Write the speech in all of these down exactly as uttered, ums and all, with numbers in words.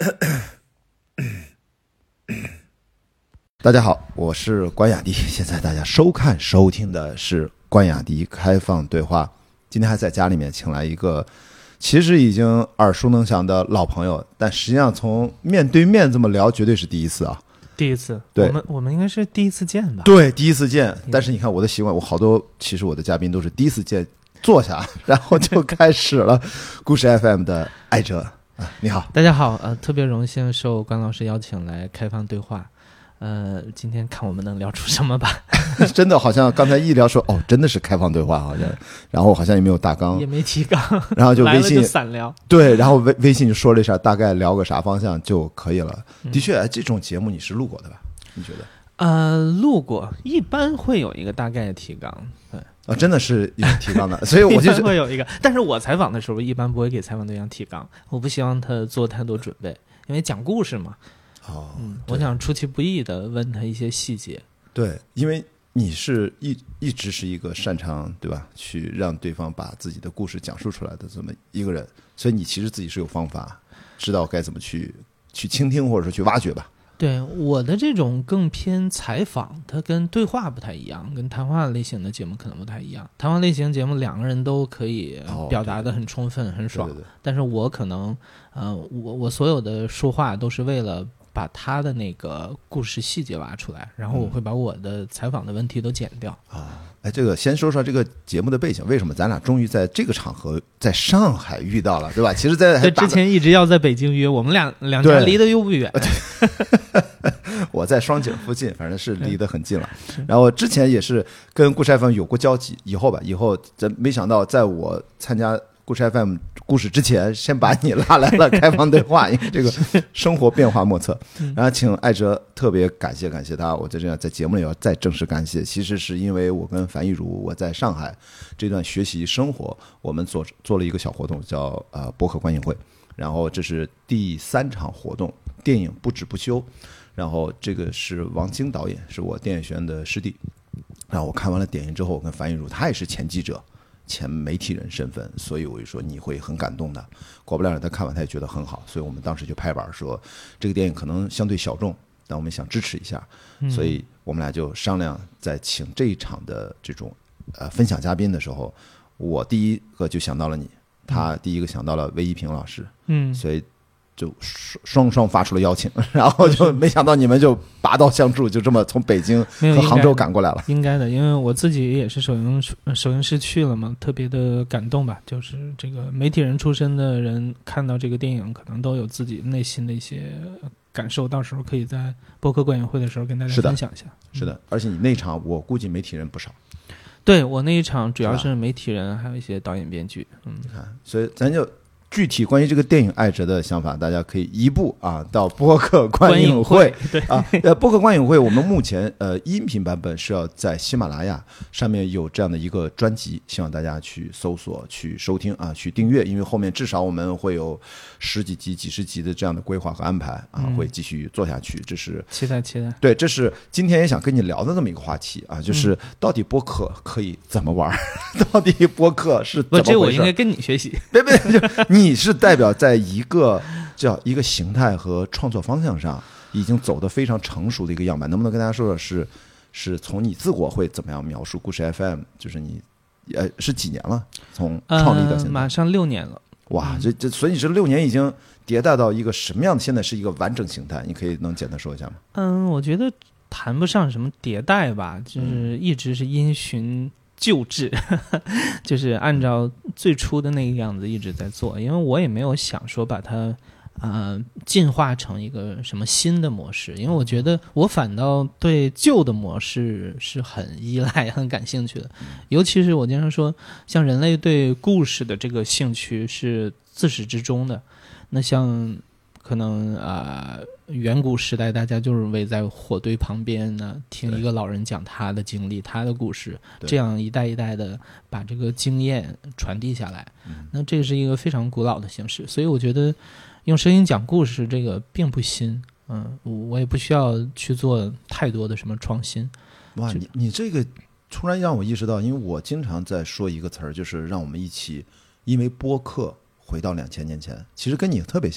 大家好，我是关雅迪，现在大家收看收听的是关雅迪开放对话。今天还在家里面请来一个其实已经耳熟能详的老朋友，但实际上从面对面这么聊绝对是第一次啊。 第一次， 对， 我们我们应该是第一次见吧？ 对，第一次见。但是你看我的习惯，我好多其实我的嘉宾都是第一次见坐下，然后就开始了。故事 F M 的艾哲啊，你好， 大家好，呃，特别荣幸受关老师邀请来开放对话。呃，今天看我们能聊出什么吧。 真的好像刚才一聊说哦，真的是开放对话，好像，然后好像也没有大纲， 也没提纲， 然后就微信来了就散聊， 对，然后微微信就说了一下，大概聊个啥方向就可以了。 嗯、 的确，这种节目你是录过的吧？你觉得？ 呃，录过，一般会有一个大概的提纲，对。 啊，真的是有提纲的，所以我就会有一个。但是我采访的时候，一般不会给采访对象提纲，我不希望他做太多准备，因为讲故事嘛。 哦， 嗯，我想出其不意的问他一些细节。 对，因为你是一一直是一个擅长对吧，去让对方把自己的故事讲述出来的这么一个人，所以你其实自己是有方法，知道该怎么去去倾听或者说去挖掘吧。 对，我的这种更偏采访，它跟对话不太一样，跟谈话类型的节目可能不太一样。谈话类型节目两个人都可以表达得很充分、哦、很爽， 对对对， 但是我可能，呃，我我所有的说话都是为了把他的那个故事细节挖出来，然后我会把我的采访的问题都剪掉。 啊、嗯，哎，这个先说说这个节目的背景，为什么咱俩终于在这个场合在上海遇到了，对吧？其实在， 在之前一直要在北京约，我们俩两家离得又不远。 我在双井附近，反正是离得很近了。然后之前也是跟故事 F M 有过交集，以后吧，以后真没想到，在我参加故事 F M 故事之前，先把你拉来了开放对话，因为这个生活变化莫测。然后请艾哲特别感谢感谢他，我在这样在节目里要再正式感谢。其实是因为我跟樊亦茹我在上海这段学习生活，我们做做了一个小活动，叫呃播客观影会。然后这是第三场活动，电影不止不休。然后这个是王晶导演，是我电影学院的师弟。然后我看完了电影之后，我跟樊亦茹，他也是前记者、前媒体人身份，所以我就说你会很感动的。果不其然，他看完他也觉得很好，所以我们当时就拍板说，这个电影可能相对小众，但我们想支持一下，所以我们俩就商量，在请这一场的这种呃分享嘉宾的时候，我第一个就想到了你，他第一个想到了魏一平老师，嗯，所以就双双发出了邀请，然后就没想到你们就拔刀相助，就这么从北京和杭州赶过来了。 应该的，因为我自己也是首映首映式去了嘛，特别的感动吧。就是这个媒体人出身的人看到这个电影，可能都有自己内心的一些感受，到时候可以在播客观影会的时候跟大家分享一下。 是的，是的，而且你那场我估计媒体人不少。 对，我那一场主要是媒体人，还有一些导演编剧。嗯， 你看，所以咱就。具体关于这个电影艾哲的想法，大家可以移步啊到播客观影会， 对啊，呃，播客观影会，我们目前呃音频版本是要在喜马拉雅上面有这样的一个专辑，希望大家去搜索、去收听啊、去订阅，因为后面至少我们会有十几集、几十集的这样的规划和安排啊，会继续做下去。这是期待期待。 对，这是今天也想跟你聊的这么一个话题啊，就是到底播客可以怎么玩？到底播客是怎么回事？ 这我应该跟你学习。 别别，就你。你是代表在一个叫一个形态和创作方向上已经走得非常成熟的一个样板，能不能跟大家说说是是从你自我会怎么样描述故事 F M？ 就是你呃是几年了？从创立到现在， 呃、马上六年了。 哇，这这所以这六年已经迭代到一个什么样的？现在是一个完整形态，你可以能简单说一下吗？ 嗯，我觉得谈不上什么迭代吧，就是一直是因循旧制，就是按照最初的那个样子一直在做，因为我也没有想说把它呃进化成一个什么新的模式，因为我觉得我反倒对旧的模式是很依赖很感兴趣的，尤其是我经常说像人类对故事的这个兴趣是自始至终的，那像可能啊、呃，远古时代大家就是围在火堆旁边呢，听一个老人讲他的经历、他的故事，这样一代一代的把这个经验传递下来。那这是一个非常古老的形式，所以我觉得用声音讲故事这个并不新。嗯，我也不需要去做太多的什么创新。 哇，你你这个突然让我意识到，因为我经常在说一个词儿，就是让我们一起因为播客回到两千年前，其实跟你特别像。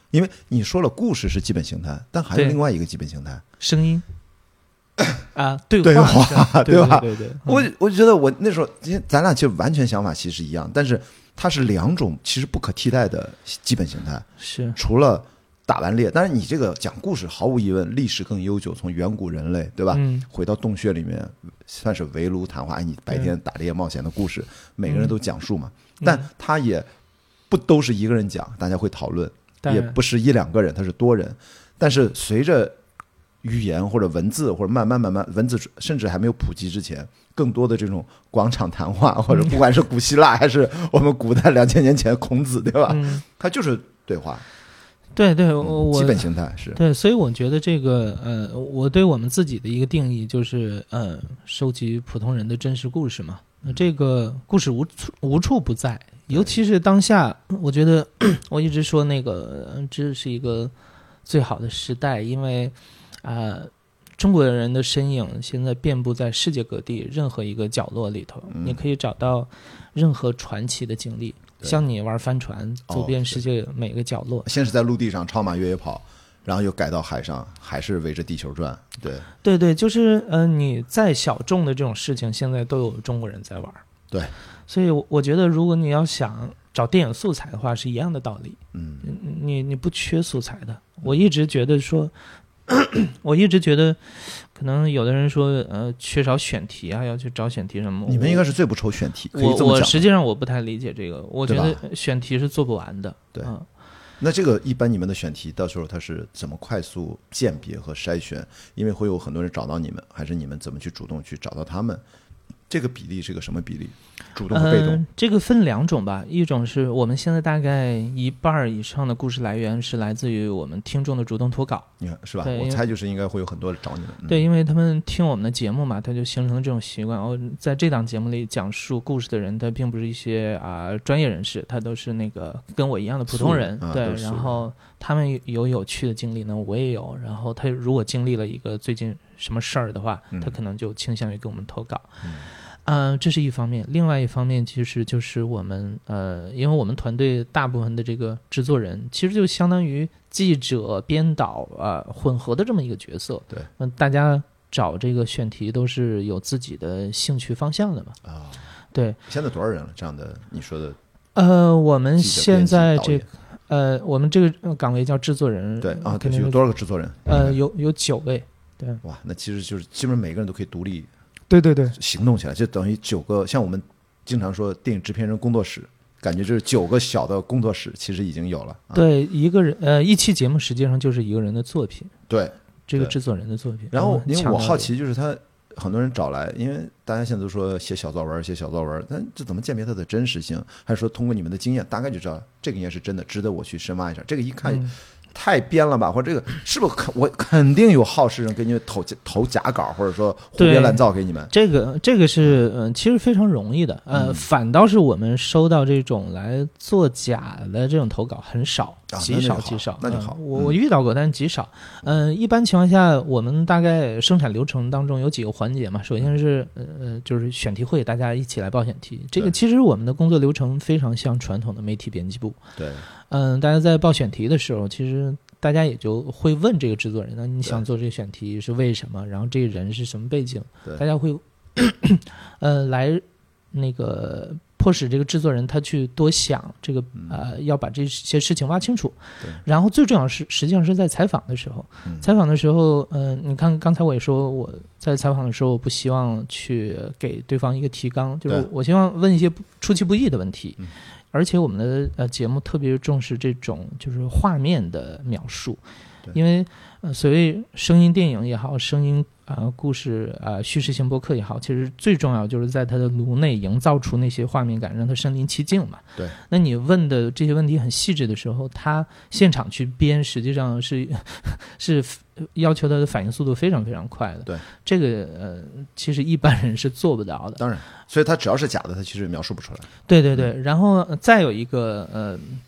因为你说了故事是基本形态，但还有对另外一个基本形态， 声音啊，对对话话， 对吧？ 对对对， 我我就觉得我那时候，因为咱俩其实完全想法其实一样，但是它是两种其实不可替代的基本形态。 是除了打完猎，当然你这个讲故事毫无疑问历史更悠久，从远古人类对吧， 嗯回到洞穴里面算是围炉谈话，哎，你白天打猎冒险的故事，每个人都讲述嘛， 嗯但他也不都是一个人讲，大家会讨论， 当然也不是一两个人，他是多人。但是随着语言或者文字或者慢慢慢慢文字甚至还没有普及之前，更多的这种广场谈话，或者不管是古希腊还是我们古代两千年前孔子，对吧？ 嗯， 他就是对话， 对对，我我基本形态是对，所以我觉得这个呃，我对我们自己的一个定义就是呃，收集普通人的真实故事嘛。那这个故事无处无处不在，尤其是当下，我觉得我一直说那个呃这是一个最好的时代，因为啊、呃，中国人的身影现在遍布在世界各地任何一个角落里头， 嗯你可以找到任何传奇的经历。像你玩帆船，走遍世界每个角落。 先是在陆地上超马越野跑，然后又改到海上，还是围着地球转。对对对，就是呃，你再小众的这种事情，现在都有中国人在玩。 对， 所以我觉得，如果你要想找电影素材的话，是一样的道理。 嗯， 你你不缺素材的。我一直觉得说，我一直觉得，可能有的人说，呃，缺少选题啊，要去找选题什么。 你们应该是最不愁选题，可以我这么讲。 我实际上我不太理解这个，我觉对得选题是做不完的。 对嗯那这个一般你们的选题到时候它是怎么快速鉴别和筛选？因为会有很多人找到你们，还是你们怎么去主动去找到他们？这个比例是个什么比例？主动和被动？ 呃、这个分两种吧，一种是我们现在大概一半以上的故事来源是来自于我们听众的主动投稿， 你看是吧？ 对我猜就是应该会有很多人找你们。嗯、 对，因为他们听我们的节目嘛，他就形成了这种习惯。哦，在这档节目里讲述故事的人，他并不是一些啊、呃、专业人士，他都是那个跟我一样的普通人。 啊、 对，然后他们有有趣的经历呢，我也有。然后他如果经历了一个最近什么事儿的话，他可能就倾向于给我们投稿。 嗯呃，这是一方面，另外一方面其实就是我们呃，因为我们团队大部分的这个制作人，其实就相当于记者、编导啊、呃、混合的这么一个角色。 对， 嗯、呃，大家找这个选题都是有自己的兴趣方向的嘛。 啊、哦， 对。 现在多少人了？这样的你说的？ 呃，我们现在这呃，我们这个岗位叫制作人。 对啊，对，有多少个制作人？ 呃，有有九位。对。 哇，那其实就是基本上每个人都可以独立。 对对对， 行动起来就等于九个，像我们经常说电影制片人工作室，感觉就是九个小的工作室，其实已经有了。啊、 对，一个人呃，一期节目实际上就是一个人的作品。 对， 这个制作人的作品。 然后，因为我好奇，就是他很多人找来，因为大家现在都说写小作文，写小作文，但这怎么鉴别它的真实性？还是说通过你们的经验，大概就知道这个应该是真的，值得我去深挖一下？这个一看。嗯太编了吧，或者这个是不是我肯定有好事人给你们投投假稿，或者说胡编乱造给你们？ 这个这个是嗯、呃，其实非常容易的，呃、嗯，反倒是我们收到这种来做假的这种投稿很少， 啊、 极少极少， 那就好。 嗯、我我遇到过，但是极少。嗯、呃，一般情况下，我们大概生产流程当中有几个环节嘛，首先是呃就是选题会，大家一起来报选题。这个其实我们的工作流程非常像传统的媒体编辑部。 对。 嗯，大家在报选题的时候，其实大家也就会问这个制作人，那你想做这个选题是为什么？然后这个人是什么背景？大家会呃来那个迫使这个制作人他去多想这个呃要把这些事情挖清楚。然后最重要是，实际上是在采访的时候， 嗯、 采访的时候，嗯、呃，你看刚才我也说我在采访的时候不希望去给对方一个提纲，就是我希望问一些出其不意的问题。嗯，而且我们的呃节目特别重视这种就是画面的描述，因为呃所谓声音电影也好，声音啊、呃、故事啊、呃、叙事性播客也好，其实最重要就是在它的颅内营造出那些画面感，让它身临其境嘛。 对。 那你问的这些问题很细致的时候，他现场去编，实际上是是要求他的反应速度非常非常快的。 对。 这个呃其实一般人是做不到的。 当然。所以它只要是假的，它其实描述不出来。 对对对，然后再有一个呃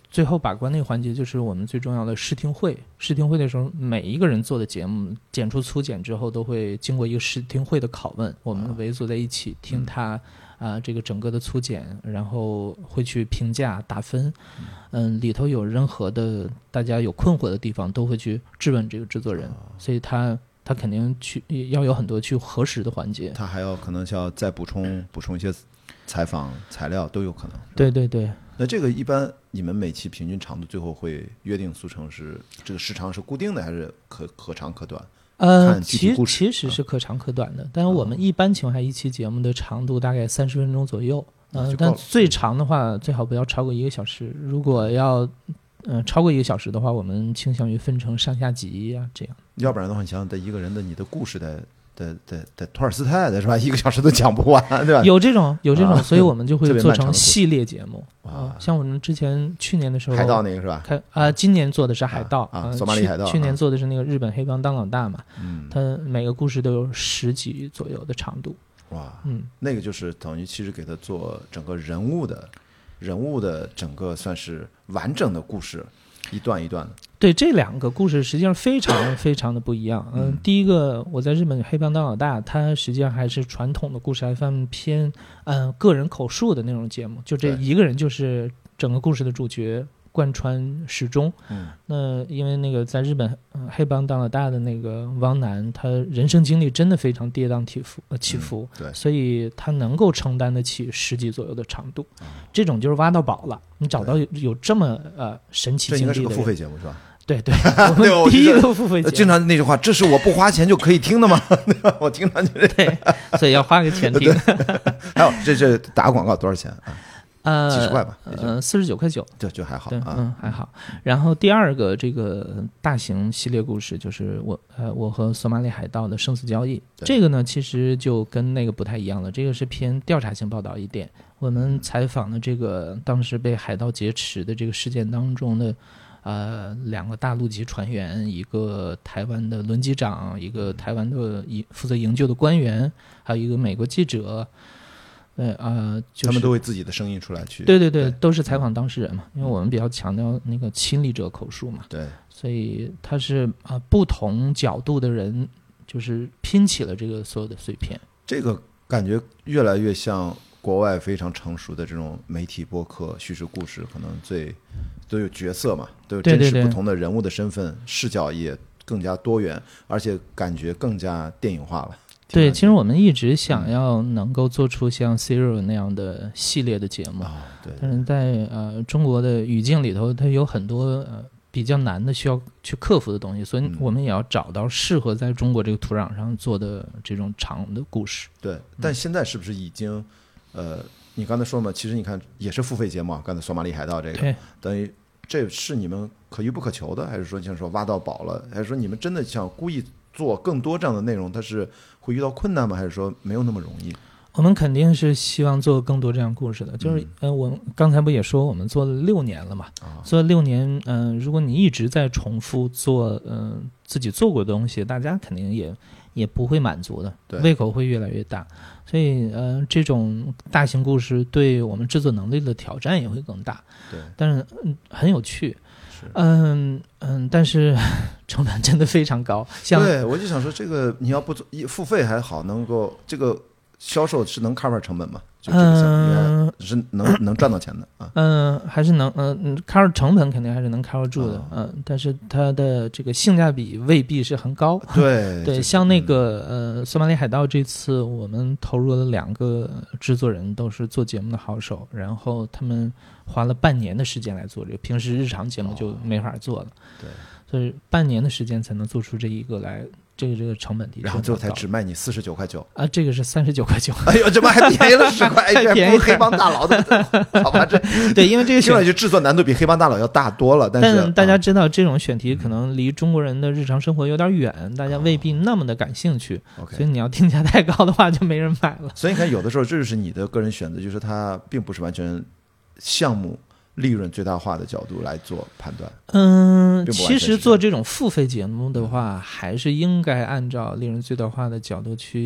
最后把关那个环节就是我们最重要的试听会。试听会的时候，每一个人做的节目剪出粗剪之后，都会经过一个试听会的拷问，我们围坐在一起听他啊、呃、这个整个的粗剪，然后会去评价打分。嗯，里头有任何的大家有困惑的地方，都会去质问这个制作人，所以他他肯定去要有很多去核实的环节。 他还要可能要再补充补充一些采访材料都有可能。 对对对。 那这个一般你们每期平均长度最后会约定俗成是这个时长是固定的还是可可长可短？ 呃，其实其实是可长可短的，但是我们一般情况下一期节目的长度大概三十分钟左右，呃，但最长的话最好不要超过一个小时。如果要呃超过一个小时的话，我们倾向于分成上下集啊这样。 要不然的话，你想想，一个人的你的故事的。的的的托尔斯泰的是吧？一个小时都讲不完，对吧？ 有这种有这种、啊，所以我们就会做成系列节目啊。像我们之前去年的时候， 海盗那个是吧？ 开啊、呃，今年做的是海盗啊，索马里海盗。 去年做的是那个日本黑帮当老大嘛， 嗯， 它每个故事都有十集左右的长度。 哇， 嗯， 那个就是等于其实给他做整个人物的人物的整个算是完整的故事。一段一段的， 对，这两个故事实际上非常非常的不一样。嗯、呃，第一个我在日本黑帮当老大，它实际上还是传统的故事 F M 偏嗯、呃、个人口述的那种节目，就这一个人就是整个故事的主角，贯穿始终。 嗯， 那因为那个在日本、呃、黑帮当老大的那个汪楠，他人生经历真的非常跌宕起伏，呃起伏、 嗯，对， 所以他能够承担得起十集左右的长度。嗯、这种就是挖到宝了，你找到有有这么呃神奇经历的人。 这应该是个付费节目是吧？ 对对，我们第一个付费节目。 经常那句话，这是我不花钱就可以听的吗？我经常觉得， 对，所以要花个钱听。 还有这这打个广告多少钱啊？ 呃， 几十块吧， 呃，四十九块九， 就就还好对， 啊， 嗯，还好。然后第二个这个大型系列故事就是我呃我和索马里海盗的生死交易，这个呢其实就跟那个不太一样了，这个是偏调查性报道一点。我们采访的这个当时被海盗劫持的这个事件当中的呃两个大陆籍船员，一个台湾的轮机长，一个台湾的负责营救的官员，还有一个美国记者。对啊、呃就是， 他们都会自己的声音出来去。 对对对，都是采访当事人嘛，因为我们比较强调那个亲历者口述嘛。 对， 所以他是啊、呃、不同角度的人，就是拼起了这个所有的碎片。 这个感觉越来越像国外非常成熟的这种媒体播客叙事故事，可能最都有角色嘛，都有真实不同的人物的身份，对对对，视角也更加多元，而且感觉更加电影化了。 对，其实我们一直想要能够做出像 Serial 那样的系列的节目， 哦、对， 但是在呃中国的语境里头，它有很多呃比较难的需要去克服的东西，所以我们也要找到适合在中国这个土壤上做的这种长的故事。 对，但现在是不是已经，呃，你刚才说嘛，其实你看也是付费节目啊，刚才索马里海盗这个，等于这是你们可遇不可求的，还是说像说挖到宝了，还是说你们真的想故意做更多这样的内容，它是会遇到困难吗？还是说没有那么容易？ 我们肯定是希望做更多这样故事的，就是、嗯、呃，我刚才不也说我们做了六年了嘛？ 啊、 做了六年，嗯、呃，如果你一直在重复做，嗯、呃，自己做过的东西，大家肯定也也不会满足的，胃口会越来越大。所以，呃，这种大型故事对我们制作能力的挑战也会更大。 对， 但是、嗯、很有趣。嗯嗯，但是成本真的非常高。像对，我就想说，这个你要不做付费还好，能够这个销售是能 cover 成本吗？就这个嗯， 是能能赚到钱的啊。 嗯，还是能嗯 cover 成本肯定还是能 cover 住的，嗯、 哦， 但是它的这个性价比未必是很高。 对对，像那个呃索马里海盗这次我们投入了两个制作人，都是做节目的好手，然后他们花了半年的时间来做这个，平时日常节目就没法做了。哦、 对， 所以半年的时间才能做出这一个来。这个这个成本低， 然后最后才只卖你四十九块九啊！这个是三十九块九。 哎呦，这不还便宜了十块？ 太便宜了， 黑帮大佬的，好吧？这对，因为这个听上去制作难度比黑帮大佬要大多了。但是但大家知道，这种选题可能离中国人的日常生活有点远，嗯、大家未必那么的感兴趣。 哦、 所以你要定价太高的话，就没人买了。 所以你看，有的时候这就是你的个人选择，就是它并不是完全项目利润最大化的角度来做判断。 嗯，其实做这种付费节目的话，还是应该按照利润最大化的角度去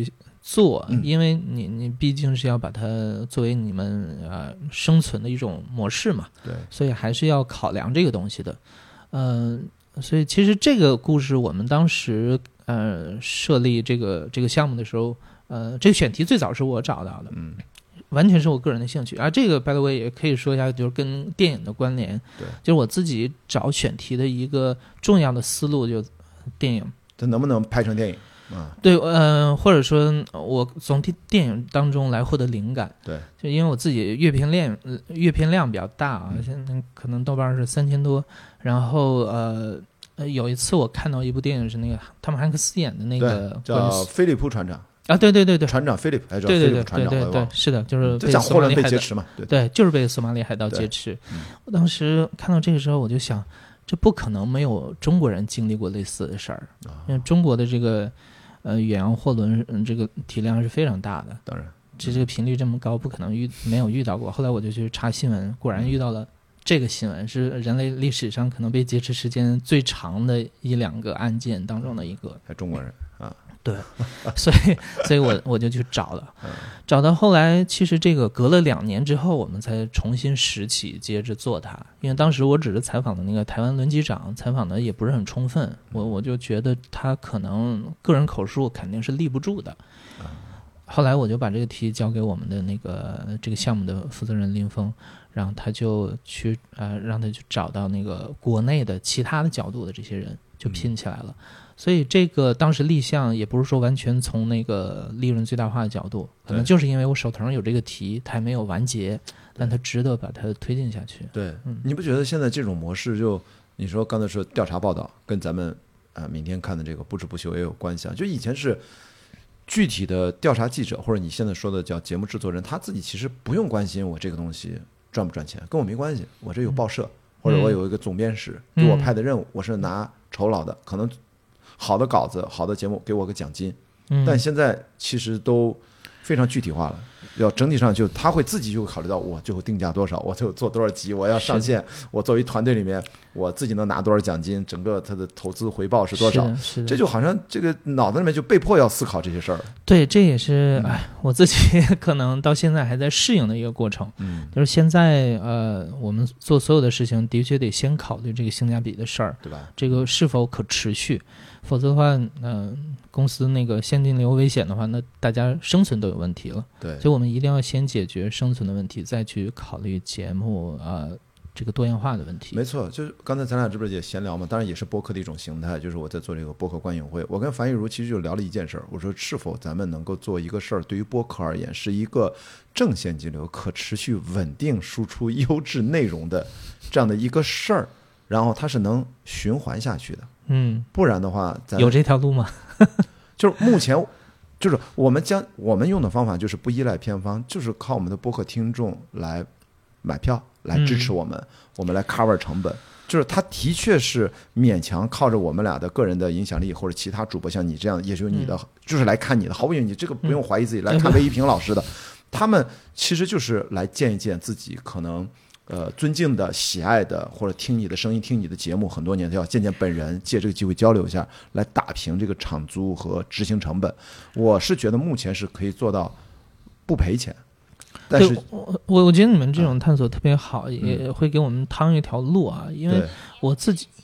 做， 嗯、 因为你你毕竟是要把它作为你们呃生存的一种模式嘛， 对， 所以还是要考量这个东西的。嗯、呃，所以其实这个故事我们当时呃设立这个这个项目的时候，呃，这个选题最早是我找到的， 嗯。 完全是我个人的兴趣，而这个 by the way 也可以说一下，就是跟电影的关联。 对， 就是我自己找选题的一个重要的思路，就电影， 这能不能拍成电影啊？ 对，呃，或者说我从电影当中来获得灵感。 对， 就因为我自己阅片量阅片量比较大啊，现在可能豆瓣是三千多，然后呃呃有一次我看到一部电影是那个汤姆汉克斯演的那个叫《菲利普船长》。 啊，对对对对， 船长菲利普，还叫对对对船长， 对对对，是的，就是就讲霍伦被劫持嘛，对对，就是被索马里海盗劫持。 嗯、 我当时看到这个时候，我就想，这不可能没有中国人经历过类似的事儿， 啊、 因为中国的这个呃远洋货轮、嗯、这个体量是非常大的， 当然， 这这个频率这么高，不可能遇没有遇到过。后来我就去查新闻，果然遇到了。这个新闻是人类历史上可能被劫持时间最长的一两个案件当中的一个， 还中国人啊。 对，所以，所以我我就去找了，找到后来，其实这个隔了两年之后，我们才重新拾起，接着做它。因为当时我只是采访的那个台湾轮机长，采访的也不是很充分，我我就觉得他可能个人口述肯定是立不住的。后来我就把这个题交给我们的那个这个项目的负责人林峰，然后他就去呃让他去找到那个国内的其他的角度的这些人，就拼起来了。所以这个当时立项也不是说完全从那个利润最大化的角度，可能就是因为我手头上有这个题，它还没有完结，但它值得把它推进下去。 对， 嗯， 你不觉得现在这种模式就你说刚才说调查报道跟咱们啊、呃、明天看的这个不止不休也有关系啊？就以前是具体的调查记者，或者你现在说的叫节目制作人，他自己其实不用关心我这个东西赚不赚钱，跟我没关系，我这有报社、嗯、或者我有一个总编室、嗯、给我派的任务，我是拿酬劳的，可能好的稿子好的节目给我个奖金、嗯、但现在其实都非常具体化了，要整体上就他会自己就考虑到我最后定价多少，我最后做多少集，我要上线，我作为团队里面我自己能拿多少奖金，整个他的投资回报是多少， 是是这就好像这个脑子里面就被迫要思考这些事儿。 对，这也是哎我自己可能到现在还在适应的一个过程。 嗯， 就是现在呃我们做所有的事情的确得先考虑这个性价比的事儿， 对吧？ 这个是否可持续，否则的话嗯、呃、公司那个现金流危险的话，那大家生存都有问题了。 对， 所以我们一定要先解决生存的问题，再去考虑节目啊、呃、这个多样化的问题。 没错，就是刚才咱俩这不是也闲聊嘛，当然也是播客的一种形态，就是我在做这个播客观影会，我跟樊玉茹其实就聊了一件事儿，我说是否咱们能够做一个事儿，对于播客而言是一个正现金流、可持续、稳定输出优质内容的这样的一个事儿，然后它是能循环下去的。 嗯， 不然的话咱有这条路吗？ 就是目前就是我们将我们用的方法就是不依赖偏方，就是靠我们的播客听众来买票来支持我们、嗯、我们来 cover 成本，就是他的确是勉强靠着我们俩的个人的影响力，或者其他主播像你这样也就你的、嗯、就是来看你的，毫不犹豫你这个不用怀疑自己、嗯、来看魏一平老师的、嗯、他们其实就是来见一见自己可能呃，尊敬的、喜爱的，或者听你的声音、听你的节目很多年，他要见见本人，借这个机会交流一下，来打平这个场租和执行成本。我是觉得目前是可以做到不赔钱，但是我我我觉得你们这种探索特别好，嗯、也会给我们趟一条路啊，因为我自己。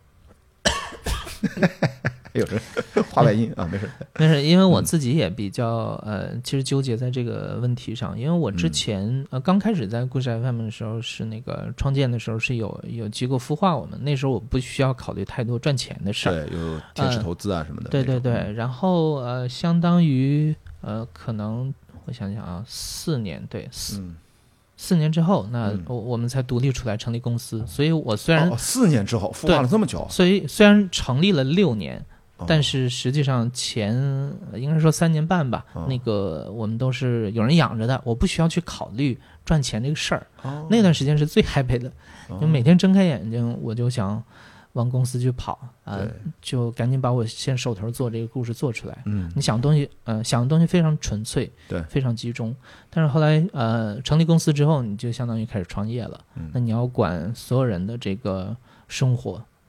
有人话外音啊，没事没事，因为我自己也比较呃，其实纠结在这个问题上，因为我之前、嗯、呃刚开始在故事 F M 的时候是那个创建的时候是有有机构孵化我们，那时候我不需要考虑太多赚钱的事儿， 对，有天使投资啊什么的、呃， 对对对，然后呃，相当于呃，可能我想想啊，四年对四。嗯四年之后，那我我们才独立出来成立公司。嗯、所以我虽然、 哦、四年之后孵化了这么久， 所以虽然成立了六年，哦、但是实际上前应该说三年半吧，哦、那个我们都是有人养着的，我不需要去考虑赚钱这个事儿。哦、那段时间是最 happy 的，因为每天睁开眼睛我就想往公司去跑啊、呃，就赶紧把我先手头做这个故事做出来。 嗯， 你想的东西，呃，想的东西非常纯粹， 对， 非常集中。但是后来，呃，成立公司之后，你就相当于开始创业了。嗯，那你要管所有人的这个生活，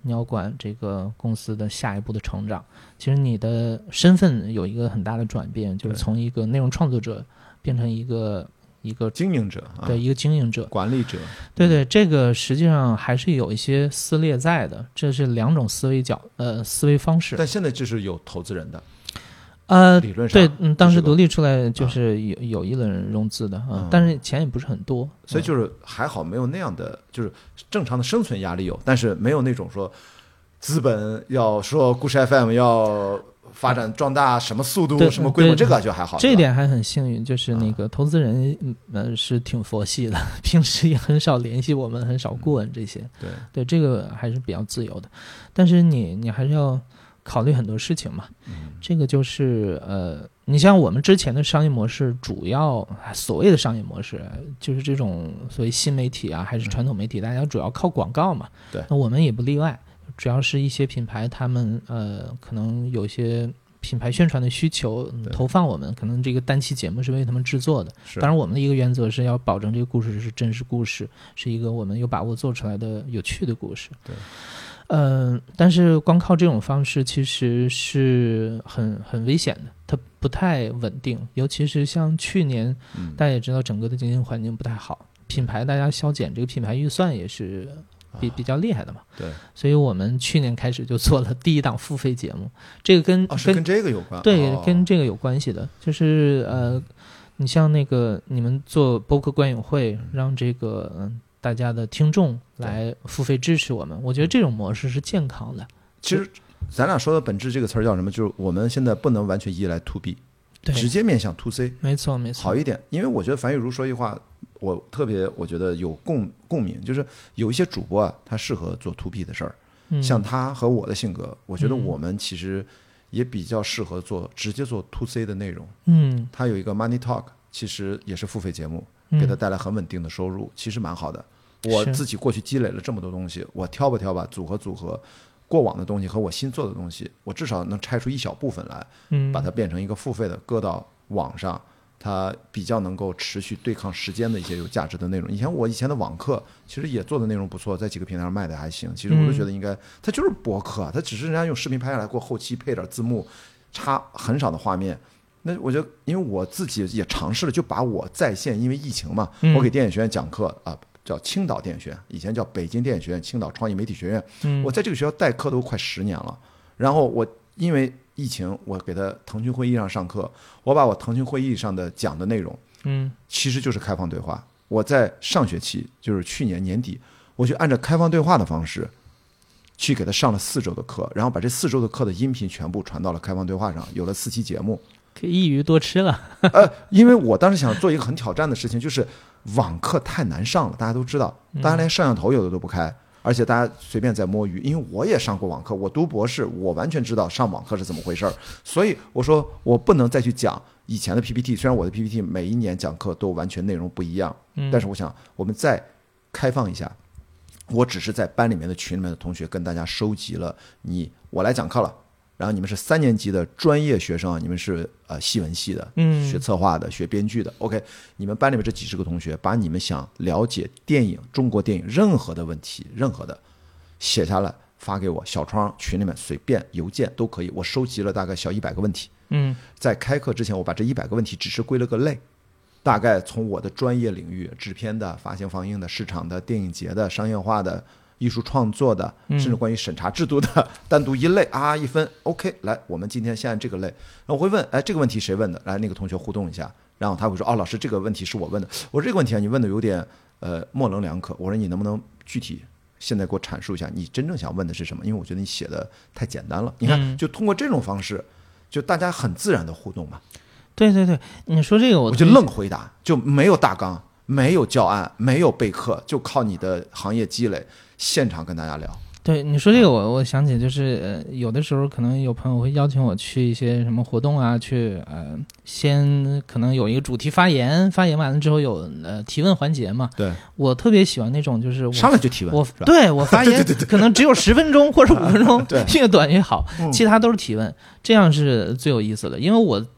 你要管这个公司的下一步的成长，其实你的身份有一个很大的转变，就是从一个内容创作者变成一个一个经营者， 对、啊、一个经营者、 管理者。 对对，这个实际上还是有一些撕裂在的，这是两种思维角呃思维方式。 但现在就是有投资人的。 呃， 理论上对，嗯，当时独立出来就是有、啊、有一轮融资的啊、嗯，但是钱也不是很多， 所以就是还好没有那样的，就是正常的生存压力有，但是没有那种说资本要说故事 F M 要发展壮大什么速度、什么规模，这个就还好。 这一点还很幸运，就是那个投资人呃是挺佛系的，平时也很少联系我们，很少过问这些。 对对，这个还是比较自由的，但是你你还是要考虑很多事情嘛， 嗯、 这个就是呃，你像我们之前的商业模式，主要所谓的商业模式，就是这种所谓新媒体啊，还是传统媒体，大家主要靠广告嘛。 对， 那我们也不例外，只要是一些品牌，他们呃可能有些品牌宣传的需求，投放我们，可能这个单期节目是为他们制作的。当然，我们的一个原则是要保证这个故事是真实故事，是一个我们有把握做出来的有趣的故事。 对。 嗯、呃，但是光靠这种方式其实是很很危险的，它不太稳定，尤其是像去年， 嗯、 大家也知道整个的经营环境不太好，品牌大家削减这个品牌预算也是比比较厉害的嘛。 对， 所以我们去年开始就做了第一档付费节目，这个跟、 哦、是跟这个有关， 对、 哦， 跟这个有关系的，就是呃，你像那个你们做播客观影会，让这个嗯。呃大家的听众来付费支持我们，我觉得这种模式是健康的。 其实咱俩说的本质这个词儿叫什么？就是我们现在不能完全依赖 to B， 直接面向 to C， 没错没错， 好一点。因为我觉得樊玉茹说一句话，我特别我觉得有共共鸣，就是有一些主播啊，他适合做 to B 的事儿、嗯，像他和我的性格，我觉得我们其实也比较适合做直接做 to C 的内容。 嗯， 他有一个 Money Talk， 其实也是付费节目，给他带来很稳定的收入，其实蛮好的。我自己过去积累了这么多东西，我挑吧挑吧，组合组合，过往的东西和我新做的东西，我至少能拆出一小部分来， 嗯， 把它变成一个付费的，搁到网上，它比较能够持续对抗时间的一些有价值的内容。以前我以前的网课其实也做的内容不错，在几个平台上卖的还行，其实我都觉得应该，它就是播客，它只是人家用视频拍下来过后期配点字幕，差很少的画面。那我觉得，因为我自己也尝试了，就把我在线，因为疫情嘛，我给电影学院讲课啊。叫青岛电影学院，以前叫北京电影学院，青岛创意媒体学院。 嗯， 我在这个学校代课都快十年了。然后我因为疫情，我给他腾讯会议上上课，我把我腾讯会议上的讲的内容， 嗯， 其实就是开放对话。我在上学期，就是去年年底，我就按照开放对话的方式，去给他上了四周的课，然后把这四周的课的音频全部传到了开放对话上，有了四期节目。 可以一鱼多吃了。 呃，因为我当时想做一个很挑战的事情，就是网课太难上了，大家都知道，大家连摄像头有的都不开，而且大家随便在摸鱼。因为我也上过网课，我读博士，我完全知道上网课是怎么回事儿，所以我说我不能再去讲以前的 P P T， 虽然我的 P P T 每一年讲课都完全内容不一样，但是我想我们再开放一下。我只是在班里面的群里面的同学跟大家收集了你，我来讲课了。然后你们是三年级的专业学生，你们是呃戏文系的， 嗯， 学策划的，学编剧的。OK， 你们班里面这几十个同学，把你们想了解电影、中国电影任何的问题，任何的写下来发给我，小窗群里面随便邮件都可以。我收集了大概小一百个问题， 嗯， 在开课之前，我把这一百个问题只是归了个类，大概从我的专业领域，制片的、发行放映的、市场的、电影节的、商业化的。艺术创作的，甚至关于审查制度的，嗯、单独一类啊一分 ，OK， 来，我们今天先按这个类。然后我会问，哎，这个问题谁问的？来，那个同学互动一下，然后他会说，哦，老师，这个问题是我问的。我说这个问题啊，你问的有点呃模棱两可。我说你能不能具体现在给我阐述一下，你真正想问的是什么？因为我觉得你写的太简单了。你看，就通过这种方式，就大家很自然的互动嘛。 对对对，你说这个我我就愣回答，就没有大纲，没有教案，没有备课，就靠你的行业积累。现场跟大家聊。 对你说这个我我想起就是呃有的时候可能有朋友会邀请我去一些什么活动啊，去呃先可能有一个主题发言，发言完了之后有呃提问环节嘛。 对， 我特别喜欢那种就是我上来就提问， 我对我发言可能只有十分钟或者五分钟， 对， 越短越好，其他都是提问，这样是最有意思的。因为我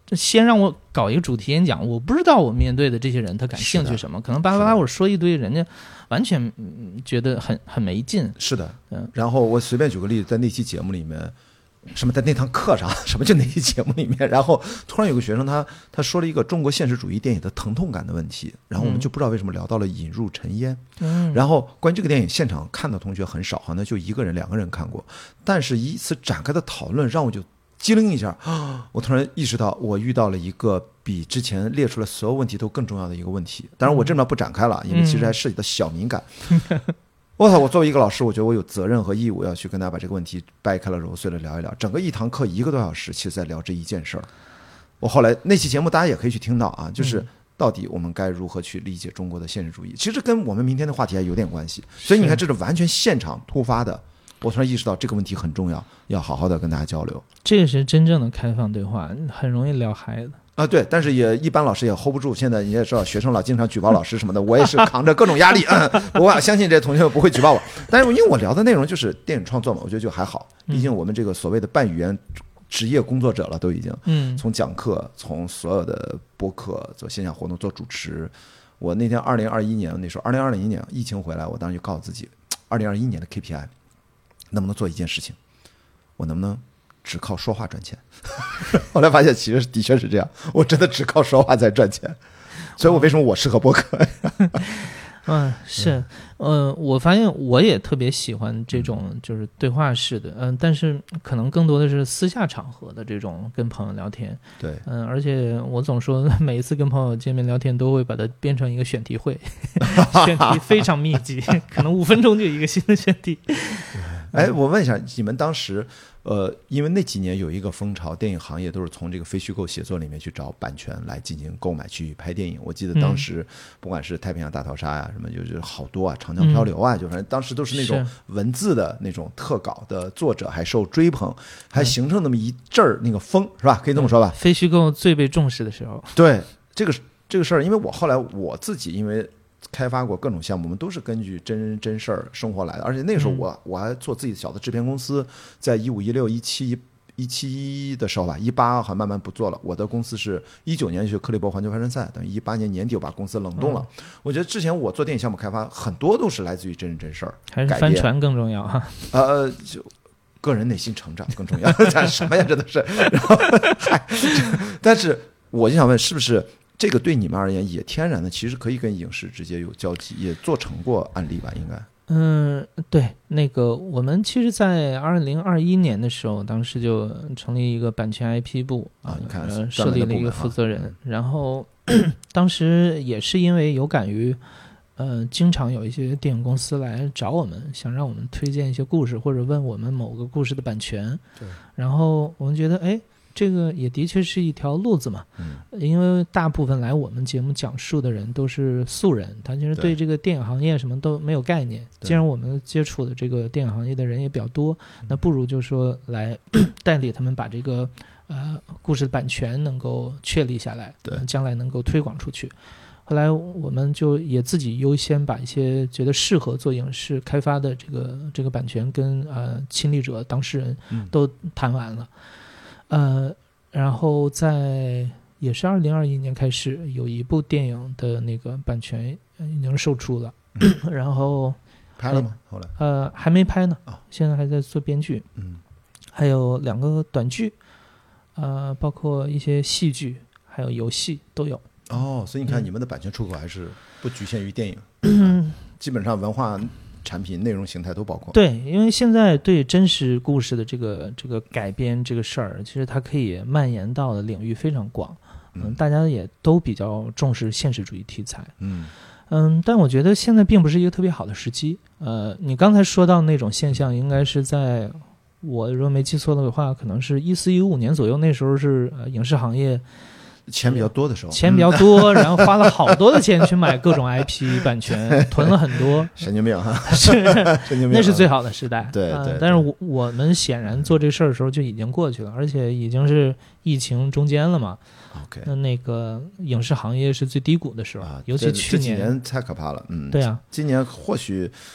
先让我搞一个主题演讲，我不知道我面对的这些人他感兴趣什么，可能巴拉巴拉我说一堆，人家完全、嗯、觉得很很没劲。 是的， 嗯。 然后我随便举个例子，在那期节目里面。什么在那堂课上，什么就那期节目里面，然后突然有个学生他他说了一个中国现实主义电影的疼痛感的问题，然后我们就不知道为什么聊到了引入尘烟。 嗯， 然后关于这个电影现场看的同学很少，好像就一个人两个人看过，但是以此展开的讨论让我就机灵一下，我突然意识到我遇到了一个比之前列出来所有问题都更重要的一个问题。当然我这边不展开了，因为其实还涉及到小敏感。我操！我作为一个老师，我觉得我有责任和义务要去跟大家把这个问题掰开了揉碎了聊一聊。整个一堂课一个多小时，其实在聊这一件事儿。我后来那期节目大家也可以去听到啊，就是到底我们该如何去理解中国的现实主义，其实跟我们明天的话题还有点关系。所以你看，这是完全现场突发的。我突然意识到这个问题很重要，要好好的跟大家交流。 这个是真正的开放对话，很容易聊嗨的。 啊，对，但是也一般老师也 hold 不住。现在你也知道，学生老经常举报老师什么的，我也是扛着各种压力。嗯，不过相信这些同学们不会举报我。但是因为我聊的内容就是电影创作嘛，我觉得就还好。毕竟我们这个所谓的半语言职业工作者了，都已经。嗯。从讲课，从所有的播客做线下活动做主持。我那天二零二一年那时候，二零二零年疫情回来，我当时就告诉自己，二零二一年的 K P I 能不能做一件事情，我能不能只靠说话赚钱？后来发现其实的确是这样，我真的只靠说话在赚钱，所以我为什么我适合播客？ 嗯，是，呃，我发现我也特别喜欢这种就是对话式的，嗯、呃，但是可能更多的是私下场合的这种跟朋友聊天。 对， 嗯、呃，而且我总说每一次跟朋友见面聊天都会把它变成一个选题会，选题非常密集，可能五分钟就一个新的选题。 哎，我问一下，你们当时，呃，因为那几年有一个风潮，电影行业都是从这个非虚构写作里面去找版权来进行购买去拍电影。我记得当时，不管是太平洋大逃杀呀、啊，什么就是好多啊，长江漂流啊，嗯、就反正当时都是那种文字的那种特稿的作者还受追捧，还形成那么一阵儿那个风，是吧？可以这么说吧？ 非虚构最被重视的时候。 对，这个这个事儿，因为我后来我自己因为。开发过各种项目，我们都是根据真真事儿生活来的。而且那个时候我、嗯、我还做自己小的制片公司，在一五一六一七一七的时候吧，一八好像慢慢不做了。我的公司是一九年去克利伯环球帆船赛，等于一八年年底我把公司冷冻了。嗯、我觉得之前我做电影项目开发，很多都是来自于真人真事儿， 还是帆船更重要哈。 呃，就个人内心成长更重要。什么呀，这都是。然后，但是我就想问，是不是？这个对你们而言也天然的，其实可以跟影视直接有交集，也做成过案例吧？应该。 嗯，对，那个我们其实，在二零二一年的时候，当时就成立一个版权 I P 部啊，你看， 呃，设立了一个负责人，然后当时也是因为有感于，呃，经常有一些电影公司来找我们，想让我们推荐一些故事，或者问我们某个故事的版权， 对， 然后我们觉得，哎。这个也的确是一条路子嘛， 嗯， 因为大部分来我们节目讲述的人都是素人，他其实对这个电影行业什么都没有概念。既然我们接触的这个电影行业的人也比较多，那不如就说来代理他们把这个呃故事的版权能够确立下来， 对， 将来能够推广出去。后来我们就也自己优先把一些觉得适合做影视开发的这个这个版权跟呃亲历者当事人都谈完了。嗯呃，然后在也是二零二一年开始，有一部电影的那个版权已经售出了，嗯、然后拍了吗？后来呃还没拍呢， 哦、 现在还在做编剧， 嗯， 还有两个短剧，呃，包括一些戏剧，还有游戏都有。 哦，所以你看，你们的版权出口还是不局限于电影， 嗯， 基本上文化。产品内容形态都包括。 对，因为现在对真实故事的这个这个改编这个事儿，其实它可以蔓延到的领域非常广，嗯，大家也都比较重视现实主义题材， 嗯嗯，但我觉得现在并不是一个特别好的时机。呃，你刚才说到那种现象，应该是在我如果没记错的话，可能是一四一五年左右，那时候是呃影视行业。 钱比较多的时候， 钱比较多，然后花了好多的钱去买各种 I P 版权，囤了很多。 神经病哈， 是神经病， 那是最好的时代。 对 对, 对、 呃，但是我我们显然做这事儿的时候就已经过去了，而且已经是疫情中间了嘛。 OK， 那那个影视行业是最低谷的时候， 啊、 尤其去年这几年太可怕了。嗯， 对啊， 今年或许。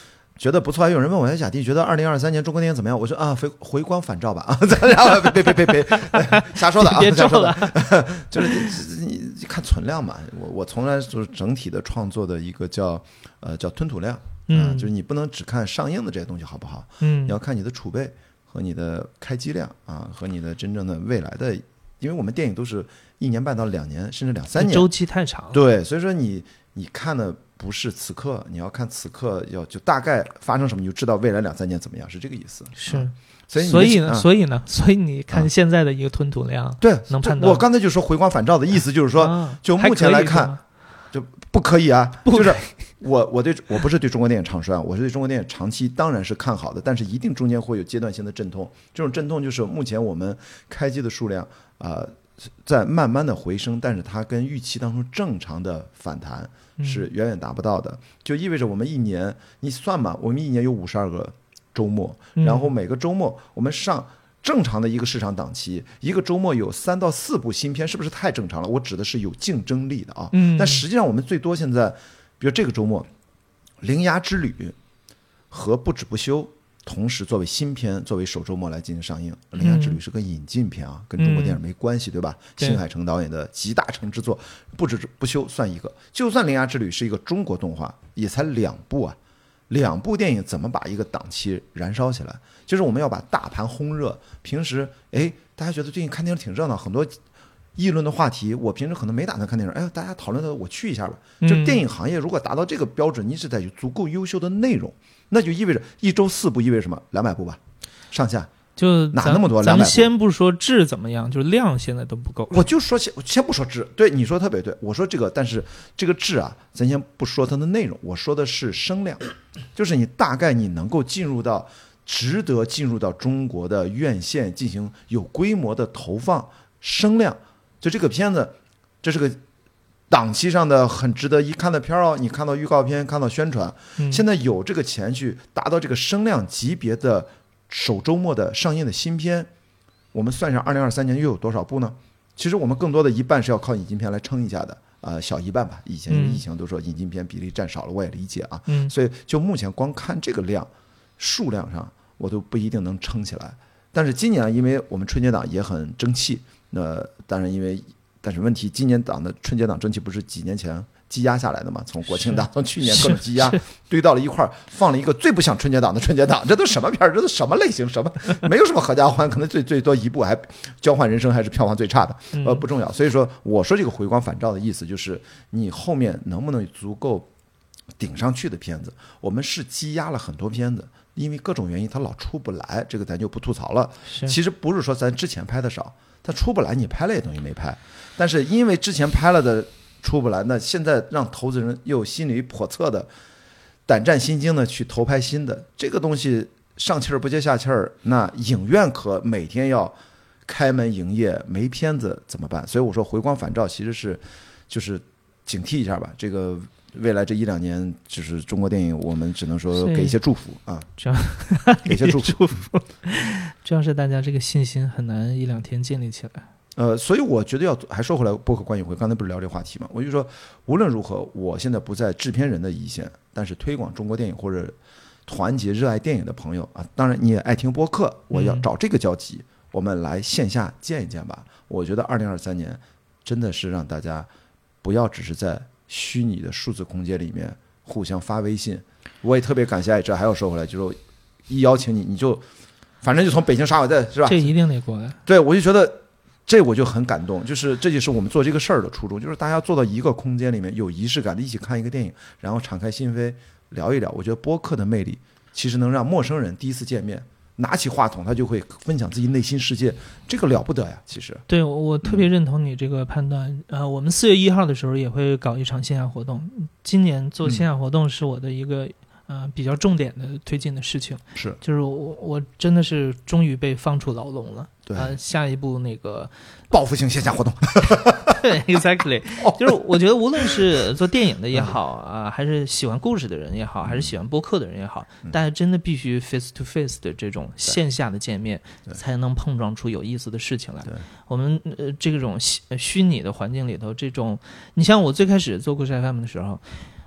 觉得不错，还有人问我，哎，贾弟觉得二零二三年中国电影怎么样？我说啊，回回光返照吧啊，然后别别别别别瞎说的啊， 别瞎说了的，就是你看存量嘛。我我从来就是整体的创作的一个叫呃叫吞吐量，嗯、呃，就是你不能只看上映的这些东西好不好，嗯，你要看你的储备和你的开机量啊，和你的真正的未来的，因为我们电影都是一年半到两年，甚至两三年， 周期太长了， 对，所以说你你看的。不是此刻，你要看此刻要就大概发生什么，你就知道未来两三年怎么样，是这个意思。 是， 啊、所以所以呢、 啊， 所以呢，所以你看现在的一个吞吐量， 啊、对， 能判断。 我刚才就说回光返照的意思，就是说， 啊、 就目前来看，就不可以啊。就是我我对我不是对中国电影唱衰，我是对中国电影长期当然是看好的，但是一定中间会有阶段性的阵痛。这种阵痛就是目前我们开机的数量啊、呃、在慢慢的回升，但是它跟预期当中正常的反弹。是远远达不到的，就意味着我们一年，你算吧，我们一年有五十二个周末，然后每个周末我们上正常的一个市场档期，一个周末有三到四部新片，是不是太正常了？我指的是有竞争力的啊。但实际上我们最多现在，比如这个周末，《铃芽之旅》和《不止不休》同时作为新片，作为首周末来进行上映。《铃芽之旅》是个引进片啊，跟中国电影没关系，对吧？新海诚导演的集大成之作，不止不休算一个。就算《铃芽之旅》是一个中国动画，也才两部啊，两部电影怎么把一个档期燃烧起来？就是我们要把大盘烘热。平时哎，大家觉得最近看电影挺热闹，很多议论的话题，我平时可能没打算看电影，哎，大家讨论的我去一下吧。就电影行业如果达到这个标准，你是得有足够优秀的内容。那就意味着一周四部，意味着什么？两百部吧，上下就哪那么多？ 咱们先不说质怎么样，就是量现在都不够。 我就说先先不说质，对你说特别对，我说这个，但是这个质啊，咱先不说它的内容，我说的是声量，就是你大概你能够进入到值得进入到中国的院线进行有规模的投放，声量，就这个片子，这是个。档期上的很值得一看的片哦，你看到预告片，看到宣传， 嗯、 现在有这个钱去达到这个声量级别的首周末的上映的新片，我们算上二零二三年又有多少部呢？其实我们更多的一半是要靠引进片来撑一下的，呃，小一半吧。以前疫情都说引进片比例占少了，我也理解啊。 嗯， 所以就目前光看这个量，数量上我都不一定能撑起来。但是今年因为我们春节档也很争气，那当然因为。但是问题，今年档的春节档争气不是几年前积压下来的吗？从国庆档从去年各种积压堆到了一块儿，放了一个最不像春节档的春节档，这都什么片儿？这都什么类型？什么没有什么合家欢，可能最最多一部还交换人生还是票房最差的，呃不重要。所以说我说这个回光返照的意思就是你后面能不能足够顶上去的片子，我们是积压了很多片子。因为各种原因它老出不来，这个咱就不吐槽了。其实不是说咱之前拍的少，它出不来你拍了也等于没拍，但是因为之前拍了的出不来，那现在让投资人又心里叵测的胆战心惊的去投拍新的，这个东西上气儿不接下气儿，那影院可每天要开门营业，没片子怎么办？所以我说回光返照其实是就是警惕一下吧，这个未来这一两年就是中国电影，我们只能说给一些祝福啊， 这样给一些祝福， 祝福这样是大家这个信心很难一两天建立起来。 呃，所以我觉得要还说回来，播客观影会，刚才不是聊这个话题嘛？我就说，无论如何，我现在不在制片人的一线，但是推广中国电影或者团结热爱电影的朋友啊，当然你也爱听播客，我要找这个交集，嗯、我们来线下见一见吧。我觉得二零二三年真的是让大家不要只是在虚拟的数字空间里面互相发微信。我也特别感谢艾哲，还要说回来，就是一邀请你，你就反正就从北京杀我在是吧？ 这一定得过来。 对，我就觉得。这我就很感动，就是这就是我们做这个事儿的初衷，就是大家坐到一个空间里面有仪式感的一起看一个电影，然后敞开心扉聊一聊。我觉得播客的魅力其实能让陌生人第一次见面拿起话筒，他就会分享自己内心世界，这个了不得呀！其实对我我特别认同你这个判断。嗯、呃，我们四月一号的时候也会搞一场线下活动，今年做线下活动是我的一个、嗯、呃比较重点的推进的事情。 是， 就是我我真的是终于被放出牢笼了。 对， 呃，下一步那个报复性线下活动， 对 ，exactly， 就是我觉得无论是做电影的也好啊、呃，还是喜欢故事的人也好，还是喜欢播客的人也好，嗯、大家真的必须 face to face 的这种线下的见面，才能碰撞出有意思的事情来。我们呃这种虚虚拟的环境里头，这种你像我最开始做故事 F M 的时候。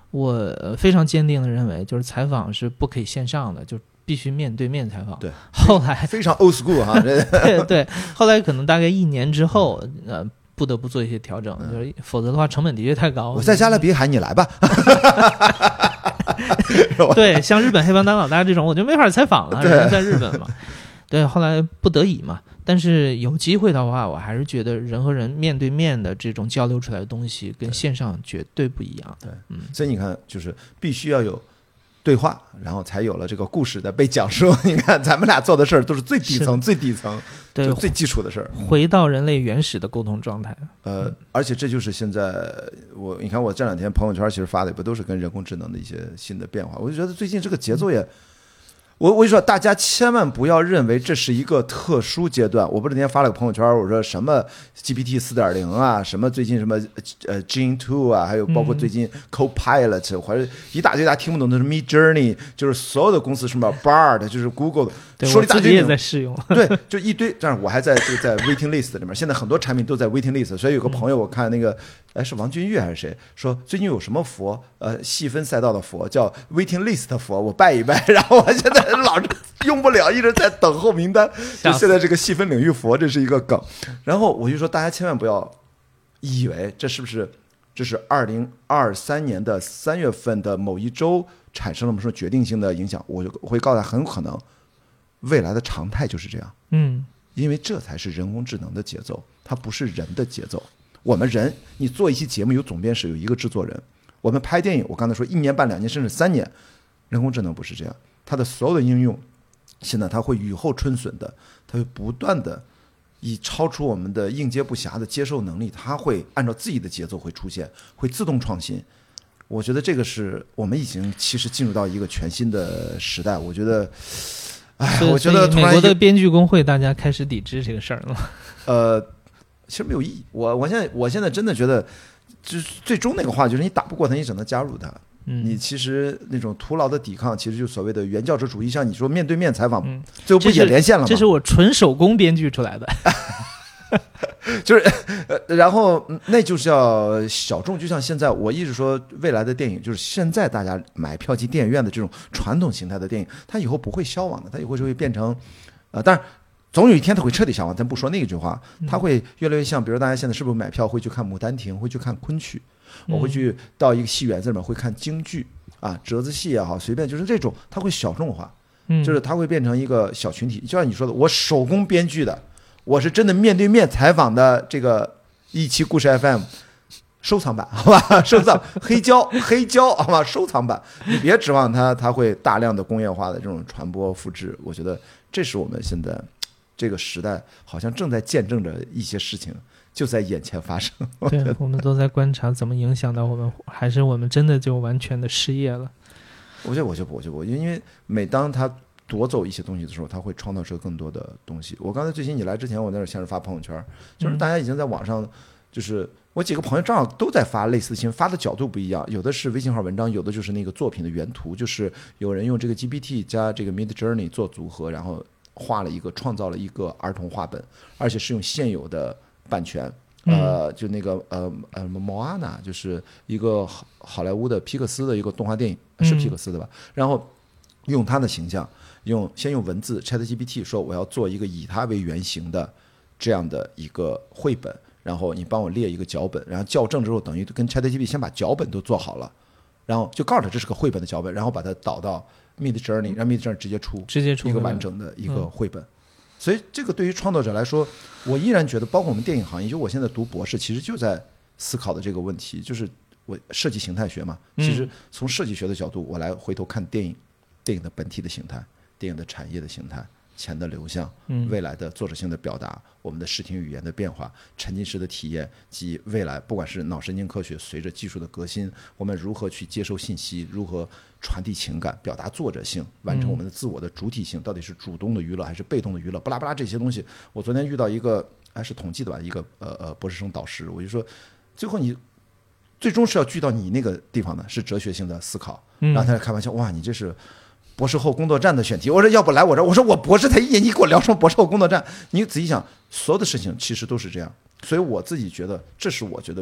我非常坚定的认为，就是采访是不可以线上的，就必须面对面采访。 对， 后来非常 old school 哈， 对对，后来可能大概一年之后，呃，不得不做一些调整，就是否则的话成本的确太高。 我在加勒比海，你来吧。 对，像日本黑帮当老大这种，我就没法采访了，人在日本嘛。对，后来不得已嘛。但是有机会的话，我还是觉得人和人面对面的这种交流出来的东西，跟线上绝对不一样。 对， 嗯， 所以你看，就是必须要有对话，然后才有了这个故事的被讲述。你看，咱们俩做的事儿都是最底层、最底层、 对最基础的事儿， 回到人类原始的沟通状态。 呃，而且这就是现在我，你看我这两天朋友圈其实发的也不都是跟人工智能的一些新的变化，我就觉得最近这个节奏也。嗯我我跟你说，大家千万不要认为这是一个特殊阶段。我不是那天发了个朋友圈，我说什么 G P T 四点零 啊，什么最近什么呃 Gene 二 啊，还有包括最近 Copilot，、嗯、或者一大堆大家听不懂的是 Mid Journey， 就是所有的公司什么 Bard， 就是 Google 的，说了一大堆。 我自己也在试用。 对，就一堆。但是我还在这个在 Waiting List 里面，现在很多产品都在 Waiting List。所以有个朋友，我看那个。哎，是王君玉还是谁说最近有什么佛？呃，细分赛道的佛叫 Waiting List 的佛，我拜一拜。然后我现在老是用不了，一直在等候名单。就现在这个细分领域佛，这是一个梗。然后我就说，大家千万不要以为这是不是这是二零二三年的三月份的某一周产生了什么说决定性的影响。我就会告诉他，很有可能未来的常态就是这样。 嗯， 因为这才是人工智能的节奏，它不是人的节奏。我们人，你做一期节目有总编室，有一个制作人。我们拍电影，我刚才说一年半、两年甚至三年，人工智能不是这样，它的所有的应用，现在它会雨后春笋的，它会不断的以超出我们的应接不暇的接受能力，它会按照自己的节奏会出现，会自动创新。我觉得这个是我们已经其实进入到一个全新的时代。我觉得，哎，我觉得美国的编剧工会大家开始抵制这个事儿了。 呃。其实没有意义。我我现在我现在真的觉得，就是最终那个话就是你打不过他，你只能加入他。 嗯， 你其实那种徒劳的抵抗，其实就所谓的原教旨主义。像你说面对面采访， 嗯、 最后不也连线了吗？ 这是我纯手工编剧出来的。 就是，呃，然后那就是要小众。就像现在，我一直说未来的电影，就是现在大家买票进电影院的这种传统形态的电影，它以后不会消亡的，它以后就会变成，呃，当然。总有一天他会彻底消亡，咱不说那一句话，他会越来越像，比如大家现在是不是买票会去看《牡丹亭》，会去看昆曲，我会去到一个戏园子里面会看京剧啊，折子戏也好，随便就是这种，它会小众化，就是它会变成一个小群体。就像你说的，我手工编剧的，我是真的面对面采访的这个一期故事 F M 收藏版，好吧，收藏黑胶黑胶，好吧，收藏版，你别指望它它会大量的工业化的这种传播复制。我觉得这是我们现在。这个时代好像正在见证着一些事情就在眼前发生。 对，我们都在观察怎么影响到我们，还是我们真的就完全的失业了？ 我觉得，我就不，我就不，因为每当他夺走一些东西的时候，他会创造出更多的东西。我刚才最近你来之前，我在那先是发朋友圈，就是大家已经在网上，就是我几个朋友正好都在发类似的新闻，发的角度不一样，有的是微信号文章，有的就是那个作品的原图，就是有人用这个 G P T 加这个 Mid Journey 做组合，然后。画了一个，创造了一个儿童画本，而且是用现有的版权，呃，就那个呃呃莫阿娜，就是一个好好莱坞的皮克斯的一个动画电影，是皮克斯的吧？然后用他的形象，用先用文字 ChatGPT 说我要做一个以他为原型的这样的一个绘本，然后你帮我列一个脚本，然后校正之后等于跟 ChatGPT 先把脚本都做好了，然后就告诉他这是个绘本的脚本，然后把它导到。Mid Journey 让 Mid Journey 直接出直接出一个完整的一个绘本，嗯、所以这个对于创作者来说，我依然觉得，包括我们电影行业，就我现在读博士，其实就在思考的这个问题，就是我设计形态学嘛，其实从设计学的角度，我来回头看电影，电影的本体的形态，电影的产业的形态。钱的流向，未来的作者性的表达，我们的视听语言的变化，沉浸式的体验及未来不管是脑神经科学随着技术的革新，我们如何去接收信息，如何传递情感，表达作者性，完成我们的自我的主体性，到底是主动的娱乐还是被动的娱乐，巴拉巴拉这些东西。我昨天遇到一个还是统计的吧，一个呃呃博士生导师，我就说最后你最终是要聚到你那个地方的，是哲学性的思考。然后他在开玩笑，哇，你这是博士后工作站的选题。我说要不来我这儿，我说我博士才一年，你给我聊什么博士后工作站？你仔细想，所有的事情其实都是这样。所以我自己觉得，这是我觉得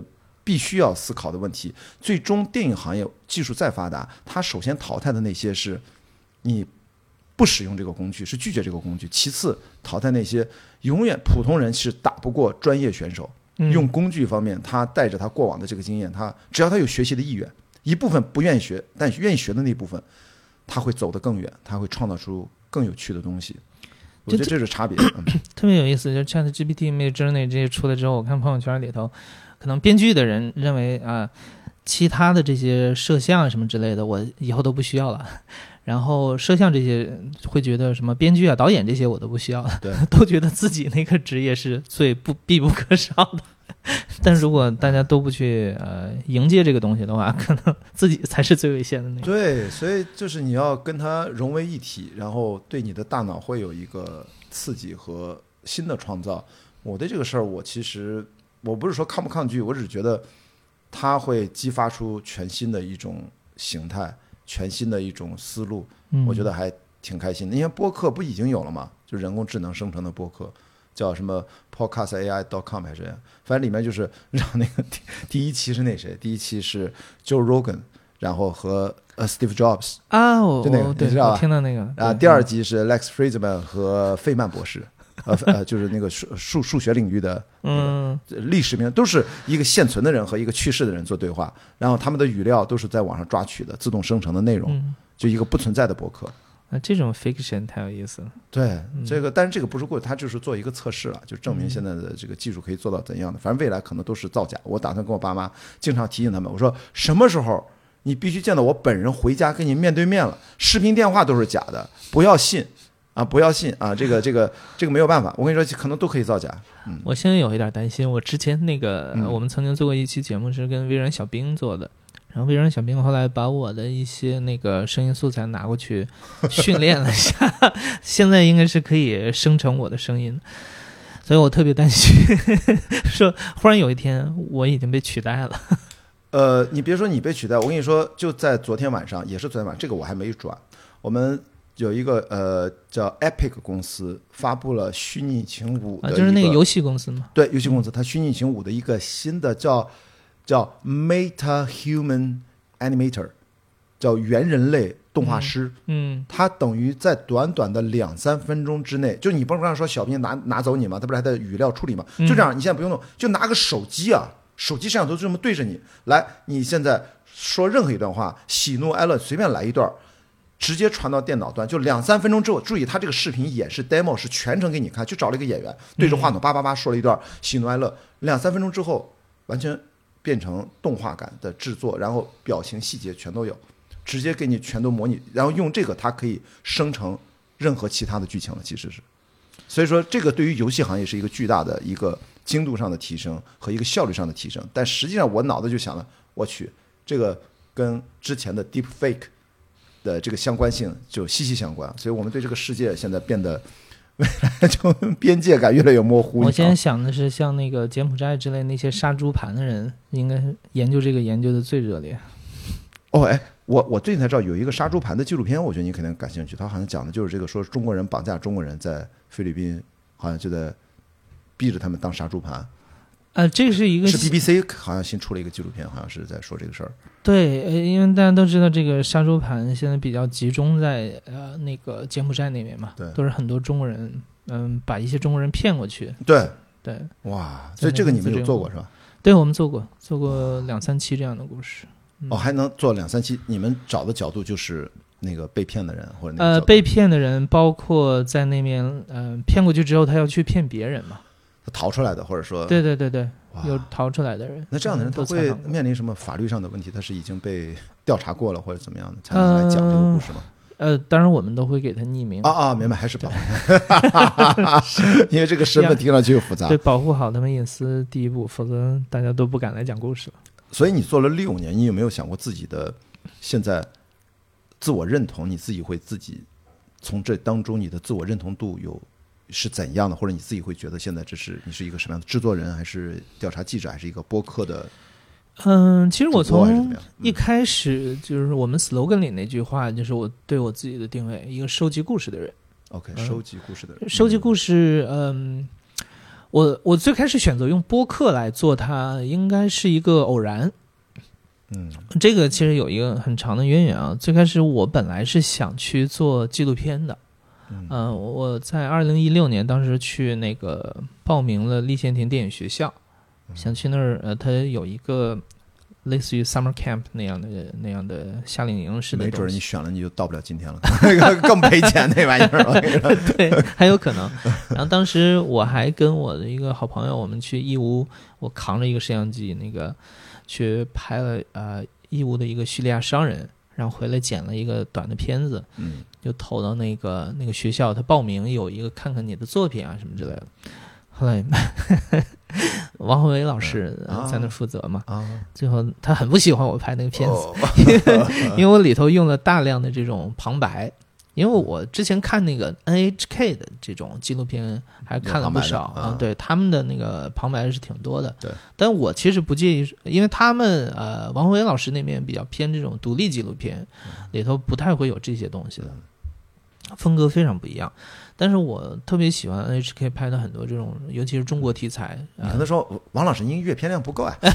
必须要思考的问题。最终电影行业技术再发达，它首先淘汰的那些是你不使用这个工具，是拒绝这个工具，其次淘汰那些永远普通人是打不过专业选手。用工具方面，他带着他过往的这个经验，他只要他有学习的意愿，一部分不愿意学，但愿意学的那部分，他会走得更远，他会创造出更有趣的东西。我觉得这是差别。嗯、 特别有意思，就 ChatGPT、Midjourney 这些出来之后，我看朋友圈里头，可能编剧的人认为啊，其他的这些摄像什么之类的，我以后都不需要了。然后摄像这些会觉得什么编剧啊、导演这些我都不需要了， 对， 都觉得自己那个职业是最不必不可少的。但如果大家都不去呃迎接这个东西的话，可能自己才是最危险的那个。 对，所以就是你要跟它融为一体，然后对你的大脑会有一个刺激和新的创造。我对这个事儿，我其实我不是说抗不抗拒，我只是觉得它会激发出全新的一种形态。全新的一种思路，我觉得还挺开心的。因为播客不已经有了吗？就人工智能生成的播客，叫什么 podcast A I dot com 还是？反正里面就是让那个第第一期是那谁？第一期是 Joe Rogan， 然后和呃 Steve Jobs 啊，我就那个对， 你知道吧？ 我听到那个。 啊，第二集是 Lex Fridman 和费曼博士。呃呃，就是那个数数数学领域的，嗯，历史名都是一个现存的人和一个去世的人做对话，然后他们的语料都是在网上抓取的，自动生成的内容，嗯、就一个不存在的博客。 啊，这种 fiction 太有意思了。 对，嗯、这个，但是这个不是过，他就是做一个测试了，就证明现在的这个技术可以做到怎样的。反正未来可能都是造假。我打算跟我爸妈经常提醒他们，我说什么时候你必须见到我本人，回家跟你面对面了，视频电话都是假的，不要信。啊，不要信啊！这个、这个、这个没有办法。我跟你说，可能都可以造假。嗯， 我现在有一点担心。我之前那个，嗯、我们曾经做过一期节目，是跟微软小兵做的。然后微软小兵后来把我的一些那个声音素材拿过去训练了一下，现在应该是可以生成我的声音。所以我特别担心，说忽然有一天我已经被取代了。 呃，你别说你被取代，我跟你说，就在昨天晚上，也是昨天晚上，这个我还没转，我们。有一个呃叫 Epic 公司发布了虚拟引擎五的、 啊，就是那个游戏公司吗？ 对，游戏公司，它虚拟引擎五的一个新的叫叫 Meta Human Animator， 叫原人类动画师。 嗯，嗯它等于在短短的两三分钟之内，就你不是刚才说小兵拿拿走你吗？他不是还在语料处理吗？就这样，你现在不用弄，就拿个手机啊，手机摄像头就这么对着你来，你现在说任何一段话，喜怒哀乐随便来一段。直接传到电脑端，就两三分钟之后，注意他这个视频演示 demo 是全程给你看，就找了一个演员对着话筒叭叭叭说了一段喜怒哀乐，两三分钟之后完全变成动画感的制作，然后表情细节全都有，直接给你全都模拟，然后用这个它可以生成任何其他的剧情了，其实是。所以说这个对于游戏行业是一个巨大的一个精度上的提升和一个效率上的提升，但实际上我脑子就想了，我去，这个跟之前的 deep fake的这个相关性就息息相关，所以我们对这个世界现在变得未来就边界感越来越模糊。 我现在想的是，像那个柬埔寨之类那些杀猪盘的人，应该是研究这个研究的最热烈。 哦，哎，我我最近才知道有一个杀猪盘的纪录片，我觉得你肯定感兴趣。他好像讲的就是这个，说中国人绑架中国人在菲律宾，好像就在逼着他们当杀猪盘。 呃，这是一个是 B B C 好像新出了一个纪录片，好像是在说这个事儿。 对，因为大家都知道这个杀猪盘现在比较集中在呃那个柬埔寨那边嘛， 对， 都是很多中国人，嗯，把一些中国人骗过去。 对对， 哇，所以这个你们有做过是吧？ 对，我们做过，做过两三期这样的故事。 嗯、哦，还能做两三期？你们找的角度就是那个被骗的人，或者那个呃被骗的人，包括在那边呃骗过去之后，他要去骗别人嘛。 他逃出来的，或者说对对对对，有逃出来的人。 那这样的人他会面临什么法律上的问题？他是已经被调查过了，或者怎么样的才能来讲这个故事吗？ 呃，当然我们都会给他匿名。 啊啊，明白，还是保护，因为这个身份听上去复杂。 对，保护好他们隐私第一步，否则大家都不敢来讲故事了。 所以你做了六年，你有没有想过自己的现在自我认同？你自己会自己从这当中，你的自我认同度有？是怎样的，或者你自己会觉得现在这是你是一个什么样的制作人，还是调查记者，还是一个播客的？ 嗯，其实我从一开始就是我们 slogan 里那句话，就是我对我自己的定位，一个收集故事的人。 OK， 收集故事的人， 嗯、收集故事，嗯， 我我最开始选择用播客来做它，应该是一个偶然。 嗯， 这个其实有一个很长的渊源啊。最开始我本来是想去做纪录片的，嗯、呃，我在二零一六年当时去那个报名了立宪亭电影学校，想去那儿，呃，它有一个类似于 summer camp 那样的那样的夏令营式的东西， 没准你选了你就到不了今天了，更赔钱那玩意儿。 对，很有可能。然后当时我还跟我的一个好朋友，我们去义乌，我扛着一个摄像机，那个去拍了呃义乌的一个叙利亚商人，然后回来剪了一个短的片子， 嗯， 就投到那个那个学校，他报名有一个看看你的作品啊什么之类的。后来王宏伟老师在那负责嘛，啊，最后他很不喜欢我拍那个片子，哦、因为我里头用了大量的这种旁白。因为我之前看那个 N H K 的这种纪录片还看了不少啊，对他们的那个旁白是挺多的。 对， 但我其实不介意，因为他们呃王宏伟老师那边比较偏这种独立纪录片，里头不太会有这些东西的，风格非常不一样。但是我特别喜欢 N H K 拍的很多这种，尤其是中国题材。 你可能说王老师您阅片量不够啊，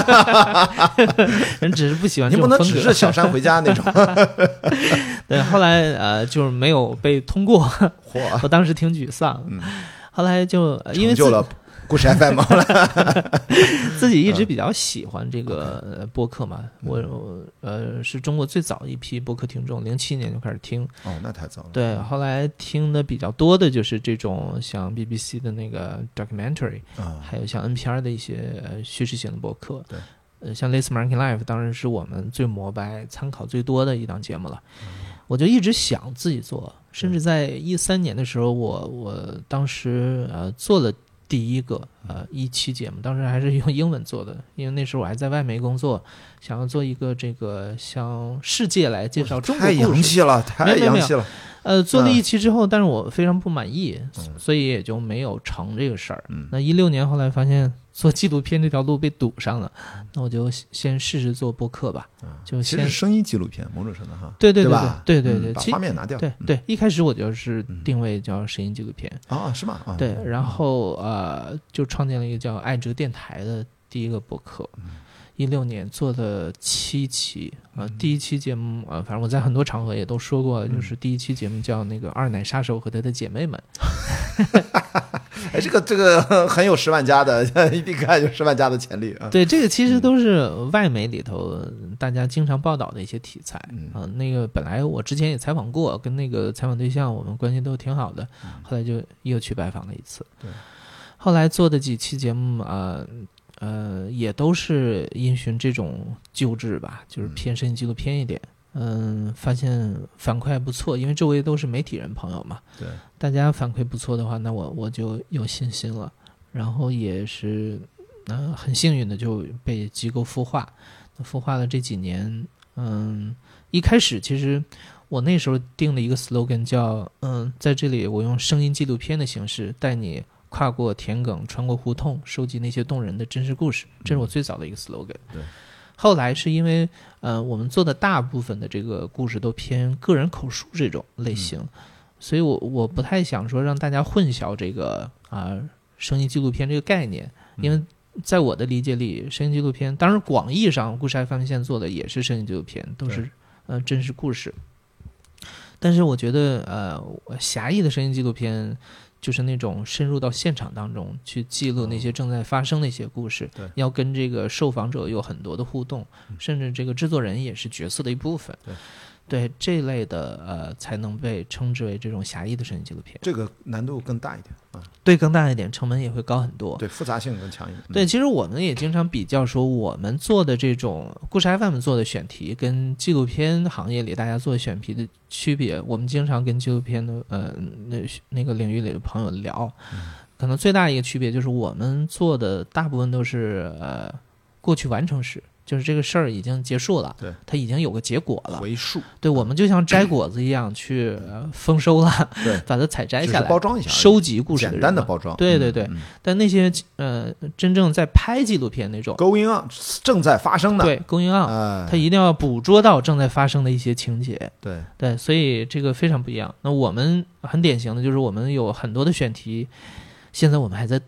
人只是不喜欢这种风格，您不能只是小山回家那种。 对，后来呃就是没有被通过，我当时挺沮丧。 嗯、 后来就因为成就了故事 F M 了， 自己一直比较喜欢这个播客嘛。嗯、我呃是中国最早的一批播客听众，零七年就开始听。 哦，那太早了。 对，后来听的比较多的就是这种像 B B C 的那个 documentary，、哦、还有像 N P R 的一些叙事型的播客。 对， 呃，像 This American Life 当然是我们最膜拜、参考最多的一档节目了。嗯、我就一直想自己做，甚至在一三年的时候，我我当时呃做了。第一个呃一期节目，当时还是用英文做的，因为那时候我还在外媒工作，想要做一个这个向世界来介绍中国故事。 太洋气了，太洋气了。 呃，做了一期之后，但是我非常不满意，嗯、所以也就没有成这个事儿。嗯、那一六年后来发现做纪录片这条路被堵上了，那我就先试试做播客吧。嗯、就先其实是声音纪录片，某种程度哈。 对对对对对对对， 把画面拿掉。 对对，一开始我就是定位叫声音纪录片。 啊，是吗？ 对，然后呃，就创建了一个叫爱哲电台的第一个播客。一六年做的七期啊、呃，第一期节目啊、呃，反正我在很多场合也都说过，就是第一期节目叫那个二奶杀手和他的姐妹们。 哎，这个这个很有十万加的，一定看有十万加的潜力啊。 对，这个其实都是外媒里头大家经常报道的一些题材啊、 嗯呃。那个本来我之前也采访过，跟那个采访对象我们关系都挺好的，后来就又去拜访了一次。 对， 后来做的几期节目啊。呃呃，也都是因循这种旧制吧，就是偏声音纪录片一点。嗯，发现反馈还不错，因为周围都是媒体人朋友嘛。 对， 大家反馈不错的话，那我我就有信心了。然后也是，呃，很幸运的就被机构孵化。孵化了这几年，嗯，一开始其实我那时候定了一个 slogan 叫，嗯，在这里我用声音纪录片的形式带你。跨过田埂，穿过胡同，收集那些动人的真实故事，这是我最早的一个 slogan。 对， 后来是因为呃，我们做的大部分的这个故事都偏个人口述这种类型，嗯、所以我我不太想说让大家混淆这个啊、呃、声音纪录片这个概念，因为在我的理解里，声音纪录片，当然广义上故事 F M 现在做的也是声音纪录片，都是呃真实故事。但是我觉得呃狭义的声音纪录片。就是那种深入到现场当中去记录那些正在发生的一些故事， 对， 要跟这个受访者有很多的互动，甚至这个制作人也是角色的一部分。 对， 对这类的呃，才能被称之为这种狭义的声音纪录片。 这个难度更大一点啊， 对，更大一点，成本也会高很多。 对，复杂性更强一点。 对，其实我们也经常比较说，我们做的这种故事 F M 做的选题，跟纪录片行业里大家做的选题的区别，我们经常跟纪录片的呃那那个领域里的朋友聊， 嗯、 可能最大一个区别就是我们做的大部分都是呃过去完成时。就是这个事儿已经结束了， 对， 它已经有个结果了。 回溯， 对，我们就像摘果子一样去、呃、丰收了， 对， 把它采摘下来， 包装一下， 收集故事的人， 简单的包装。 对对对， 嗯、 但那些呃真正在拍纪录片那种 going on 正在发生的， 对 going on，、 哎、 它一定要捕捉到正在发生的一些情节。 对对，所以这个非常不一样。那我们很典型的就是我们有很多的选题，现在我们还在等。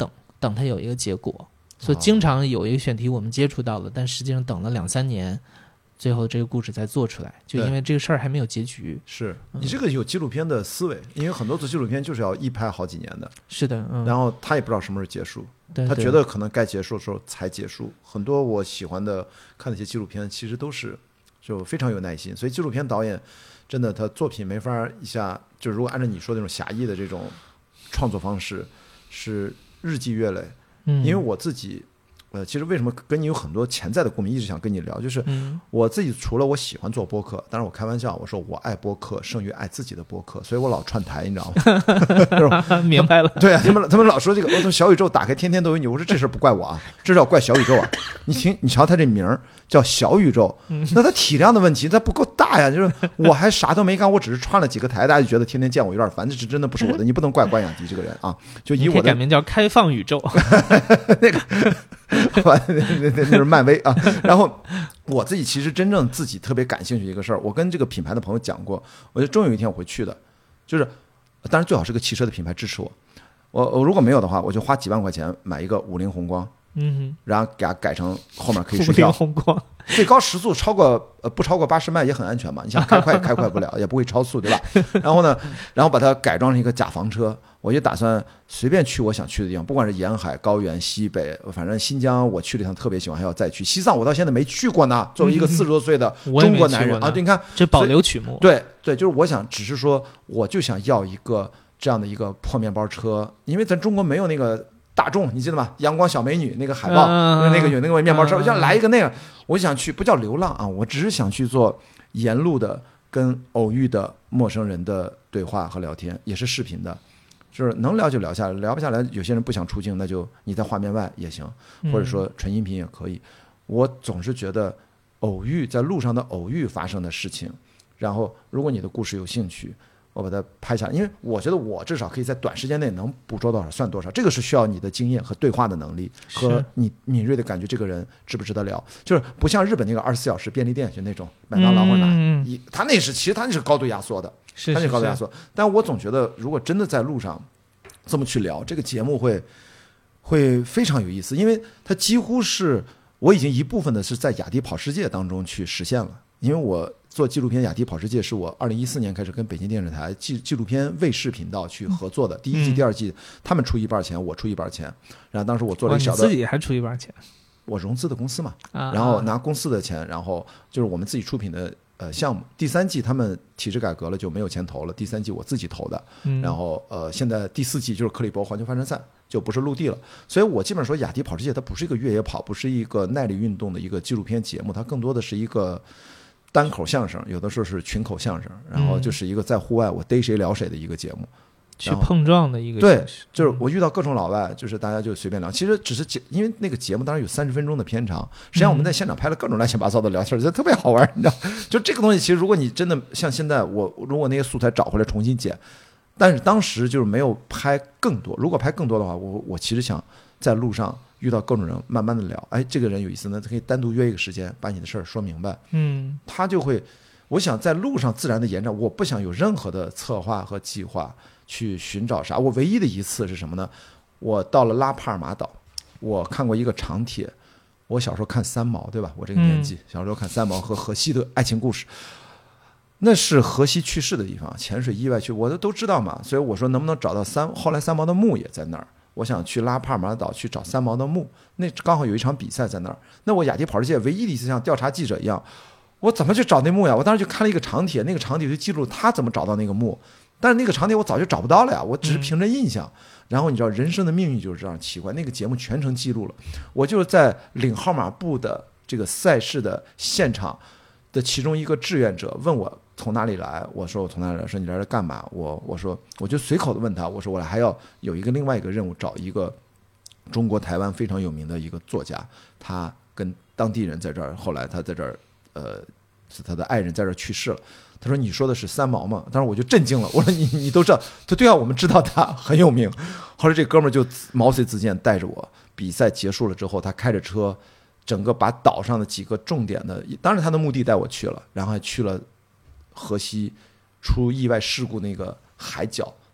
等它有一个结果。所以经常有一个选题我们接触到了，但实际上等了两三年，最后这个故事才做出来，就因为这个事儿还没有结局。 是你这个有纪录片的思维，因为很多做纪录片就是要一拍好几年的。 是的，嗯， 然后他也不知道什么时候结束， 对， 他觉得可能该结束的时候才结束。很多我喜欢的看的一些纪录片，其实都是就非常有耐心。所以纪录片导演真的他作品没法一下，就如果按照你说的那种狭义的这种创作方式，是日积月累。 嗯， 因为我自己。呃，其实为什么跟你有很多潜在的共鸣，一直想跟你聊，就是我自己除了我喜欢做播客，当然我开玩笑，我说我爱播客胜于爱自己的播客，所以我老串台，你知道吗？明白了。 对啊，他们他们老说这个，我从小宇宙打开天天都有你，我说这事不怪我啊，这是要怪小宇宙啊。你听，你瞧他这名儿叫小宇宙，那他体量的问题，他不够大呀。就是我还啥都没干，我只是串了几个台，大家就觉得天天见我有点烦，这是真的不是我的，你不能怪关雅迪这个人啊。就以我的改名叫开放宇宙， 那个。那那那是漫威啊，然后我自己其实真正自己特别感兴趣的一个事儿，我跟这个品牌的朋友讲过，我觉得终有一天我会去的，就是当然最好是个汽车的品牌支持我，我我如果没有的话，我就花几万块钱买一个五菱宏光， 嗯， 然后给它改成后面可以睡觉， 五菱宏光最高时速超过呃不超过八十迈也很安全嘛，你想开快开快不了，也不会超速，对吧？然后呢，然后把它改装成一个甲房车。我就打算随便去我想去的地方，不管是沿海、高原、西北，反正新疆我去了一趟特别喜欢，还要再去。西藏我到现在没去过呢，作为一个四十多岁的中国男人、嗯、啊，对，你看这保留曲目， 对对，就是我想，只是说我就想要一个这样的一个破面包车，因为咱中国没有那个大众，你记得吗？阳光小美女那个海报，嗯、那个有那个面包车，我想来一个那个，我想去，不叫流浪啊，我只是想去做沿路的跟偶遇的陌生人的对话和聊天，也是视频的。就是能聊就聊下来，聊不下来，有些人不想出镜，那就你在画面外也行，或者说纯音频也可以。我总是觉得偶遇在路上的偶遇发生的事情，然后如果你的故事有兴趣，我把它拍下来，因为我觉得我至少可以在短时间内能捕捉多少算多少，这个是需要你的经验和对话的能力和你敏锐的感觉这个人值不值得聊，就是不像日本那个二十四小时便利店就那种麦当劳或者哪、嗯、他那是其实他那是高度压缩的。 是他那高度压缩，但我总觉得，如果真的在路上这么去聊，这个节目会会非常有意思，因为它几乎是我已经一部分的是在雅迪跑世界当中去实现了。因为我做纪录片《雅迪跑世界》是我二零一四年开始跟北京电视台纪纪录片卫视频道去合作的，第一季、第二季他们出一半钱，我出一半钱。然后当时我做了一小的， 你自己还出一半钱？ 我融资的公司嘛， 啊、 然后拿公司的钱，然后就是我们自己出品的。呃，项目第三季他们体制改革了，就没有钱投了。第三季我自己投的， 嗯、 然后呃，现在第四季就是克利伯环球帆船赛，就不是陆地了。所以我基本上说，雅迪跑世界它不是一个越野跑，不是一个耐力运动的一个纪录片节目，它更多的是一个单口相声，有的时候是群口相声，然后就是一个在户外我逮谁聊谁的一个节目。 去碰撞的一个对，就是我遇到各种老外，就是大家就随便聊。其实只是节，因为那个节目当然有三十分钟的片长，实际上我们在现场拍了各种乱七八糟的聊天，觉得特别好玩，你知道？就这个东西，其实如果你真的像现在我，如果那些素材找回来重新剪，但是当时就是没有拍更多。如果拍更多的话，我我其实想在路上遇到各种人，慢慢的聊。哎，这个人有意思，那可以单独约一个时间，把你的事儿说明白。 嗯， 他就会，我想在路上自然的延展，我不想有任何的策划和计划。去寻找啥？我唯一的一次是什么呢？我到了拉帕尔马岛，我看过一个长帖。我小时候看三毛，对吧？我这个年纪，小时候看三毛和荷西的爱情故事。那是荷西去世的地方，潜水意外去，我都都知道嘛。所以我说能不能找到三，后来三毛的墓也在那儿。我想去拉帕尔马岛去找三毛的墓，那刚好有一场比赛在那儿。那我雅迪跑世界唯一的一次像调查记者一样，我怎么去找那墓呀？我当时就看了一个长帖，那个长帖就记录他怎么找到那个墓。但是那个长帖我早就找不到了呀，我只是凭着印象。嗯、然后你知道人生的命运就是这样奇怪，那个节目全程记录了。我就是在领号码布的这个赛事的现场的其中一个志愿者问我从哪里来，我说我从哪里来，说你来这干嘛？我我说我就随口的问他，我说我还要有一个另外一个任务，找一个中国台湾非常有名的一个作家，他跟当地人在这儿，后来他在这儿呃是他的爱人在这儿去世了。他说你说的是三毛吗？当时我就震惊了，我说你你都知道？他对啊，我们知道他很有名。后来这哥们儿就毛遂自荐带着我，比赛结束了之后，他开着车整个把岛上的几个重点的，当然他的目的带我去了，然后还去了荷西出意外事故那个海角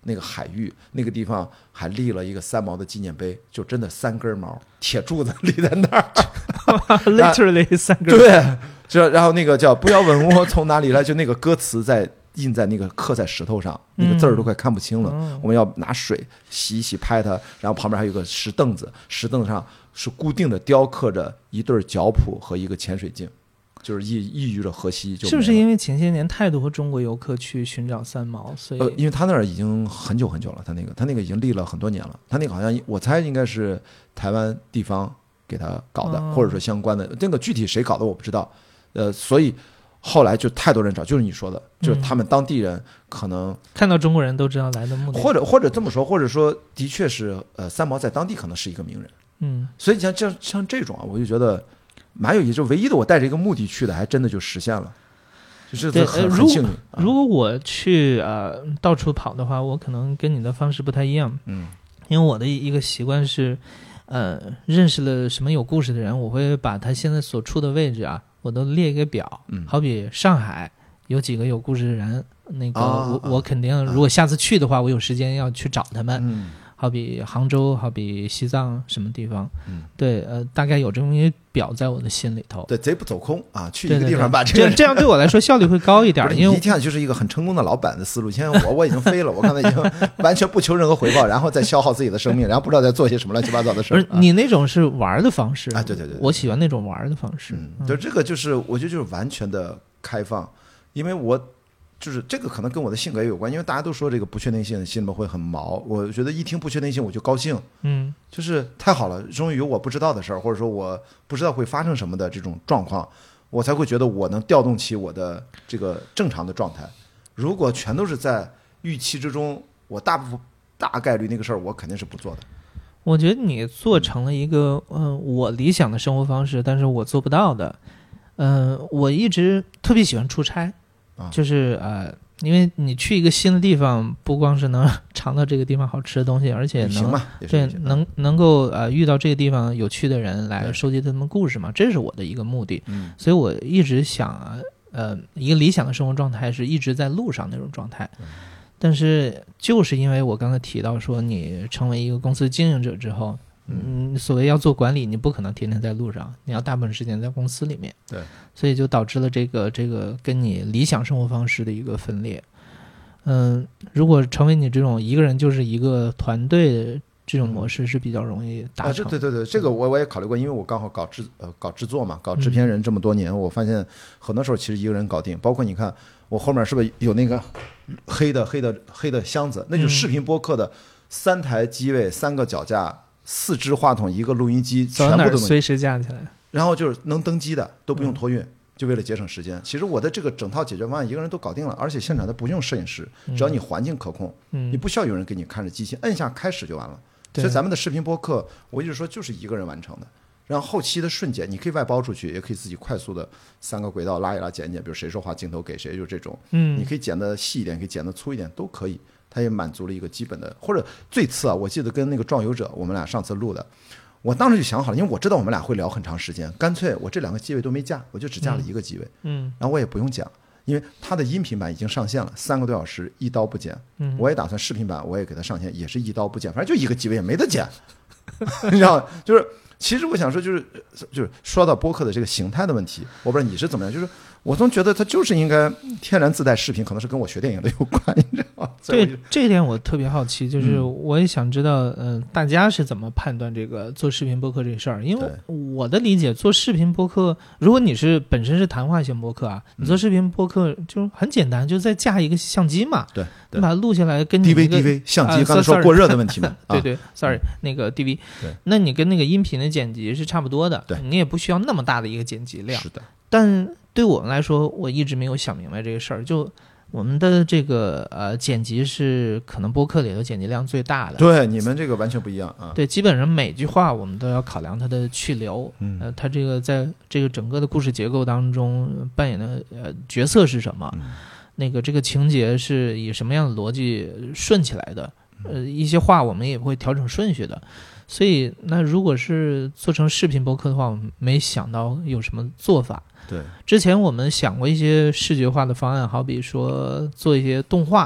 那个海域那个地方还立了一个三毛的纪念碑，就真的三根毛铁柱子立在那儿 ，literally 三根。 对，这然后那个叫不要问我从哪里来，就那个歌词在印在那个刻在石头上，那个字儿都快看不清了。嗯、我们要拿水洗一洗拍它，然后旁边还有个石凳子，石凳子上是固定的雕刻着一对脚蹼和一个潜水镜。就是抑抑郁着河西就， 是不是因为前些年太多中国游客去寻找三毛，所以呃，因为他那儿已经很久很久了，他那个他那个已经立了很多年了，他那个好像我猜应该是台湾地方给他搞的，哦、或者说相关的，那个具体谁搞的我不知道，呃，所以后来就太多人找，就是你说的，就是他们当地人可能、嗯、 看到中国人都知道来的目的， 或者或者这么说，或者说的确是呃，三毛在当地可能是一个名人， 嗯， 所以像像像这种啊，我就觉得。蛮有意思，唯一的我带着一个目的去的，还真的就实现了，就是很很幸运。 如, 如果我去呃到处跑的话，我可能跟你的方式不太一样， 嗯， 因为我的一个习惯是，呃，认识了什么有故事的人，我会把他现在所处的位置啊，我都列一个表， 嗯， 好比上海有几个有故事的人，那个、 啊、 我我肯定如果下次去的话，我有时间要去找他们。 嗯， 好比杭州，好比西藏什么地方， 嗯， 对，呃，大概有这么一表在我的心里头。 对，贼不走空啊，去一个地方把这个对对对，这样对我来说效率会高一点。因为一听就是一个很成功的老板的思路。现在我我已经飞了，我刚才已经完全不求任何回报，然后再消耗自己的生命，然后不知道在做些什么乱七八糟的事儿。 不是你那种是玩的方式啊，对对 对, 对， 我喜欢那种玩的方式。 嗯，就这个就是我觉得就是完全的开放，因为我。就是这个可能跟我的性格也有关，因为大家都说这个不确定性心里面会很毛，我觉得一听不确定性我就高兴， 嗯， 就是太好了，终于有我不知道的事儿，或者说我不知道会发生什么的这种状况，我才会觉得我能调动起我的这个正常的状态。如果全都是在预期之中，我大部分大概率那个事儿我肯定是不做的。 我觉得你做成了一个嗯、呃、我理想的生活方式，但是我做不到的。嗯、呃，我一直特别喜欢出差。就是呃，因为你去一个新的地方，不光是能尝到这个地方好吃的东西，而且能对能能够呃遇到这个地方有趣的人来收集他们故事嘛，这是我的一个目的。 嗯， 所以我一直想呃，一个理想的生活状态是一直在路上那种状态。但是就是因为我刚才提到说，你成为一个公司经营者之后。嗯，所谓要做管理，你不可能天天在路上，你要大部分时间在公司里面。 对， 所以就导致了这个这个跟你理想生活方式的一个分裂。嗯，如果成为你这种一个人就是一个团队的这种模式是比较容易达成。 啊、对对对，这个我我也考虑过，因为我刚好搞制呃搞制作嘛，搞制片人这么多年，嗯、我发现很多时候其实一个人搞定。包括你看我后面是不是有那个黑的黑的黑的箱子，那就是视频播客的三台机位、三个脚架。四支话筒，一个录音机，全部都能随时架起来， 然后就是能登机的，都不用托运，嗯、就为了节省时间。其实我的这个整套解决方案一个人都搞定了，而且现场的不用摄影师，只要你环境可控， 嗯、 你不需要有人给你看着机器，摁下开始就完了。所以咱们的视频播客，我一直说就是一个人完成的。然后后期的瞬间，你可以外包出去，也可以自己快速的三个轨道拉一拉、剪一剪，比如谁说话镜头给谁，就这种。 嗯， 你可以剪得细一点，可以剪得粗一点，都可以。它也满足了一个基本的，或者最次啊，我记得跟那个壮游者，我们俩上次录的，我当时就想好了，因为我知道我们俩会聊很长时间，干脆我这两个机位都没架，我就只架了一个机位， 嗯， 然后我也不用讲，因为它的音频版已经上线了，三个多小时一刀不剪， 嗯， 我也打算视频版我也给它上线，也是一刀不剪，反正就一个机位也没得剪，你知道，就是其实我想说就是就是说到播客的这个形态的问题，我不知道你是怎么样，就是。我总觉得它就是应该天然自带视频，可能是跟我学电影的有关，你知道吗？ 对这一点我特别好奇，就是我也想知道，嗯、呃，大家是怎么判断这个做视频播客这事儿？因为我的理解，做视频播客，如果你是本身是谈话型播客啊，你做视频播客就很简单，就再架一个相机嘛， 对， 你把它录下来，跟你 D V D V 相机，刚才说过热的问题嘛， 对对 ，sorry， 那个 D V， 对， 那你跟那个音频的剪辑是差不多的， 对， 你也不需要那么大的一个剪辑量， 是的， 但。对我们来说，我一直没有想明白这个事儿。就我们的这个呃剪辑是可能播客里头剪辑量最大的。 对，你们这个完全不一样啊。 对，基本上每句话我们都要考量它的去留， 嗯， 呃，它这个在这个整个的故事结构当中扮演的呃角色是什么， 嗯、 那个这个情节是以什么样的逻辑顺起来的，呃，一些话我们也会调整顺序的。所以，那如果是做成视频播客的话，我们没想到有什么做法。 对， 之前我们想过一些视觉化的方案，好比说做一些动画，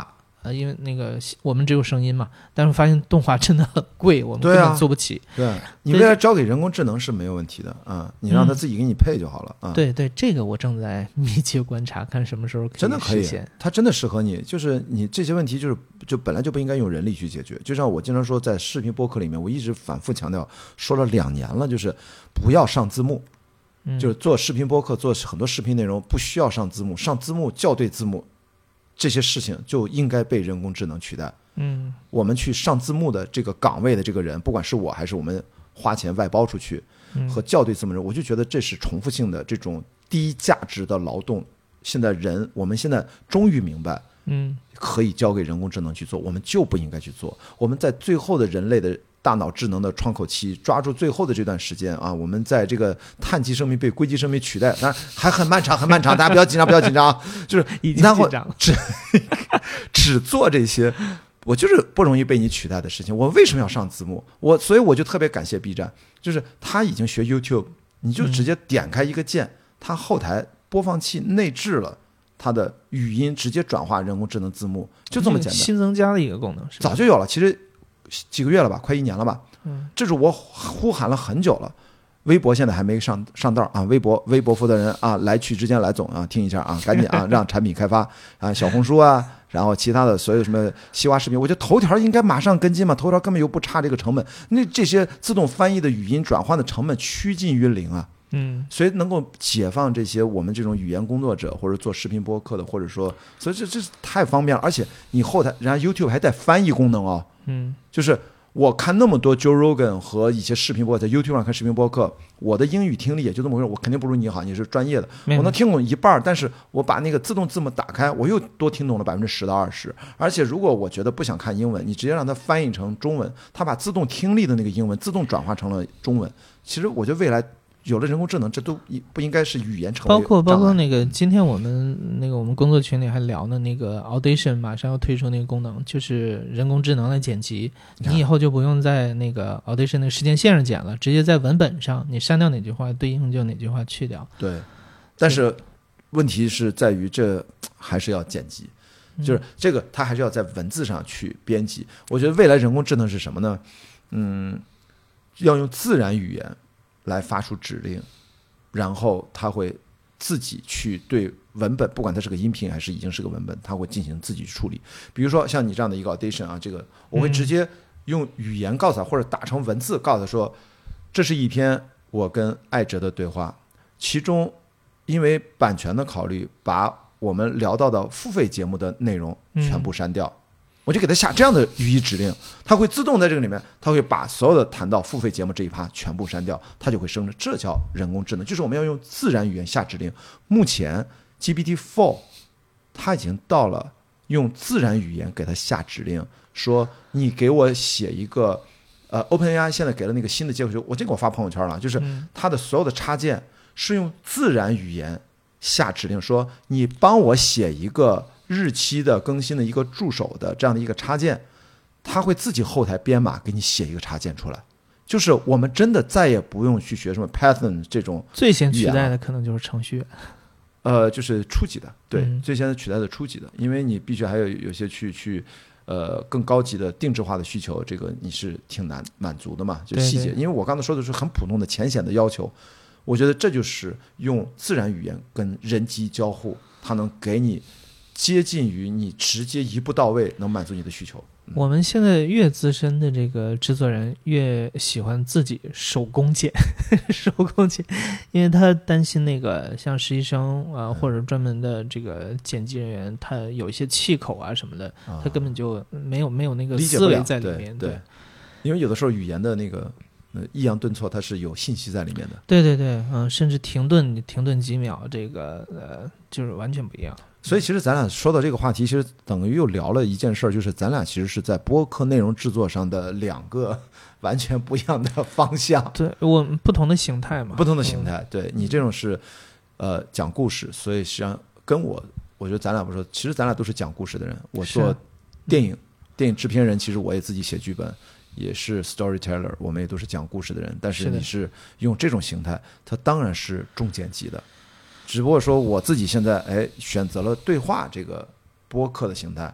呃，因为那个我们只有声音嘛，但是发现动画真的很贵，我们根本做不起。 对、啊，你未来交给人工智能是没有问题的啊、嗯，你让它自己给你配就好了啊、嗯。 对对，这个我正在密切观察，看什么时候可以真的可以实现。 它真的适合你，就是你这些问题就是就本来就不应该用人力去解决。就像我经常说，在视频播客里面，我一直反复强调，说了两年了，就是不要上字幕。就是做视频播客，做很多视频内容不需要上字幕，上字幕校对字幕这些事情就应该被人工智能取代。 嗯， 我们去上字幕的这个岗位的这个人，不管是我还是我们花钱外包出去和校对字幕人，我就觉得这是重复性的这种低价值的劳动。现在人我们现在终于明白， 嗯， 可以交给人工智能去做，我们就不应该去做。我们在最后的人类的大脑智能的窗口期，抓住最后的这段时间啊，我们在这个碳基生命被硅基生命取代，当然还很漫长，很漫长，大家不要紧张，不要紧张，就是已经紧张了， 只只做这些，我就是不容易被你取代的事情。我为什么要上字幕？我所以我就特别感谢 B 站，就是他已经学 YouTube， 你就直接点开一个键，它后台播放器内置了它的语音，直接转化人工智能字幕，就这么简单。 新增加的一个功能， 早就有了，其实。几个月了吧，快一年了吧， 嗯， 这是我呼喊了很久了。微博现在还没上上道啊，微博微博负责人啊，来去之间来总啊，听一下啊，赶紧啊，让产品开发啊，小红书啊，然后其他的所有什么西瓜视频，我觉得头条应该马上跟进嘛，头条根本又不差这个成本，那这些自动翻译的语音转换的成本趋近于零啊。 嗯， 所以能够解放这些我们这种语言工作者，或者做视频播客的，或者说，所以这这太方便了。而且你后台，人家 YouTube 还带翻译功能哦。 嗯， 就是我看那么多 Joe Rogan 和一些视频播客，在 YouTube 上看视频播客，我的英语听力也就这么回事，我肯定不如你好，你是专业的，我能听懂一半，但是我把那个自动字幕打开，我又多听懂了百分之十到二十。而且如果我觉得不想看英文，你直接让它翻译成中文，它把自动听力的那个英文自动转化成了中文。其实我觉得未来。有了人工智能，这都不应该是语言成为包括包括那个，今天我们那个我们工作群里还聊呢，那个 Audition 马上要推出那个功能，就是人工智能来剪辑，你以后就不用在那个 Audition 那个时间线上剪了，直接在文本上，你删掉哪句话，对应就哪句话去掉。 对，但是问题是在于这还是要剪辑，就是这个它还是要在文字上去编辑。我觉得未来人工智能是什么呢？嗯，要用自然语言来发出指令，然后它会自己去对文本，不管它是个音频还是已经是个文本，它会进行自己处理。比如说像你这样的一个 audition 啊，这个我会直接用语言告诉他，或者打成文字告诉他说，这是一篇我跟艾哲的对话，其中因为版权的考虑，把我们聊到的付费节目的内容全部删掉。我就给他下这样的语义指令，他会自动在这个里面，他会把所有的谈到付费节目这一趴全部删掉，他就会生成，这叫人工智能，就是我们要用自然语言下指令。目前 G P T 四 它已经到了用自然语言给它下指令，说你给我写一个，呃 ，OpenAI 现在给了那个新的接口，我这个我发朋友圈了，就是它的所有的插件是用自然语言下指令，说你帮我写一个日期的更新的一个助手的这样的一个插件，它会自己后台编码给你写一个插件出来。就是我们真的再也不用去学什么 Python 这种， 最先取代的可能就是程序员， 呃，就是初级的，对， 嗯、 最先取代的初级的，因为你必须还有有些去去呃更高级的定制化的需求，这个你是挺难满足的嘛，就细节。 对对， 因为我刚才说的是很普通的浅显的要求，我觉得这就是用自然语言跟人机交互，它能给你接近于你直接一步到位，能满足你的需求。嗯、 我们现在越资深的这个制作人越喜欢自己手工剪，手工剪，因为他担心那个像实习生啊、呃，或者专门的这个剪辑人员，他有一些气口啊什么的，他根本就没有没有那个思维在里面。 对，对，因为有的时候语言的那个。呃，抑扬顿挫它是有信息在里面的。 对对对，嗯，甚至停顿停顿几秒，这个呃，就是完全不一样。 所以其实咱俩说到这个话题，其实等于又聊了一件事儿，就是咱俩其实是在播客内容制作上的两个完全不一样的方向。 对，我们不同的形态嘛， 不同的形态。嗯、对你这种是呃讲故事，所以实际上跟我，我觉得咱俩不说，其实咱俩都是讲故事的人。我做电影，嗯、电影制片人，其实我也自己写剧本。也是 storyteller， 我们也都是讲故事的人，但是你是用这种形态，它当然是重剪辑的。只不过说我自己现在哎选择了对话这个播客的形态，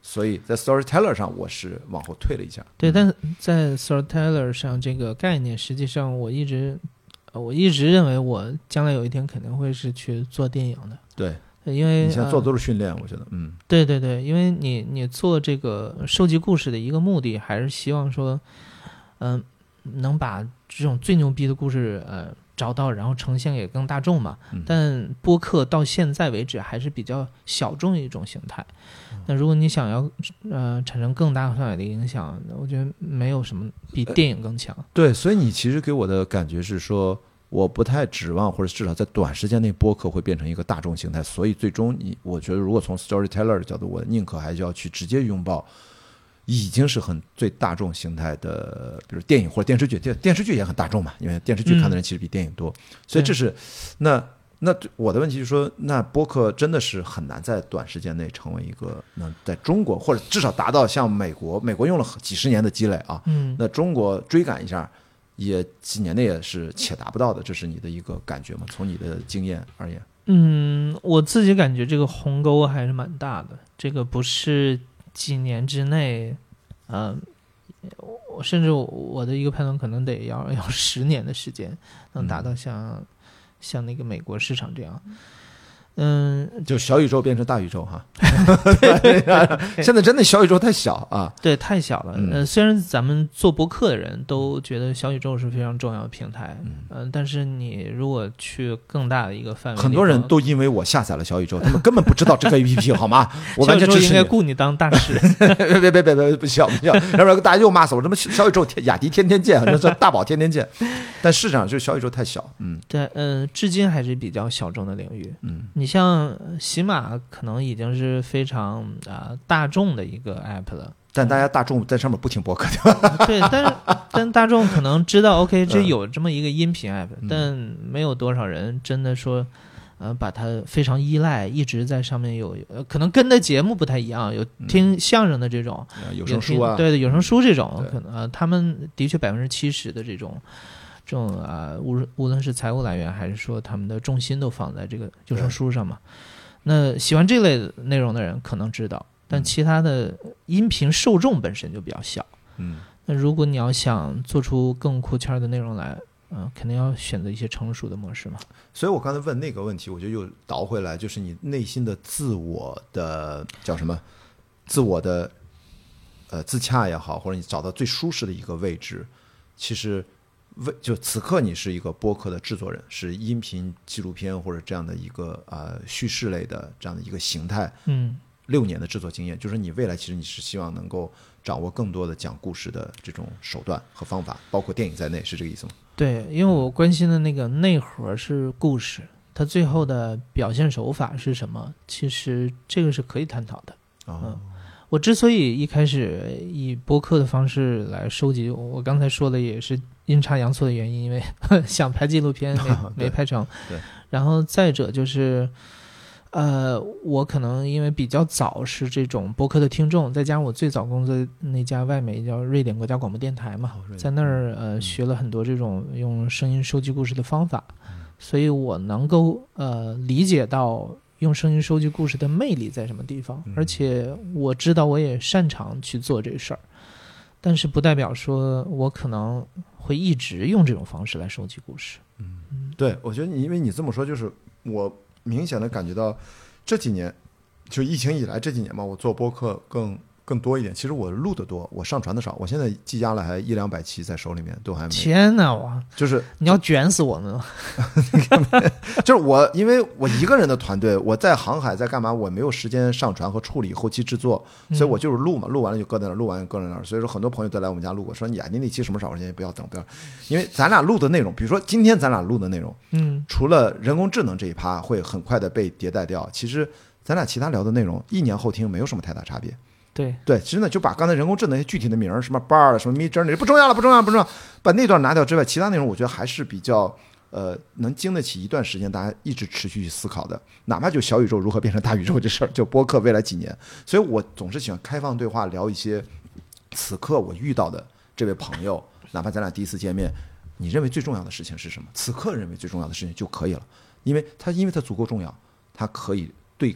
所以在 storyteller 上我是往后退了一下。 对，但在 storyteller 上这个概念，实际上我一直我一直认为我将来有一天肯定会是去做电影的。 对， 因为你现在做的都是训练、呃、我觉得嗯， 对对对，因为你你做这个收集故事的一个目的还是希望说嗯、呃，能把这种最牛逼的故事呃找到，然后呈现给更大众嘛、嗯、但播客到现在为止还是比较小众的一种形态、嗯、那如果你想要呃产生更大范围的影响，我觉得没有什么比电影更强、呃、 对，所以你其实给我的感觉是说我不太指望，或者至少在短时间内播客会变成一个大众形态，所以最终你我觉得如果从 storyteller 的角度，我宁可还是要去直接拥抱已经是很最大众形态的，比如电影或者电视剧，电视剧也很大众嘛，因为电视剧看的人其实比电影多、嗯、所以这是那那我的问题就是说，那播客真的是很难在短时间内成为一个能在中国或者至少达到像美国美国用了几十年的积累啊， 嗯， 那中国追赶一下也几年内也是且达不到的，这是你的一个感觉吗？从你的经验而言。 嗯，我自己感觉这个鸿沟还是蛮大的，这个不是几年之内，嗯、呃，我甚至我的一个判断可能得要要十年的时间能达到像、嗯、像那个美国市场这样。嗯， 就小宇宙变成大宇宙哈。现在真的小宇宙太小啊， 对，太小了。嗯、呃，虽然咱们做播客的人都觉得小宇宙是非常重要的平台，嗯、呃，但是你如果去更大的一个范围， 很多人都因为我下载了小宇宙，他们根本不知道这个 A P P 好吗？我完全支持你。 小宇宙应该雇你当大使。 别别别别别不笑不笑，要不然大家又骂死我。什么小宇宙雅迪天天见，这大宝天天见，但市场就是小宇宙太小。嗯， 对，嗯、呃，至今还是比较小众的领域。嗯。你像喜马可能已经是非常啊、呃、大众的一个 app 了， 但大家大众在上面不听播客对吧？ 对，但是但大众可能知道 OK 这有这么一个音频 app、嗯、但没有多少人真的说呃把它非常依赖，一直在上面有、呃、可能跟的节目不太一样，有听相声的这种、 嗯、有声书啊， 对的有声书这种、嗯、可能、呃、他们的确百分之七十的这种这种啊，无无论是财务来源还是说他们的重心都放在这个有声书上嘛。那喜欢这类内容的人可能知道，但其他的音频受众本身就比较小。嗯，那如果你要想做出更酷圈的内容来，嗯、呃，肯定要选择一些成熟的模式嘛。 所以我刚才问那个问题，我就又倒回来，就是你内心的自我的叫什么？自我的呃自洽也好，或者你找到最舒适的一个位置，其实。为就此刻你是一个播客的制作人，是音频纪录片或者这样的一个呃叙事类的这样的一个形态， 嗯， 六年的制作经验，就是你未来其实你是希望能够掌握更多的讲故事的这种手段和方法，包括电影在内，是这个意思吗？ 对，因为我关心的那个内核是故事，它最后的表现手法是什么，其实这个是可以探讨的。 哦、 嗯，我之所以一开始以播客的方式来收集，我刚才说的也是阴差阳错的原因，因为想拍纪录片没没拍成。 对。 然后再者就是，呃，我可能因为比较早是这种播客的听众，再加上我最早工作那家外媒叫瑞典国家广播电台嘛， 哦、 在那儿呃学了很多这种用声音收集故事的方法，嗯、所以我能够呃理解到用声音收集故事的魅力在什么地方， 嗯、 而且我知道我也擅长去做这事儿。但是不代表说我可能会一直用这种方式来收集故事。 嗯，对，我觉得你因为你这么说，就是我明显的感觉到这几年，就疫情以来这几年嘛，我做播客更更多一点。其实我录的多，我上传的少。我现在积压了还一两百期在手里面，都还没。 天哪，哇！ 就是你要卷死我们了。 就是我，因为我一个人的团队，我在航海在干嘛？我没有时间上传和处理后期制作，所以我就是录嘛，录完了就搁在那儿，录完就搁在那儿。所以说很多朋友都来我们家录过，说你啊，你那期什么时候？我说不要等，不要，因为咱俩录的内容，比如说今天咱俩录的内容， 嗯， 除了人工智能这一趴会很快的被迭代掉，其实咱俩其他聊的内容，一年后听没有什么太大差别。 对对，其实呢，就把刚才人工智能那些具体的名儿，什么 bar 什么 Midjourney 不重要了，不重要，不重要，把那段拿掉之外，其他内容我觉得还是比较呃能经得起一段时间大家一直持续去思考的。哪怕就小宇宙如何变成大宇宙这事儿，就播客未来几年，所以我总是喜欢开放对话，聊一些此刻我遇到的这位朋友，哪怕咱俩第一次见面，你认为最重要的事情是什么？此刻认为最重要的事情就可以了，因为它因为它足够重要，它可以对抗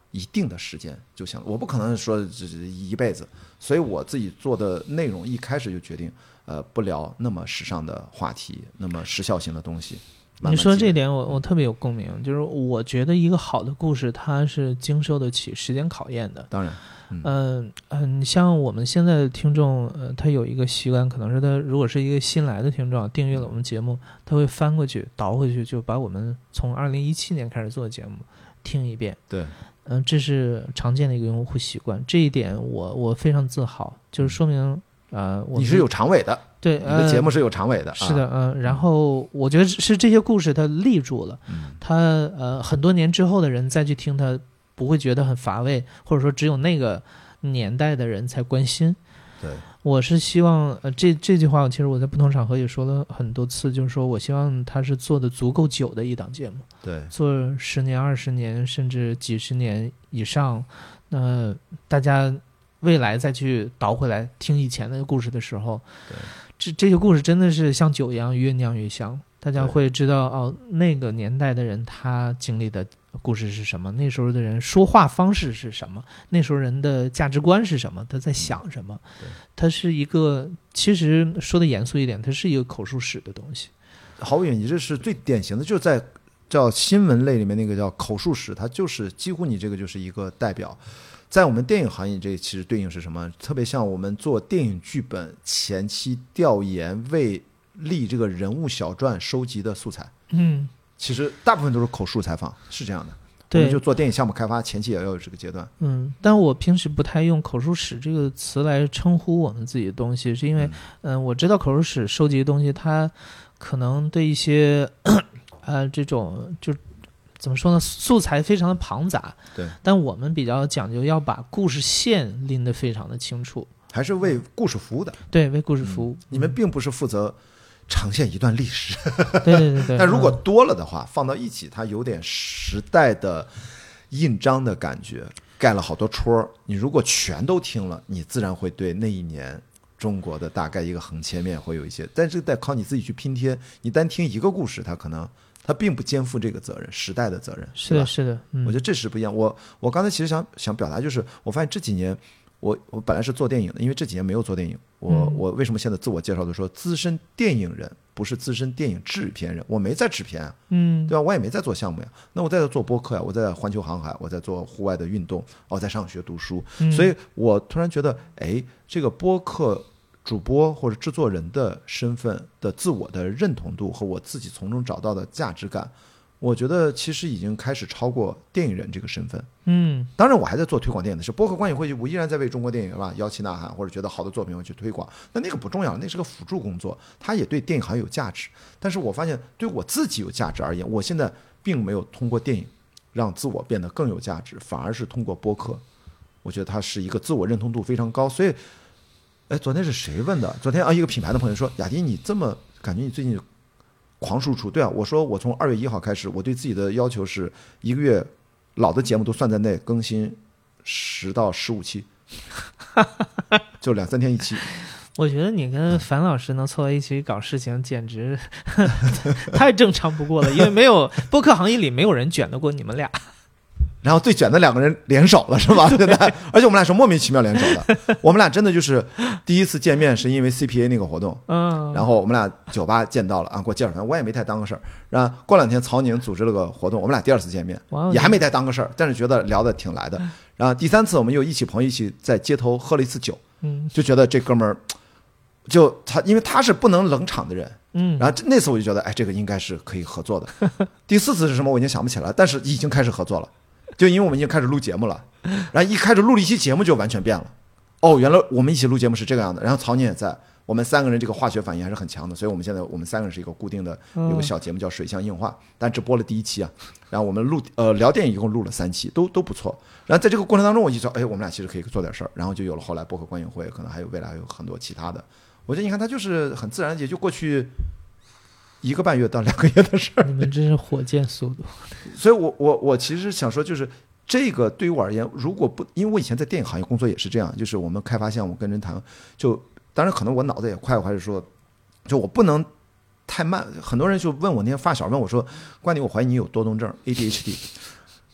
一定的时间就行了，我不可能说一辈子，所以我自己做的内容一开始就决定，呃，不聊那么时尚的话题，那么时效性的东西。慢慢你说这点我我特别有共鸣，就是我觉得一个好的故事它是经受得起时间考验的。 当然， 嗯嗯、呃呃，像我们现在的听众，呃，他有一个习惯，可能是他如果是一个新来的听众，订阅了我们节目，他会翻过去倒回去，就把我们从二零一七年开始做的节目听一遍。 对。 嗯、呃，这是常见的一个用户习惯，这一点我我非常自豪，就是说明呃，我你是有长尾的， 对， 你的节目是有长尾的， 呃、是的，嗯、呃，然后我觉得是这些故事它立住了， 嗯， 它呃很多年之后的人再去听它，不会觉得很乏味，或者说只有那个年代的人才关心。 对， 我是希望呃这这句话，其实我在不同场合也说了很多次，就是说我希望它是做的足够久的一档节目， 对， 做十年、二十年，甚至几十年以上，那、呃、大家未来再去倒回来听以前的故事的时候，这这些故事真的是像酒一样越酿越香，大家会知道哦，那个年代的人他经历的故事是什么，那时候的人说话方式是什么，那时候人的价值观是什么，他在想什么，它是一个，其实说的严肃一点，它是一个口述史的东西。 毫无疑问，你这是最典型的，就是在叫新闻类里面那个叫口述史，它就是几乎你这个就是一个代表。在我们电影行业，这其实对应是什么？特别像我们做电影剧本前期调研，为立这个人物小传收集的素材， 嗯， 其实大部分都是口述采访，是这样的。 对， 我们就做电影项目开发前期也要有这个阶段。 嗯，但我平时不太用口述史这个词来称呼我们自己的东西，是因为，嗯、呃，我知道口述史收集的东西，它可能对一些，呃，这种就。怎么说呢？素材非常的庞杂， 对， 但我们比较讲究要把故事线拎得非常的清楚， 还是为故事服务的。 对，为故事服务。 嗯、你们并不是负责呈现一段历史， 对对对对。 但如果多了的话，嗯、放到一起，它有点时代的印章的感觉，盖了好多戳。你如果全都听了，你自然会对那一年中国的大概一个横切面会有一些，但是得靠你自己去拼贴。你单听一个故事，它可能。他并不肩负这个责任，时代的责任， 是的，是的，嗯， 我觉得这是不一样。我我刚才其实想想表达，就是我发现这几年，我我本来是做电影的，因为这几年没有做电影，我、嗯、我为什么现在自我介绍的说资深电影人，不是资深电影制片人，我没在制片啊， 嗯， 对吧？我也没在做项目呀，那我在做播客呀，我在环球航海，我在做户外的运动，我在上学读书， 嗯、 所以我突然觉得，哎，这个播客。主播或者制作人的身份的自我的认同度和我自己从中找到的价值感，我觉得其实已经开始超过电影人这个身份。 嗯， 当然我还在做推广电影的事，播客观影会我依然在为中国电影吧摇旗呐喊，或者觉得好的作品我去推广，那那个不重要，那是个辅助工作，它也对电影行业有价值。但是我发现对我自己有价值而言，我现在并没有通过电影让自我变得更有价值，反而是通过播客，我觉得它是一个自我认同度非常高，所以。哎，昨天是谁问的？昨天啊，一个品牌的朋友说：“雅迪，你这么感觉你最近狂输出？”对啊，我说我从二月一号开始，我对自己的要求是一个月老的节目都算在内，更新十到十五期，就两三天一期。 我觉得你跟樊老师能凑在一起搞事情，简直太正常不过了，因为没有播客行业里没有人卷得过你们俩。 然后最卷的两个人联手了，是吧？对吧？而且我们俩是莫名其妙联手的。我们俩真的就是第一次见面是因为 C P A 那个活动， 嗯， 然后我们俩酒吧见到了啊，给我介绍团，我也没太当个事儿。然后过两天曹宁组织了个活动，我们俩第二次见面，也还没太当个事儿，但是觉得聊得挺来的。然后第三次我们又一起朋友一起在街头喝了一次酒， 嗯， 就觉得这哥们儿就他，因为他是不能冷场的人。 嗯， 然后那次我就觉得，哎，这个应该是可以合作的。第四次是什么？我已经想不起来了，但是已经开始合作了。就因为我们已经开始录节目了，然后一开始录了一期节目就完全变了。哦，原来我们一起录节目是这个样的。然后曹宁也在，我们三个人这个化学反应还是很强的，所以我们现在我们三个人是一个固定的有个小节目叫水象硬化，但只播了第一期啊。然后我们录呃聊电影一共录了三期，都都不错。然后在这个过程当中，我就说，哎，我们俩其实可以做点事儿，然后就有了后来播客观影会，可能还有未来有很多其他的。我觉得你看他就是很自然，也就过去一个半月到两个月的事儿。 你们真是火箭速度。 所以我我我其实想说，就是这个对于我而言，如果不，因为我以前在电影行业工作也是这样，就是我们开发项目跟人谈，就当然可能我脑子也快，我还是说，就我不能太慢。很多人就问我，那些发小问我说，关你，我怀疑你有多动症 A D H D。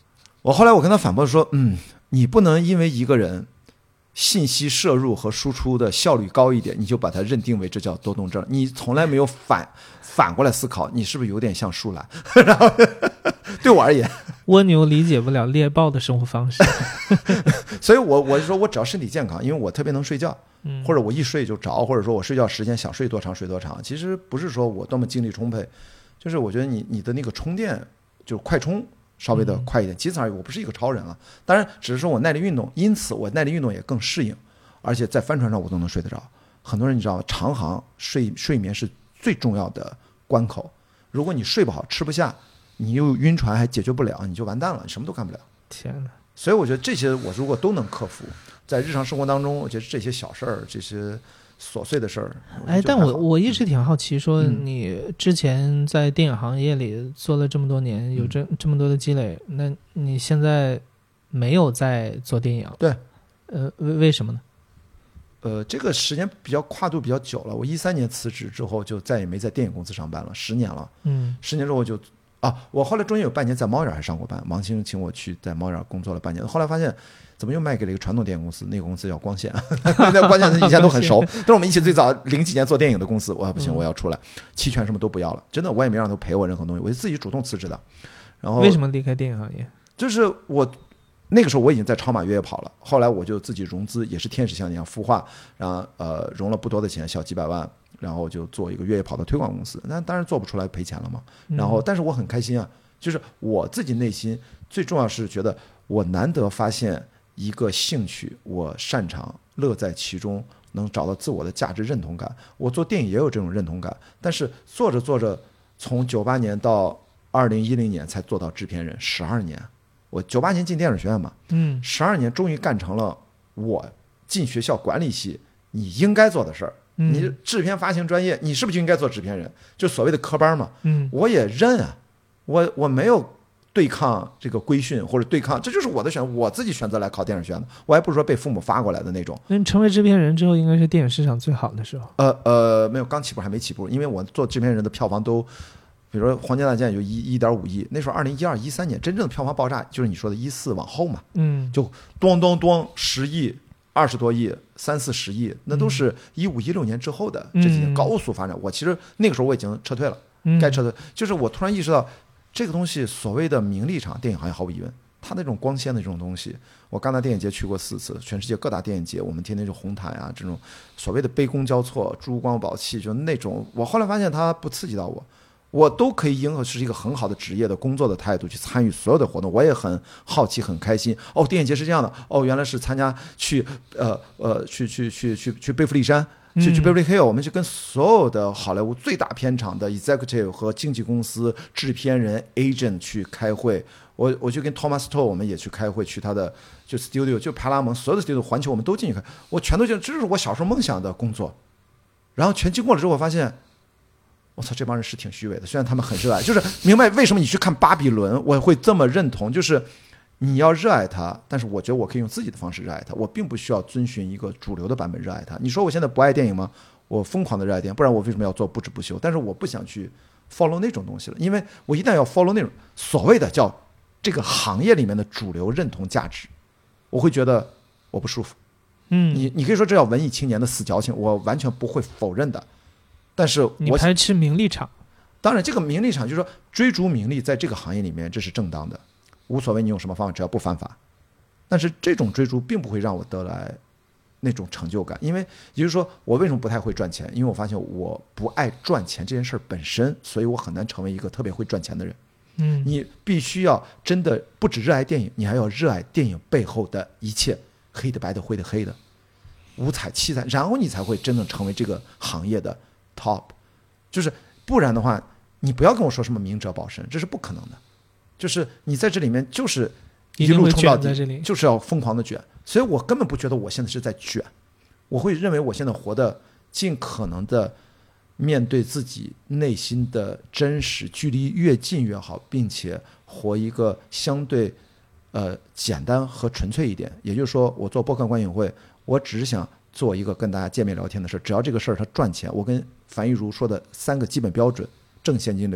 我后来我跟他反驳说，嗯，你不能因为一个人信息摄入和输出的效率高一点，你就把它认定为这叫多动症。你从来没有反反过来思考，你是不是有点像树懒？然后对我而言， 蜗牛理解不了猎豹的生活方式。 所以我我就说我只要身体健康，因为我特别能睡觉， 嗯， 或者我一睡就着，或者说我睡觉时间想睡多长睡多长。其实不是说我多么精力充沛，就是我觉得你你的那个充电就是快充稍微的快一点，仅此而已。我不是一个超人啊，当然只是说我耐力运动，因此我耐力运动也更适应，而且在帆船上我都能睡得着。很多人你知道吗？长航睡睡眠是最重要的关口，如果你睡不好吃不下，你又晕船还解决不了，你就完蛋了，你什么都干不了。 天哪！ 所以我觉得这些我如果都能克服，在日常生活当中，我觉得这些小事儿，这些琐碎的事儿， 哎，但我我一直挺好奇，说嗯你之前在电影行业里做了这么多年，有这这么多的积累，那你现在没有在做电影？ 对， 呃，为为什么呢？ 呃，这个时间比较跨度比较久了。我一三年辞职之后，就再也没在电影公司上班了，十年了。 嗯， 十年之后就啊，我后来中间有半年在猫眼还上过班，王兴请我去在猫眼工作了半年，后来发现怎么又卖给了一个传统电影公司，那个公司叫光线，那光线以前都很熟，但是我们一起最早零几年做电影的公司，我不行，我要出来，期权什么都不要了，真的我也没让他赔我任何东西，我就自己主动辞职的。然后为什么离开电影行业？ 就是我那个时候我已经在超马越野跑了，后来我就自己融资，也是天使像你一样孵化，然后呃融了不多的钱，小几百万，然后就做一个越野跑的推广公司。那当然做不出来赔钱了嘛。然后但是我很开心啊，就是我自己内心最重要是觉得我难得发现一个兴趣，我擅长，乐在其中，能找到自我的价值认同感。我做电影也有这种认同感，但是做着做着，从九八年到二零一零年才做到制片人，十二年。我九八年进电影学院嘛， 嗯， 十二年终于干成了我进学校管理系你应该做的事儿。 嗯、 你制片发行专业，你是不是就应该做制片人？就所谓的科班嘛。 嗯， 我也认啊，我我没有对抗这个规训或者对抗，这就是我的选择，我自己选择来考电影学院的，我还不是说被父母发过来的那种。 那你成为制片人之后，应该是电影市场最好的时候。 呃呃，没有，刚起步还没起步，因为我做制片人的票房都。比如说《黄金大剑》有一一点五亿，那时候二零一二一三年真正的票房爆炸，就是你说的一四往后嘛， 嗯， 就咚咚咚十亿、二十多亿、三四十亿，那都是一五一六年之后的这几年高速发展。我其实那个时候我已经撤退了，该撤退，就是我突然意识到这个东西所谓的名利场，电影行业毫无疑问，它那种光鲜的这种东西，我戛纳电影节去过四次，全世界各大电影节，我们天天就红毯啊，这种所谓的杯弓交错、珠光宝气，就那种，我后来发现它不刺激到我。我都可以迎合是一个很好的职业的工作的态度去参与所有的活动，我也很好奇很开心。哦，电影节是这样的，哦，原来是参加去呃呃去去去去去贝弗利山，去去 Beverly Hill， 我们去跟所有的好莱坞最大片场的 executive 和经纪公司、制片人、agent 去开会。我我去跟 Thomas Tull 我们也去开会，去他的就 studio 就派拉蒙所有的 studio 环球我们都进去看，我全都进，这是我小时候梦想的工作。然后全经过了之后，我发现。我操，这帮人是挺虚伪的，虽然他们很热爱，就是明白为什么你去看巴比伦我会这么认同，就是你要热爱它，但是我觉得我可以用自己的方式热爱它，我并不需要遵循一个主流的版本热爱它。你说我现在不爱电影吗？我疯狂的热爱电影，不然我为什么要做不止不休？但是我不想去 follow 那种东西了，因为我一旦要 follow 那种所谓的叫这个行业里面的主流认同价值，我会觉得我不舒服。 嗯， 你你可以说这叫文艺青年的死矫情，我完全不会否认的。但是我你排斥名利场， 当然这个名利场就是说追逐名利，在这个行业里面这是正当的，无所谓你用什么方法，只要不犯法。但是这种追逐并不会让我得来那种成就感，因为也就是说我为什么不太会赚钱，因为我发现我不爱赚钱这件事本身，所以我很难成为一个特别会赚钱的人。 嗯， 你必须要真的不只热爱电影，你还要热爱电影背后的一切，黑的白的灰的黑的，五彩七彩，然后你才会真正成为这个行业的top， 就是不然的话，你不要跟我说什么明哲保身，这是不可能的。就是你在这里面就是一路冲到底，就是要疯狂的卷。所以我根本不觉得我现在是在卷，我会认为我现在活得尽可能的面对自己内心的真实，距离越近越好，并且活一个相对呃简单和纯粹一点。也就是说，我做播客观影会，我只是想做一个跟大家见面聊天的事，只要这个事儿它赚钱，我跟樊玉茹说的三个基本标准：正现金流、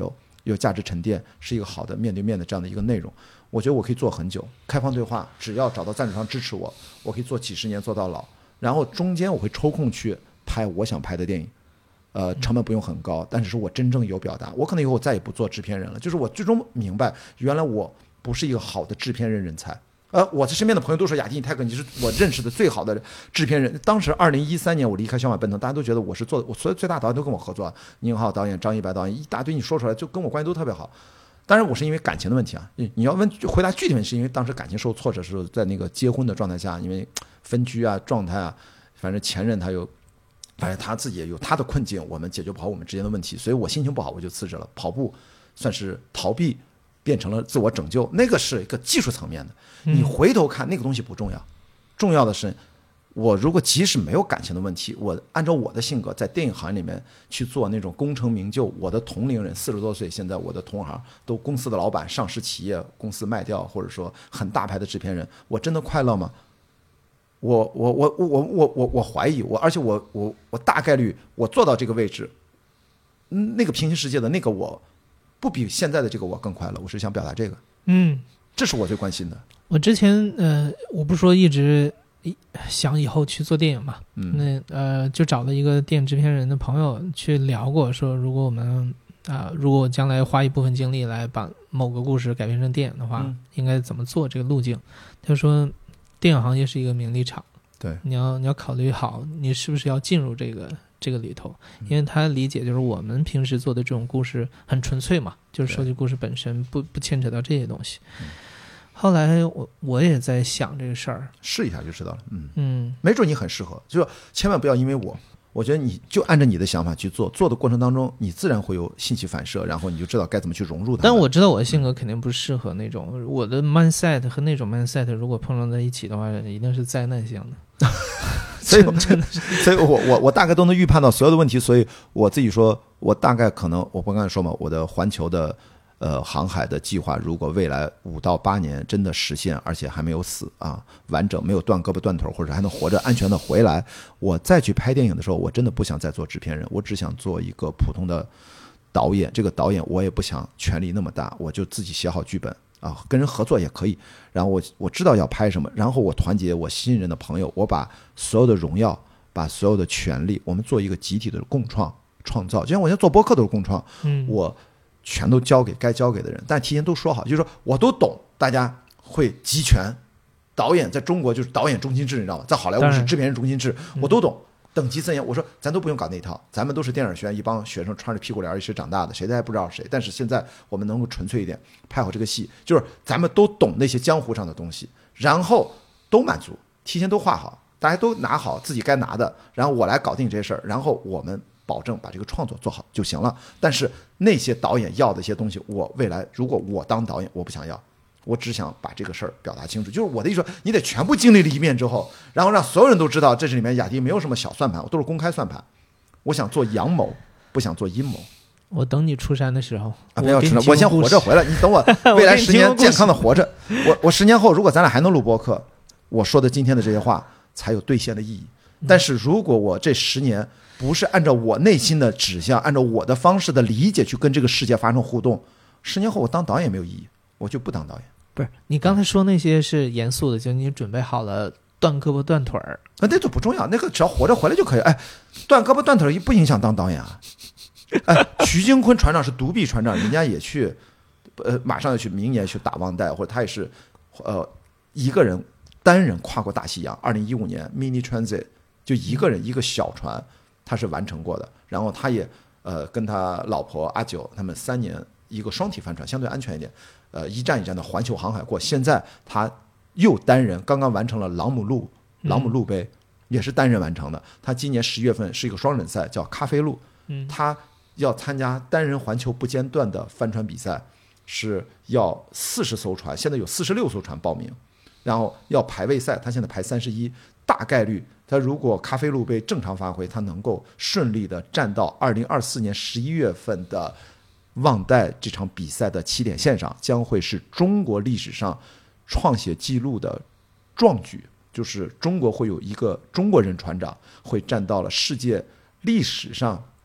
有价值沉淀，是一个好的面对面的这样的一个内容。我觉得我可以做很久，开放对话，只要找到赞助商支持我，我可以做几十年做到老。然后中间我会抽空去拍我想拍的电影，呃，成本不用很高，但是我真正有表达。我可能以后再也不做制片人了，就是我最终明白，原来我不是一个好的制片人人才。呃，我身边的朋友都说雅迪你泰克你是我认识的最好的制片人。当时二零一三年我离开小马奔腾，大家都觉得我是做我所有最大导演都跟我合作，宁浩导演、张一白导演一大堆，你说出来就跟我关系都特别好。当然我是因为感情的问题啊，你要问回答具体问题，是因为当时感情受挫折的时候，在那个结婚的状态下，因为分居啊状态啊，反正前任他有，反正他自己也有他的困境，我们解决不好我们之间的问题，所以我心情不好我就辞职了。跑步算是逃避变成了自我拯救，那个是一个技术层面的，你回头看那个东西不重要，重要的是我如果即使没有感情的问题，我按照我的性格在电影行业里面去做那种功成名就，我的同龄人四十多岁，现在我的同行都公司的老板、上市企业公司卖掉，或者说很大牌的制片人，我真的快乐吗？我我我我我我我怀疑我，而且我我我大概率我做到这个位置，那个平行世界的那个我，不比现在的这个我更快乐。我是想表达这个， 嗯， 这是我最关心的。 我之前呃，我不是说一直想以后去做电影嘛， 嗯， 那呃就找了一个电影制片人的朋友去聊过，说如果我们啊、呃，如果我将来花一部分精力来把某个故事改编成电影的话，嗯、应该怎么做这个路径？他说，电影行业是一个名利场， 对， 你要你要考虑好，你是不是要进入这个这个里头，因为他理解就是我们平时做的这种故事很纯粹嘛，就是说这故事本身不不牵扯到这些东西。嗯，后来我我也在想这个事儿， 试一下就知道了。嗯嗯， 没准你很适合，就千万不要因为我，我觉得你就按照你的想法去做，做的过程当中你自然会有信息反射，然后你就知道该怎么去融入它。 但我知道我的性格肯定不适合那种，我的 mindset 和那种 mindset 如果碰撞在一起的话，一定是灾难性的。 所以真的是，所以我我我大概都能预判到所有的问题，所以我自己说，我大概可能，我不刚才说嘛，我的环球的。呃，航海的计划，如果未来五到八年真的实现，而且还没有死啊，完整没有断胳膊断腿，或者还能活着安全的回来，我再去拍电影的时候，我真的不想再做制片人，我只想做一个普通的导演。这个导演我也不想权力那么大，我就自己写好剧本啊，跟人合作也可以。然后我我知道要拍什么，然后我团结我信任的朋友，我把所有的荣耀，把所有的权利，我们做一个集体的共创创造。就像我现在做播客都是共创， 嗯， 我。全都交给该交给的人，但提前都说好，就是说我都懂，大家会集权。导演在中国就是导演中心制，你知道吗？在好莱坞是制片人中心制，我都懂。等级森严，我说咱都不用搞那一套，咱们都是电影学院一帮学生穿着屁股帘一起长大的，谁都还不知道谁。但是现在我们能够纯粹一点，拍好这个戏，就是咱们都懂那些江湖上的东西，然后都满足，提前都画好，大家都拿好自己该拿的，然后我来搞定这些事儿，然后我们。保证把这个创作做好就行了。但是那些导演要的一些东西，我未来如果我当导演，我不想要，我只想把这个事儿表达清楚。就是我的意思说，你得全部经历了一遍之后，然后让所有人都知道，这是里面雅迪没有什么小算盘，我都是公开算盘。我想做阳谋，不想做阴谋。 我等你出山的时候， 啊，不要吃了，我先活着回来。你等我未来十年健康的活着。我我十年后，如果咱俩还能录播客，我说的今天的这些话才有兑现的意义。但是如果我这十年不是按照我内心的指向，按照我的方式的理解去跟这个世界发生互动，十年后我当导演没有意义，我就不当导演。 不是，你刚才说那些是严肃的，就你准备好了断胳膊断腿儿， 那那都不重要，那个只要活着回来就可以。哎，断胳膊断腿不影响当导演啊。哎，徐金坤船长是独臂船长，人家也去，呃，马上要去，明年去打忘带，或者他也是，呃，一个人单人跨过大西洋。二零一五年 Mini Transit 就一个人一个小船。他是完成过的，然后他也呃跟他老婆阿九他们三年一个双体帆船，相对安全一点，呃一站一站的环球航海过。现在他又单人刚刚完成了朗姆路朗姆路杯，嗯、也是单人完成的。他今年十月份是一个双人赛，叫咖啡路， 嗯， 他要参加单人环球不间断的帆船比赛，是要四十艘船，现在有四十六艘船报名，然后要排位赛，他现在排三十一，大概率。他如果咖啡路杯正常发挥，他能够顺利的站到二零二四年十一月份的忘带这场比赛的起点线上，将会是中国历史上创写纪录的壮举，就是中国会有一个中国人船长会站到了世界历史上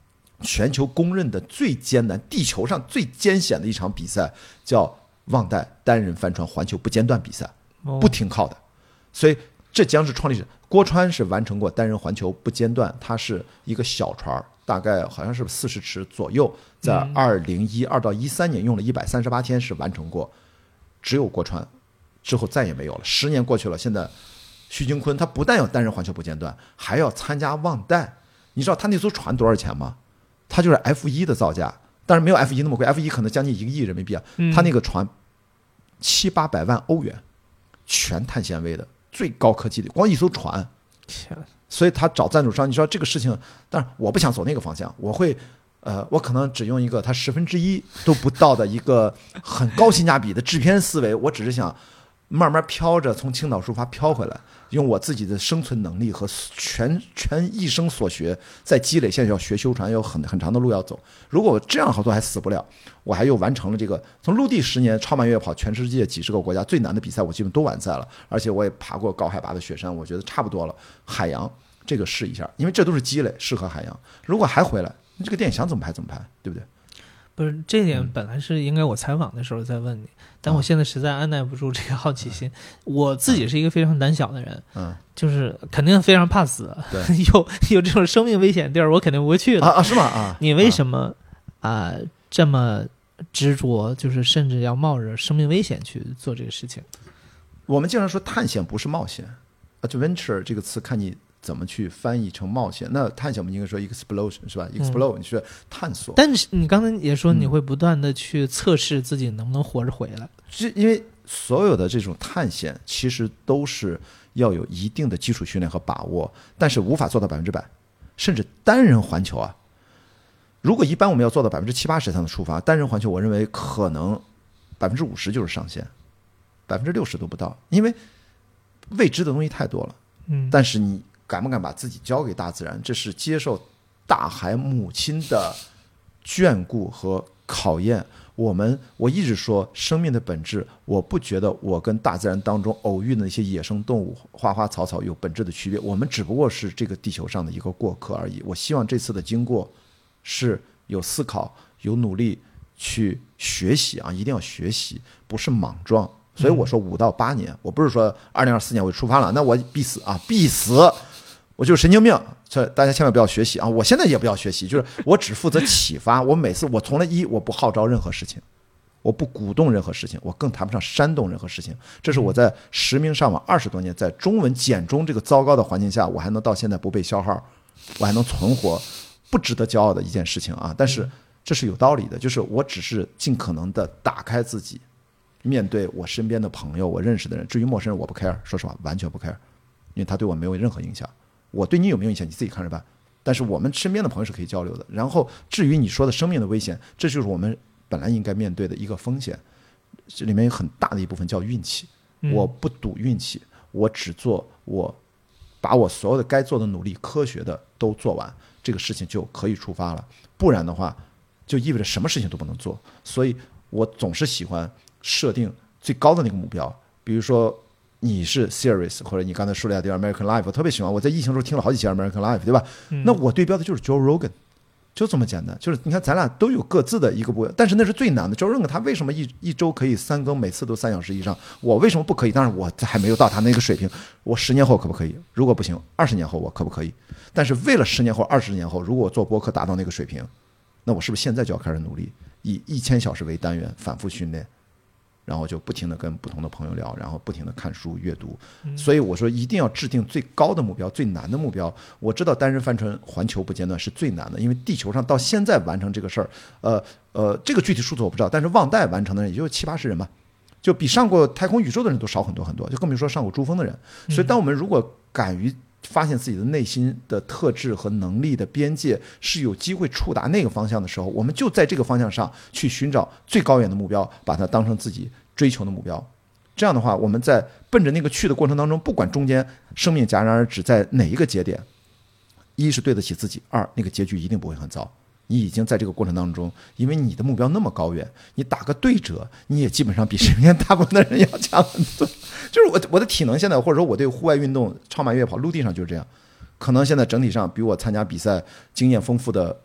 全球公认的最艰难、地球上最艰险的一场比赛，叫忘带单人帆船环球不间断比赛，不停靠的。所以这将是创立者。郭川是完成过单人环球不间断，它是一个小船，大概好像是四十尺左右，在二零一二到一三年用了一百三十八天是完成过，只有郭川，之后再也没有了。十年过去了，现在徐金坤他不但要单人环球不间断，还要参加忘带。你知道他那艘船多少钱吗？他就是 F 一 的造价，但是没有 F 一 那么贵 ，F 一 可能将近一个亿人民币啊。他那个船七八百万欧元，全碳纤维的，最高科技的，光一艘船。所以他找赞助商，你知道这个事情，但是我不想走那个方向，我会，呃，我可能只用一个它十分之一都不到的一个很高性价比的制片思维，我只是想慢慢飘着从青岛出发飘回来，用我自己的生存能力和全全一生所学在积累。现在要学修船，有很很长的路要走。如果我这样好多还死不了，我还又完成了这个从陆地十年超慢越野跑全世界几十个国家最难的比赛，我基本都完赛了。而且我也爬过高海拔的雪山，我觉得差不多了。海洋这个试一下，因为这都是积累，适合海洋。如果还回来，你这个电影想怎么拍怎么拍，对不对？ 不是，这点本来是应该我采访的时候再问你，但我现在实在按耐不住这个好奇心。我自己是一个非常胆小的人，嗯，就是肯定非常怕死，对，有有这种生命危险地儿，我肯定不会去的。 啊啊，是吗？啊， 你为什么啊、呃、这么执着，就是甚至要冒着生命危险去做这个事情？ 我们经常说探险不是冒险 ，adventure 这个词看你怎么去翻译成冒险？那探险我们应该说 exploration 是吧 ？explore、嗯、你是探索。 但是你刚才也说你会不断的去测试自己能不能活着回来。 是、嗯、因为所有的这种探险其实都是要有一定的基础训练和把握，但是无法做到百分之百。甚至单人环球啊，如果一般我们要做到百分之七八十才能出发，单人环球我认为可能百分之五十就是上限，百分之六十都不到，因为未知的东西太多了。嗯，但是你敢不敢把自己交给大自然？这是接受大海母亲的眷顾和考验。我们我一直说生命的本质，我不觉得我跟大自然当中偶遇的那些野生动物花花草草有本质的区别，我们只不过是这个地球上的一个过客而已。我希望这次的经过是有思考有努力去学习啊，一定要学习，不是莽撞。所以我说五到八年，我不是说二零二四年我就出发了，那我必死啊，必死，我就是神经病。所以大家千万不要学习啊！我现在也不要学习，就是我只负责启发。我每次我从来一我不号召任何事情，我不鼓动任何事情，我更谈不上煽动任何事情。这是我在实名上网二十多年，在中文简中这个糟糕的环境下，我还能到现在不被消耗，我还能存活，不值得骄傲的一件事情啊！但是这是有道理的，就是我只是尽可能的打开自己，面对我身边的朋友，我认识的人。至于陌生人，我不 care， 说实话，完全不 care， 因为他对我没有任何影响。我对你有没有影响，你自己看着办。但是我们身边的朋友是可以交流的。然后至于你说的生命的危险，这就是我们本来应该面对的一个风险。这里面有很大的一部分叫运气。我不赌运气，我只做我把我所有的该做的努力科学的都做完，这个事情就可以出发了。不然的话，就意味着什么事情都不能做。所以我总是喜欢设定最高的那个目标，比如说你是 series， 或者你刚才说了一下 American Life， 我特别喜欢，我在疫情的时候听了好几期 American Life， 对吧、嗯、那我对标的就是 Joe Rogan， 就这么简单。就是你看咱俩都有各自的一个部分，但是那是最难的。Joe Rogan 他为什么一一周可以三更，每次都三小时以上，我为什么不可以？当然我还没有到他那个水平，我十年后可不可以？如果不行，二十年后我可不可以？但是为了十年后二十年后，如果我做播客达到那个水平，那我是不是现在就要开始努力，以一千小时为单元反复训练，然后就不停地跟不同的朋友聊，然后不停地看书阅读。所以我说一定要制定最高的目标，最难的目标。我知道单人帆船环球不间断是最难的，因为地球上到现在完成这个事儿，呃呃，这个具体数字我不知道，但是忘带完成的人也就七八十人吧，就比上过太空宇宙的人都少很多很多，就更别说上过珠峰的人。所以当我们如果敢于发现自己的内心的特质和能力的边界是有机会触达那个方向的时候，我们就在这个方向上去寻找最高远的目标，把它当成自己追求的目标。这样的话，我们在奔着那个去的过程当中，不管中间生命戛然而止在哪一个节点，一是对得起自己，二那个结局一定不会很糟。你已经在这个过程当中，因为你的目标那么高远，你打个对折，你也基本上比身边大部分的人要强很多。就是我我的体能现在，或者说我对户外运动超慢越野跑陆地上就是这样，可能现在整体上比我参加比赛经验丰富的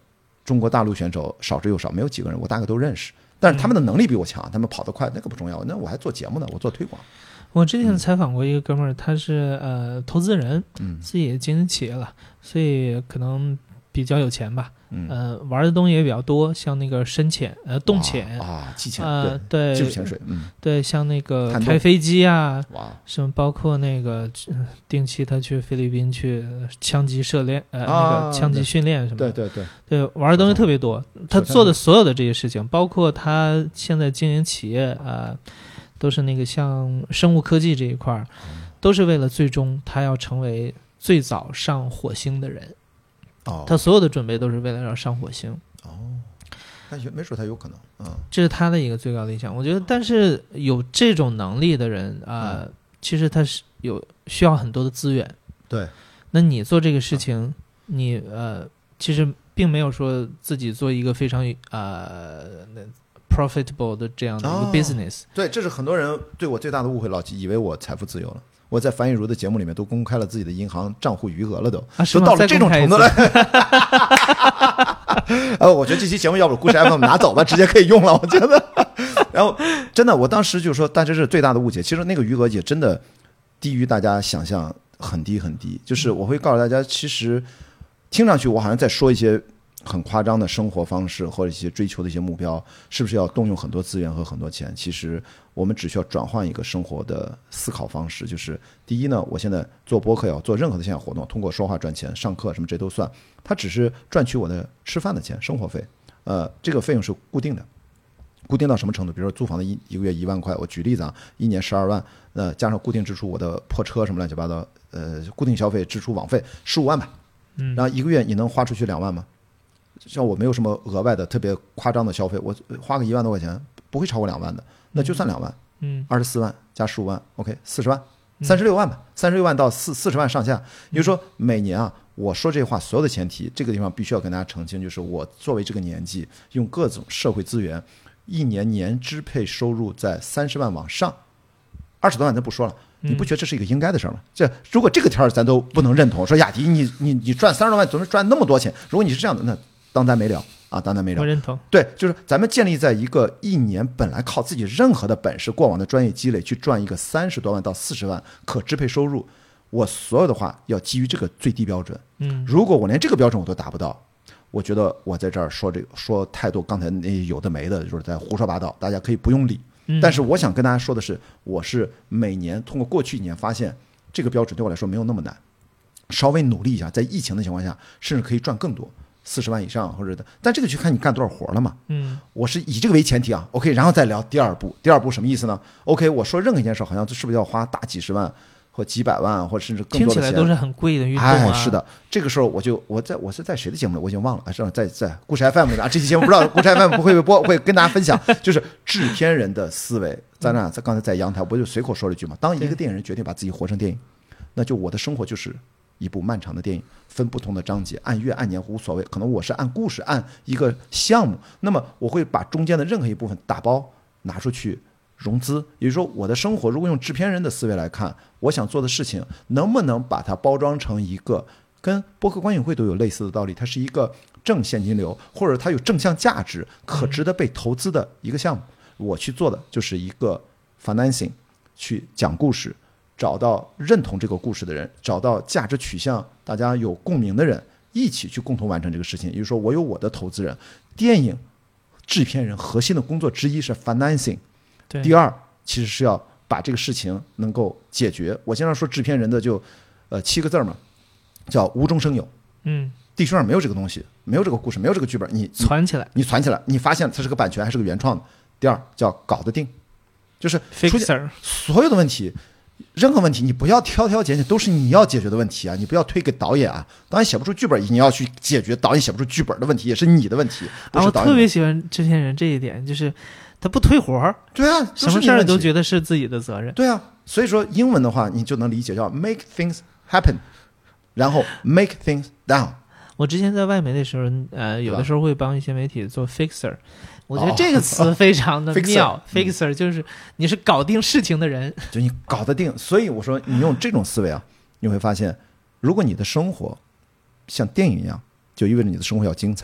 中国大陆选手少之又少，没有几个人我大概都认识，但是他们的能力比我强，他们跑得快，那个不重要，那我还做节目呢，我做推广。 我之前采访过一个哥们儿，他是呃投资人， 嗯， 自己也经营企业了，所以可能比较有钱吧。 嗯， 呃，玩的东西也比较多，像那个深潜、呃洞潜啊，技潜， 呃，对， 技术潜水，嗯， 对，像那个开飞机啊， 哇， 什么包括那个定期他去菲律宾去枪击射练，呃， 啊、 那个枪击训练什么的， 对对对对，玩的东西特别多。他做的所有的这些事情，包括他现在经营企业啊、呃，都是那个像生物科技这一块，都是为了最终他要成为最早上火星的人。 哦， 他所有的准备都是为了要上火星。 哦，那没准他有可能，嗯， 这是他的一个最高理想。我觉得，但是有这种能力的人啊、呃嗯，其实他是有需要很多的资源。 对， 那你做这个事情，嗯、你呃，其实并没有说自己做一个非常呃 profitable 的这样的一个 business、哦。 对，这是很多人对我最大的误会，老季以为我财富自由了。我在樊亦茹的节目里面都公开了自己的银行账户余额了都， 啊、 都到了这种程度了。呃，我觉得这期节目要不故事 F M 拿走吧，直接可以用了，我觉得。然后真的，我当时就说，但这是最大的误解。其实那个余额也真的低于大家想象，很低很低。就是我会告诉大家，其实听上去我好像在说一些很夸张的生活方式或者一些追求的一些目标，是不是要动用很多资源和很多钱？其实我们只需要转换一个生活的思考方式，就是第一呢，我现在做播客要做任何的线下活动，通过说话赚钱，上课什么这都算，它只是赚取我的吃饭的钱，生活费，呃，这个费用是固定的，固定到什么程度？比如说租房的一一个月一万块，我举例子啊，一年十二万，呃，加上固定支出，我的破车什么乱七八糟，呃，固定消费支出网费十五万吧， 嗯， 然后一个月你能花出去两万吗？像我没有什么额外的特别夸张的消费，我花个一万多块钱不会超过两万的，那就算两万， 嗯， 二十四万加十五万 ，OK， 四十万，三十六万吧，三十六万到四四十万上下。也就是说，每年啊，我说这话所有的前提，这个地方必须要跟大家澄清，就是我作为这个年纪，用各种社会资源，一年年支配收入在三十万往上，二十多万咱不说了。你不觉得这是一个应该的事吗？这如果这个条儿咱都不能认同，说雅迪你你你赚三十多万怎么赚那么多钱？如果你是这样的，那当咱没聊啊，当咱没聊。 我认同。 对，就是咱们建立在一个一年本来靠自己任何的本事、过往的专业积累去赚一个三十多万到四十万可支配收入，我所有的话要基于这个最低标准。 嗯， 如果我连这个标准我都达不到，我觉得我在这儿说这个说太多刚才那有的没的，就是在胡说八道，大家可以不用理。但是我想跟大家说的是，我是每年通过过去一年发现这个标准对我来说没有那么难，稍微努力一下，在疫情的情况下，甚至可以赚更多，四十万以上或者的。但这个就看你干多少活了嘛。 嗯， 我是以这个为前提啊 ，OK， 然后再聊第二步。第二步什么意思呢 ？OK， 我说任何一件事，好像是不是要花大几十万或几百万，或者甚至更多的钱？ 听起来都是很贵的运动啊。 哎，是的，这个时候我就我在我是在谁的节目里我已经忘了啊，是在在故事 F M 里啊，这期节目不知道故事 F M 不会播，会跟大家分享，就是制片人的思维。咱俩在刚才在阳台，我就随口说了一句嘛，当一个电影人决定把自己活成电影，那就我的生活就是一部漫长的电影，分不同的章节，按月按年无所谓，可能我是按故事按一个项目，那么我会把中间的任何一部分打包拿出去融资，也就是说我的生活如果用制片人的思维来看，我想做的事情能不能把它包装成一个跟播客观影会都有类似的道理，它是一个正现金流，或者它有正向价值可值得被投资的一个项目，我去做的就是一个 financing， 去讲故事，找到认同这个故事的人，找到价值取向大家有共鸣的人，一起去共同完成这个事情。也就是说我有我的投资人，电影制片人核心的工作之一是 financing， 第二其实是要把这个事情能够解决。我经常说制片人的就呃七个字嘛，叫无中生有。 嗯， 地球上没有这个东西，没有这个故事，没有这个剧本，你攒起来， 你攒起来，你发现它是个版权还是个原创的。第二叫搞得定，就是出现所有的问题，任何问题你不要挑挑拣拣，都是你要解决的问题啊！你不要推给导演啊，导演写不出剧本，你要去解决导演写不出剧本的问题，也是你的问题。 啊，我特别喜欢制片人这一点，就是他不推活儿， 对啊， 什么事儿都觉得是自己的责任。 对啊，所以说英文的话，你就能理解叫 make things happen， 然后 make things down。 我之前在外媒的时候，呃，有的时候会帮一些媒体做 fixer。我觉得这个词非常的妙、哦、fixer, 、嗯、就是你是搞定事情的人， 就你搞得定。所以我说你用这种思维啊，你会发现如果你的生活像电影一样，就意味着你的生活要精彩。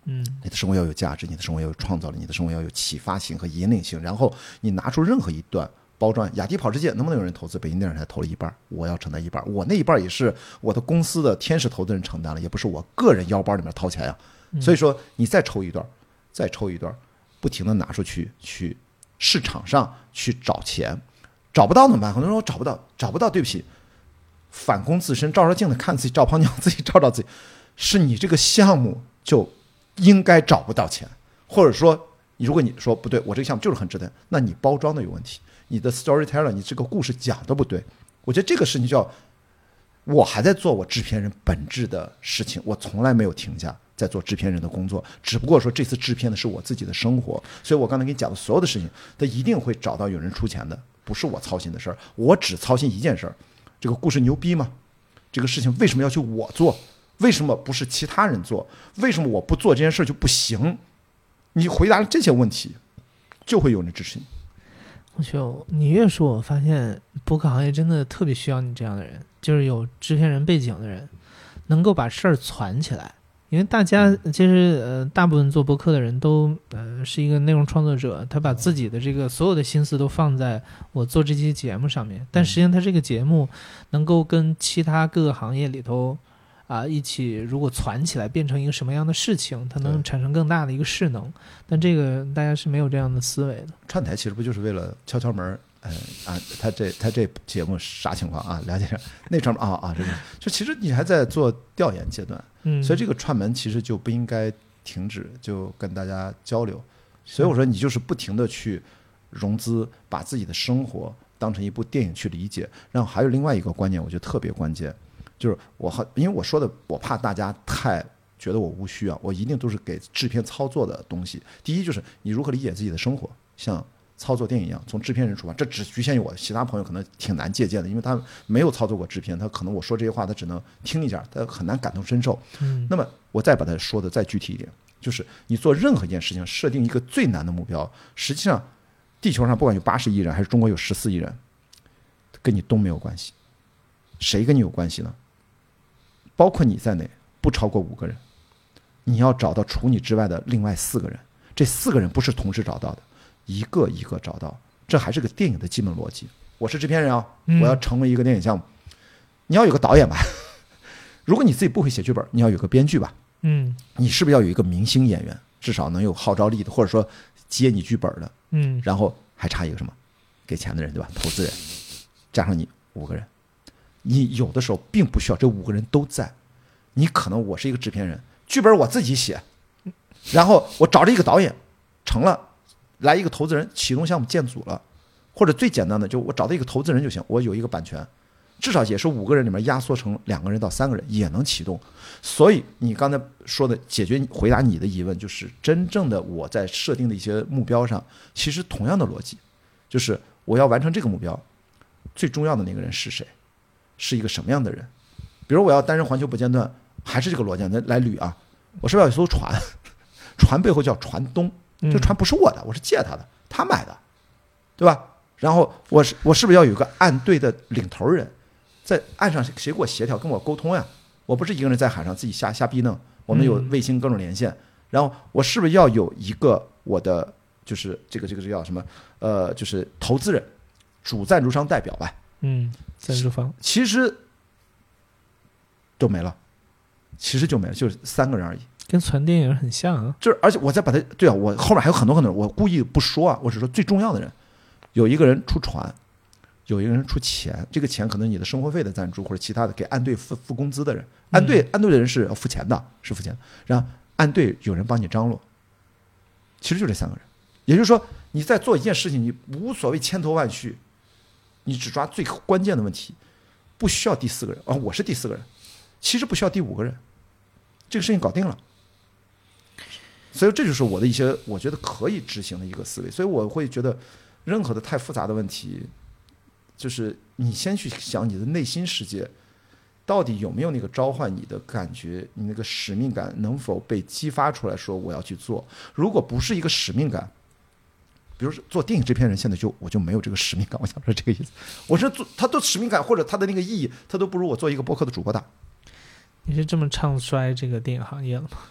嗯， 你的生活要有价值，你的生活要有创造力，你的生活要有启发性和引领性。然后你拿出任何一段包装，雅迪跑世界能不能有人投资？北京电视台投了一半，我要承担一半，我那一半也是我的公司的天使投资人承担了，也不是我个人腰包里面掏钱呀。所以说你再抽一段，再抽一段，不停的拿出去去市场上去找钱，找不到怎么办？很多人说找不到，找不到，对不起，反攻自身，照照镜子看自己，照泡尿自己照照自己，是你这个项目就应该找不到钱，或者说如果你说不对，我这个项目就是很值得，那你包装的有问题，你的 storyteller 你这个故事讲的不对。我觉得这个事情叫我还在做我制片人本质的事情，我从来没有停下在做制片人的工作，只不过说这次制片的是我自己的生活，所以我刚才给你讲的所有的事情，他一定会找到有人出钱的，不是我操心的事儿，我只操心一件事儿，这个故事牛逼吗？这个事情为什么要去我做？为什么不是其他人做？为什么我不做这件事就不行？你回答了这些问题，就会有人支持你。 我觉得你越说，我发现播客行业真的特别需要你这样的人，就是有制片人背景的人，能够把事儿攒起来。因为大家其实呃，大部分做播客的人都呃是一个内容创作者，他把自己的这个所有的心思都放在我做这期节目上面，但实际上他这个节目能够跟其他各个行业里头啊、呃、一起，如果攒起来变成一个什么样的事情，它能产生更大的一个势能。但这个大家是没有这样的思维的。 串台其实不就是为了敲敲门？嗯啊，他这他这节目啥情况啊？了解一下那上面啊啊，这个就其实你还在做调研阶段， 嗯， 所以这个串门其实就不应该停止，就跟大家交流。所以我说你就是不停的去融资，把自己的生活当成一部电影去理解。然后还有另外一个观念，我觉得特别关键，就是我很因为我说的，我怕大家太觉得我无需啊，我一定都是给制片操作的东西。第一就是你如何理解自己的生活，像操作电影一样，从制片人出发，这只局限于我，其他朋友可能挺难借鉴的，因为他没有操作过制片，他可能我说这些话，他只能听一下，他很难感同身受。 嗯， 那么我再把它说的再具体一点，就是你做任何一件事情，设定一个最难的目标，实际上地球上不管有八十亿人还是中国有十四亿人，跟你都没有关系。谁跟你有关系呢？包括你在内，不超过五个人。你要找到除你之外的另外四个人，这四个人不是同时找到的，一个一个找到，这还是个电影的基本逻辑。我是制片人啊，我要成为一个电影项目，你要有个导演吧？如果你自己不会写剧本，你要有个编剧吧？ 嗯， 你是不是要有一个明星演员，至少能有号召力的，或者说接你剧本的？ 嗯， 然后还差一个什么？给钱的人，对吧？投资人，加上你五个人，你有的时候并不需要这五个人都在，你可能我是一个制片人，剧本我自己写，然后我找着一个导演，成了。来一个投资人，启动项目建组了，或者最简单的就我找到一个投资人就行，我有一个版权，至少也是五个人里面压缩成两个人到三个人也能启动。所以你刚才说的解决回答你的疑问，就是真正的我在设定的一些目标上，其实同样的逻辑，就是我要完成这个目标，最重要的那个人是谁，是一个什么样的人。比如我要担任环球不间断，还是这个逻辑来来捋啊，我是不是要有艘船，船背后叫船东，这船不是我的，我是借他的，他买的，对吧？然后我是我是不是要有个岸队的领头人，在岸上谁给我协调，跟我沟通呀？我不是一个人在海上自己瞎瞎逼弄，我们有卫星各种连线，然后我是不是要有一个我的就是这个这个这叫什么呃，就是投资人，主赞助商代表吧？ 嗯，赞助方其实都没了，其实就没了，就是三个人而已。 跟传电影很像啊， 就是而且我再把它对啊，我后面还有很多很多人，我故意不说啊，我只说最重要的人，有一个人出船，有一个人出钱，这个钱可能你的生活费的赞助或者其他的给岸队付付工资的人，岸队岸队的人是要付钱的，是付钱的，然后岸队有人帮你张罗，其实就这三个人，也就是说你在做一件事情，你无所谓千头万绪，你只抓最关键的问题，不需要第四个人啊，我是第四个人，其实不需要第五个人，这个事情搞定了。所以这就是我的一些我觉得可以执行的一个思维，所以我会觉得任何的太复杂的问题，就是你先去想你的内心世界到底有没有那个召唤你的感觉，你那个使命感能否被激发出来，说我要去做。如果不是一个使命感，比如说做电影制片人，现在就我就没有这个使命感，我想说这个意思。我是做他的使命感或者他的那个意义，他都不如我做一个播客的主播大。 你是这么唱衰这个电影行业了吗？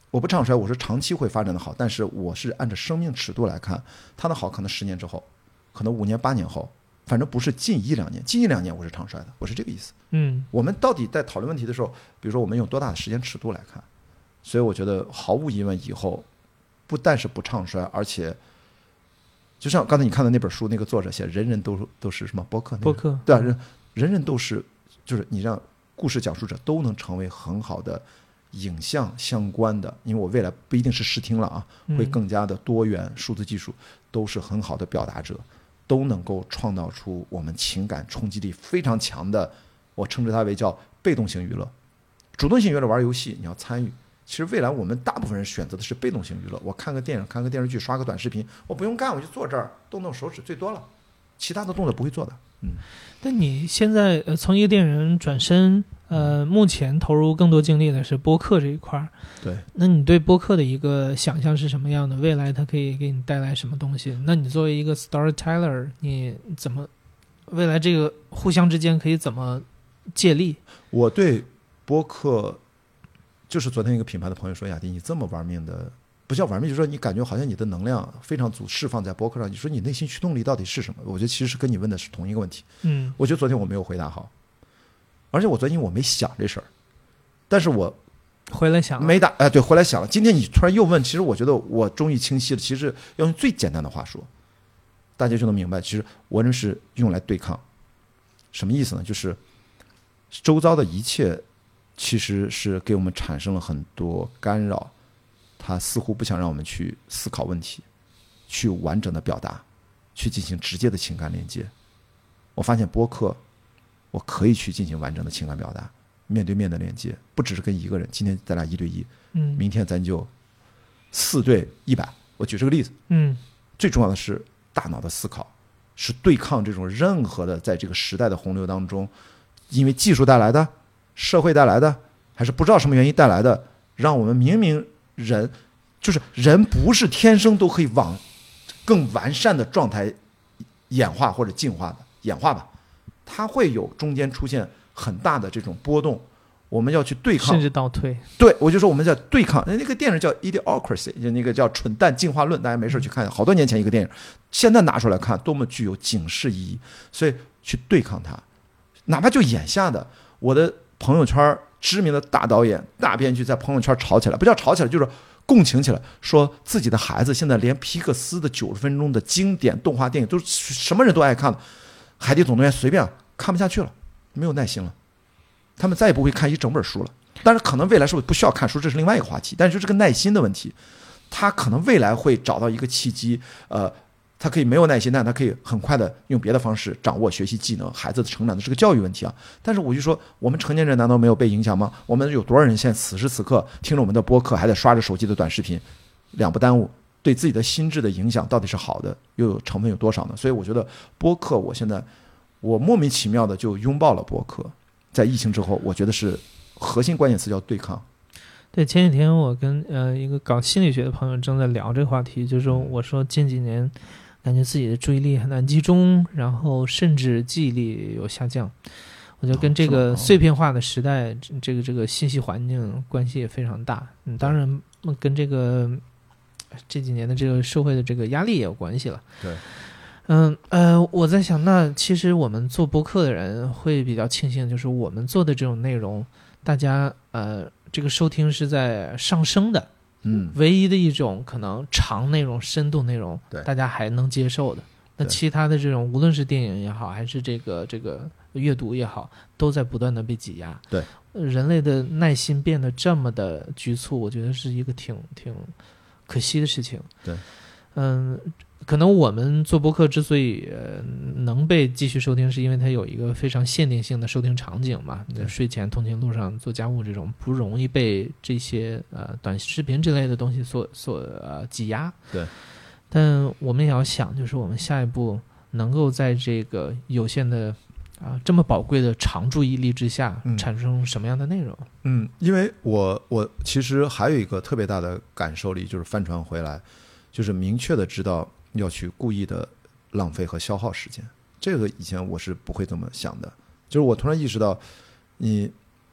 我不唱衰，我是长期会发展的好，但是我是按照生命尺度来看，它的好可能十年之后，可能五年八年后，反正不是近一两年，近一两年我是唱衰的，我是这个意思。 嗯， 我们到底在讨论问题的时候，比如说我们用多大的时间尺度来看，所以我觉得毫无疑问以后不但是不唱衰，而且就像刚才你看的那本书，那个作者写人人都都是什么播客、那个， 播客对啊，人人人都是，就是你让故事讲述者都能成为很好的影像相关的，因为我未来不一定是视听了啊，会更加的多元，数字技术都是很好的表达者，都能够创造出我们情感冲击力非常强的，我称之它为叫被动型娱乐。主动性娱乐玩游戏你要参与，其实未来我们大部分人选择的是被动型娱乐，我看个电影看个电视剧刷个短视频，我不用干，我就坐这儿动动手指最多了，其他的动作不会做的。嗯， 但你现在呃从一个电影人转身，呃，目前投入更多精力的是播客这一块儿。 对， 那你对播客的一个想象是什么样的？未来它可以给你带来什么东西？那你作为一个 storyteller， 你怎么未来这个互相之间可以怎么借力？ 我对播客，就是昨天一个品牌的朋友说，雅迪，你这么玩命的。不叫玩命，就是说你感觉好像你的能量非常足，释放在播客上。你说你内心驱动力到底是什么？我觉得其实是跟你问的是同一个问题。 嗯， 我觉得昨天我没有回答好，而且我昨天我没想这事儿，但是我回来想没答，哎，对，回来想了。今天你突然又问，其实我觉得我终于清晰了。其实要用最简单的话说，大家就能明白，其实我认是用来对抗。什么意思呢？就是周遭的一切其实是给我们产生了很多干扰。他似乎不想让我们去思考问题，去完整的表达，去进行直接的情感连接。我发现播客，我可以去进行完整的情感表达，面对面的连接，不只是跟一个人。今天咱俩一对一， 嗯， 明天咱就四对一百。我举这个例子， 嗯， 最重要的是大脑的思考，是对抗这种任何的在这个时代的洪流当中，因为技术带来的、社会带来的，还是不知道什么原因带来的，让我们明明。人就是人，不是天生都可以往更完善的状态演化或者进化的演化吧，它会有中间出现很大的这种波动，我们要去对抗， 甚至倒退。 对，我就说我们在对抗。那个电影叫《Idiocracy》，就那个叫《蠢蛋进化论》，大家没事去看，好多年前一个电影，现在拿出来看，多么具有警示意义。所以去对抗它，哪怕就眼下的我的朋友圈。知名的大导演、大编剧在朋友圈吵起来，不叫吵起来，就是共情起来，说自己的孩子现在连皮克斯的九十分钟的经典动画电影都是什么人都爱看的，《海底总动员》随便看不下去了，没有耐心了，他们再也不会看一整本书了。但是可能未来是不是不需要看书，这是另外一个话题。但是就这个耐心的问题，他可能未来会找到一个契机，呃。他可以没有耐心，但他可以很快的用别的方式掌握学习技能，孩子的成长的是个教育问题啊。但是我就说，我们成年人难道没有被影响吗？我们有多少人现在此时此刻听着我们的播客，还在刷着手机的短视频，两不耽误，对自己的心智的影响到底是好的，又有成分有多少呢？所以我觉得播客，我现在我莫名其妙的就拥抱了播客。在疫情之后，我觉得是核心关键词叫对抗。 对，前几天我跟呃一个搞心理学的朋友正在聊这个话题，就是我说近几年。感觉自己的注意力很难集中，然后甚至记忆力有下降。我觉得跟这个碎片化的时代，这个这个信息环境关系也非常大。嗯，当然跟这个这几年的这个社会的这个压力也有关系了。 对， 嗯呃，我在想，那其实我们做播客的人会比较庆幸，就是我们做的这种内容，大家呃这个收听是在上升的。 嗯， 唯一的一种可能长内容、深度内容， 对大家还能接受的。那其他的这种，无论是电影也好，还是这个这个阅读也好，都在不断的被挤压。 对， 人类的耐心变得这么的局促，我觉得是一个挺挺可惜的事情。 对， 嗯。可能我们做播客之所以、呃、能被继续收听，是因为它有一个非常限定性的收听场景嘛。睡前、通勤路上、做家务这种不容易被这些呃短视频之类的东西所所呃挤压。 对。 但我们也要想，就是我们下一步能够在这个有限的啊、呃、这么宝贵的长注意力之下，产生什么样的内容？ 嗯，因为我我其实还有一个特别大的感受力，就是帆船回来，就是明确的知道。要去故意的浪费和消耗时间，这个以前我是不会这么想的。就是我突然意识到，你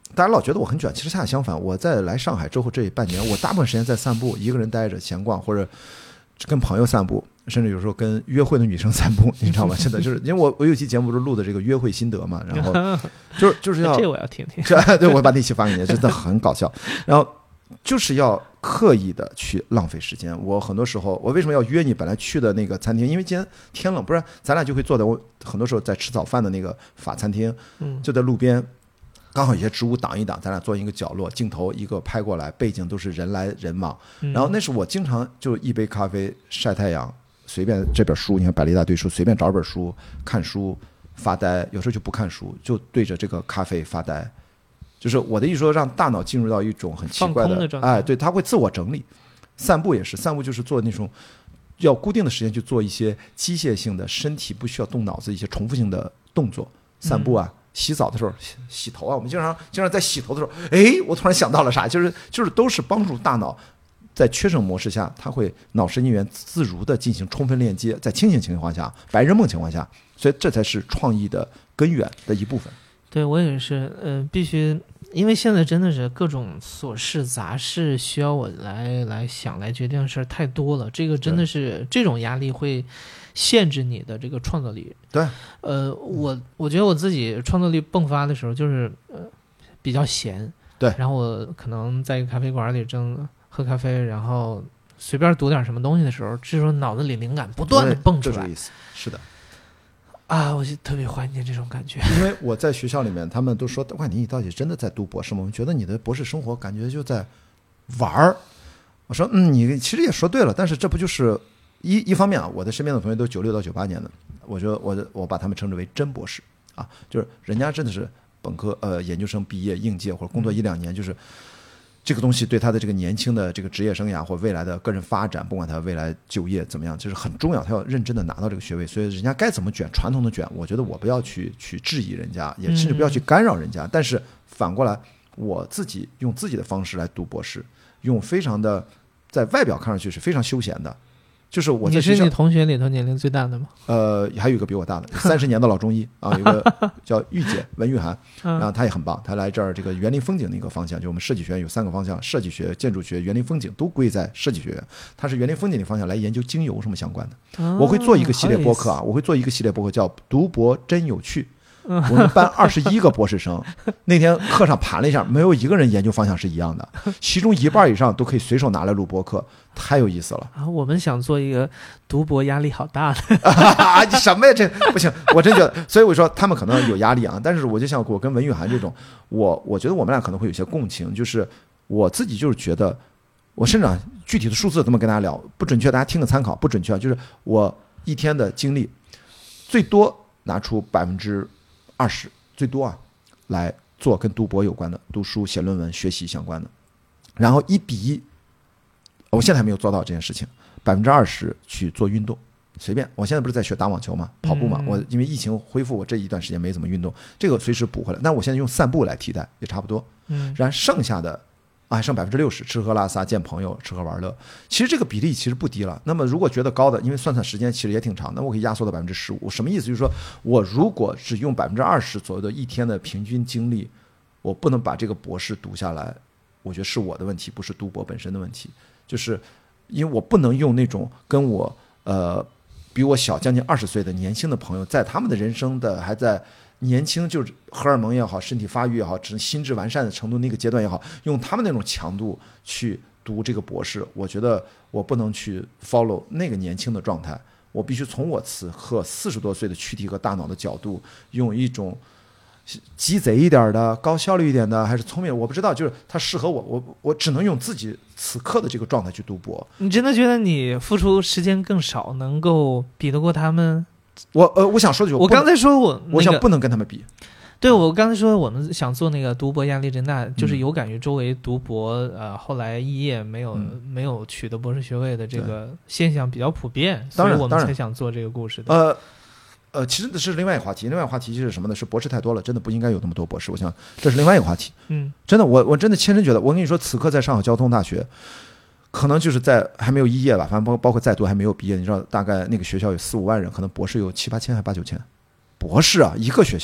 大家老觉得我很卷，其实恰恰相反。我在来上海之后这半年，我大部分时间在散步，一个人待着闲逛，或者跟朋友散步，甚至有时候跟约会的女生散步，你知道吗？现在就是因为我我有期节目是录的这个约会心得嘛，然后就是就是要这我要听听， 对，我把那期发给你，真的很搞笑。然后就是要刻意的去浪费时间。我很多时候，我为什么要约你？本来去的那个餐厅，因为今天天冷，不然咱俩就会坐在我很多时候在吃早饭的那个法餐厅，就在路边。刚好有些植物挡一挡，咱俩坐一个角落，镜头一个拍过来，背景都是人来人往。然后那是我经常就一杯咖啡晒太阳，随便这本书，你看摆了一大堆书，随便找本书看书发呆，有时候就不看书，就对着这个咖啡发呆。就是我的意思说，让大脑进入到一种很奇怪的， 的哎，对，它会自我整理。散步也是，散步就是做那种要固定的时间去做一些机械性的身体不需要动脑子一些重复性的动作，散步啊。嗯，洗澡的时候洗头啊，我们经常经常在洗头的时候，哎，我突然想到了啥，就是就是都是帮助大脑在缺省模式下，它会脑神经元自如的进行充分链接，在清醒情况下、白日梦情况下，所以这才是创意的根源的一部分。 对，我也是，呃，必须，因为现在真的是各种琐事杂事需要我来来想来决定的事儿太多了，这个真的是这种压力会限制你的这个创造力。 对， 呃，我我觉得我自己创造力迸发的时候，就是呃比较闲， 对， 然后我可能在一个咖啡馆里正喝咖啡，然后随便读点什么东西的时候，这时候脑子里灵感不断的蹦出来， 这个意思，是的。 啊，我就特别怀念这种感觉。 因为我在学校里面，他们都说：“哇，你到底真的在读博士吗？”我们觉得你的博士生活感觉就在玩儿。我说：“嗯，你其实也说对了，但是这不就是一一方面啊？我的身边的同学都九六到九八年的，我觉得我我把他们称之为真博士啊，就是人家真的是本科呃研究生毕业应届或者工作一两年，就是这个东西对他的这个年轻的这个职业生涯或未来的个人发展，不管他未来就业怎么样，就是很重要，他要认真的拿到这个学位。所以人家该怎么卷，传统的卷，我觉得我不要去去质疑人家，也甚至不要去干扰人家。但是反过来，我自己用自己的方式来读博士，用非常的在外表看上去是非常休闲的。就是我在学校， 你是你同学里头年龄最大的吗？ 呃，还有一个比我大的，三十年的老中医啊，有一个叫玉姐文玉涵，然后她也很棒，她来这儿这个园林风景的一个方向，就我们设计学院有三个方向，设计学、建筑学、园林风景都归在设计学院，她是园林风景的方向来研究精油什么相关的。 哦、 我会做一个系列播客啊，我会做一个系列播客叫《读博真有趣》。我们班二十一个博士生，那天课上盘了一下，没有一个人研究方向是一样的，其中一半以上都可以随手拿来录播客，太有意思了啊！我们想做一个读博压力好大的啊！你什么呀？这不行，我真觉得，所以我说他们可能有压力啊。但是我就像我跟文玉涵这种，我我觉得我们俩可能会有些共情，就是我自己就是觉得，我甚至啊具体的数字这么跟大家聊不准确，大家听个参考，不准确，就是我一天的精力最多拿出百分之。二十最多啊，来做跟读博有关的，读书、写论文、学习相关的，然后一比一，我现在还没有做到这件事情，百分之二十去做运动，随便。我现在不是在学打网球嘛，跑步嘛，我因为疫情恢复，我这一段时间没怎么运动，这个随时补回来。那我现在用散步来替代，也差不多。嗯，然后剩下的啊，还剩百分之六十，吃喝拉撒、见朋友、吃喝玩乐。其实这个比例其实不低了。那么如果觉得高的，因为算算时间其实也挺长，那我可以压缩到百分之十五。什么意思？就是说我如果只用百分之二十左右的一天的平均精力，我不能把这个博士读下来，我觉得是我的问题，不是读博本身的问题。就是因为我不能用那种跟我呃比我小将近二十岁的年轻的朋友，在他们的人生的还在。年轻就是荷尔蒙也好，身体发育也好，只是心智完善的程度那个阶段也好，用他们那种强度去读这个博士，我觉得我不能去 follow 那个年轻的状态，我必须从我此刻四十多岁的躯体和大脑的角度，用一种鸡贼一点的、高效率一点的，还是聪明，我不知道，就是它适合我，我我只能用自己此刻的这个状态去读博。 你真的觉得你付出时间更少，能够比得过他们？ 我呃，我想说的就是， 我刚才说我、那个、 我想不能跟他们比。 对，我刚才说我们想做那个读博压力真大，就是有感于周围读博呃后来肄业没有、嗯、没有取得博士学位的这个现象比较普遍，所以我们才想做这个故事的。 呃呃，其实这是另外一个话题，另外一个话题是什么呢？是博士太多了，真的不应该有那么多博士。我想这是另外一个话题。嗯，真的，我我真的亲身觉得，我跟你说，此刻在上海交通大学。可能就是在还没有肄业吧，反正包包括在读还没有毕业，你知道大概那个学校有四五万人，可能博士有七八千还八九千，博士啊，一个学校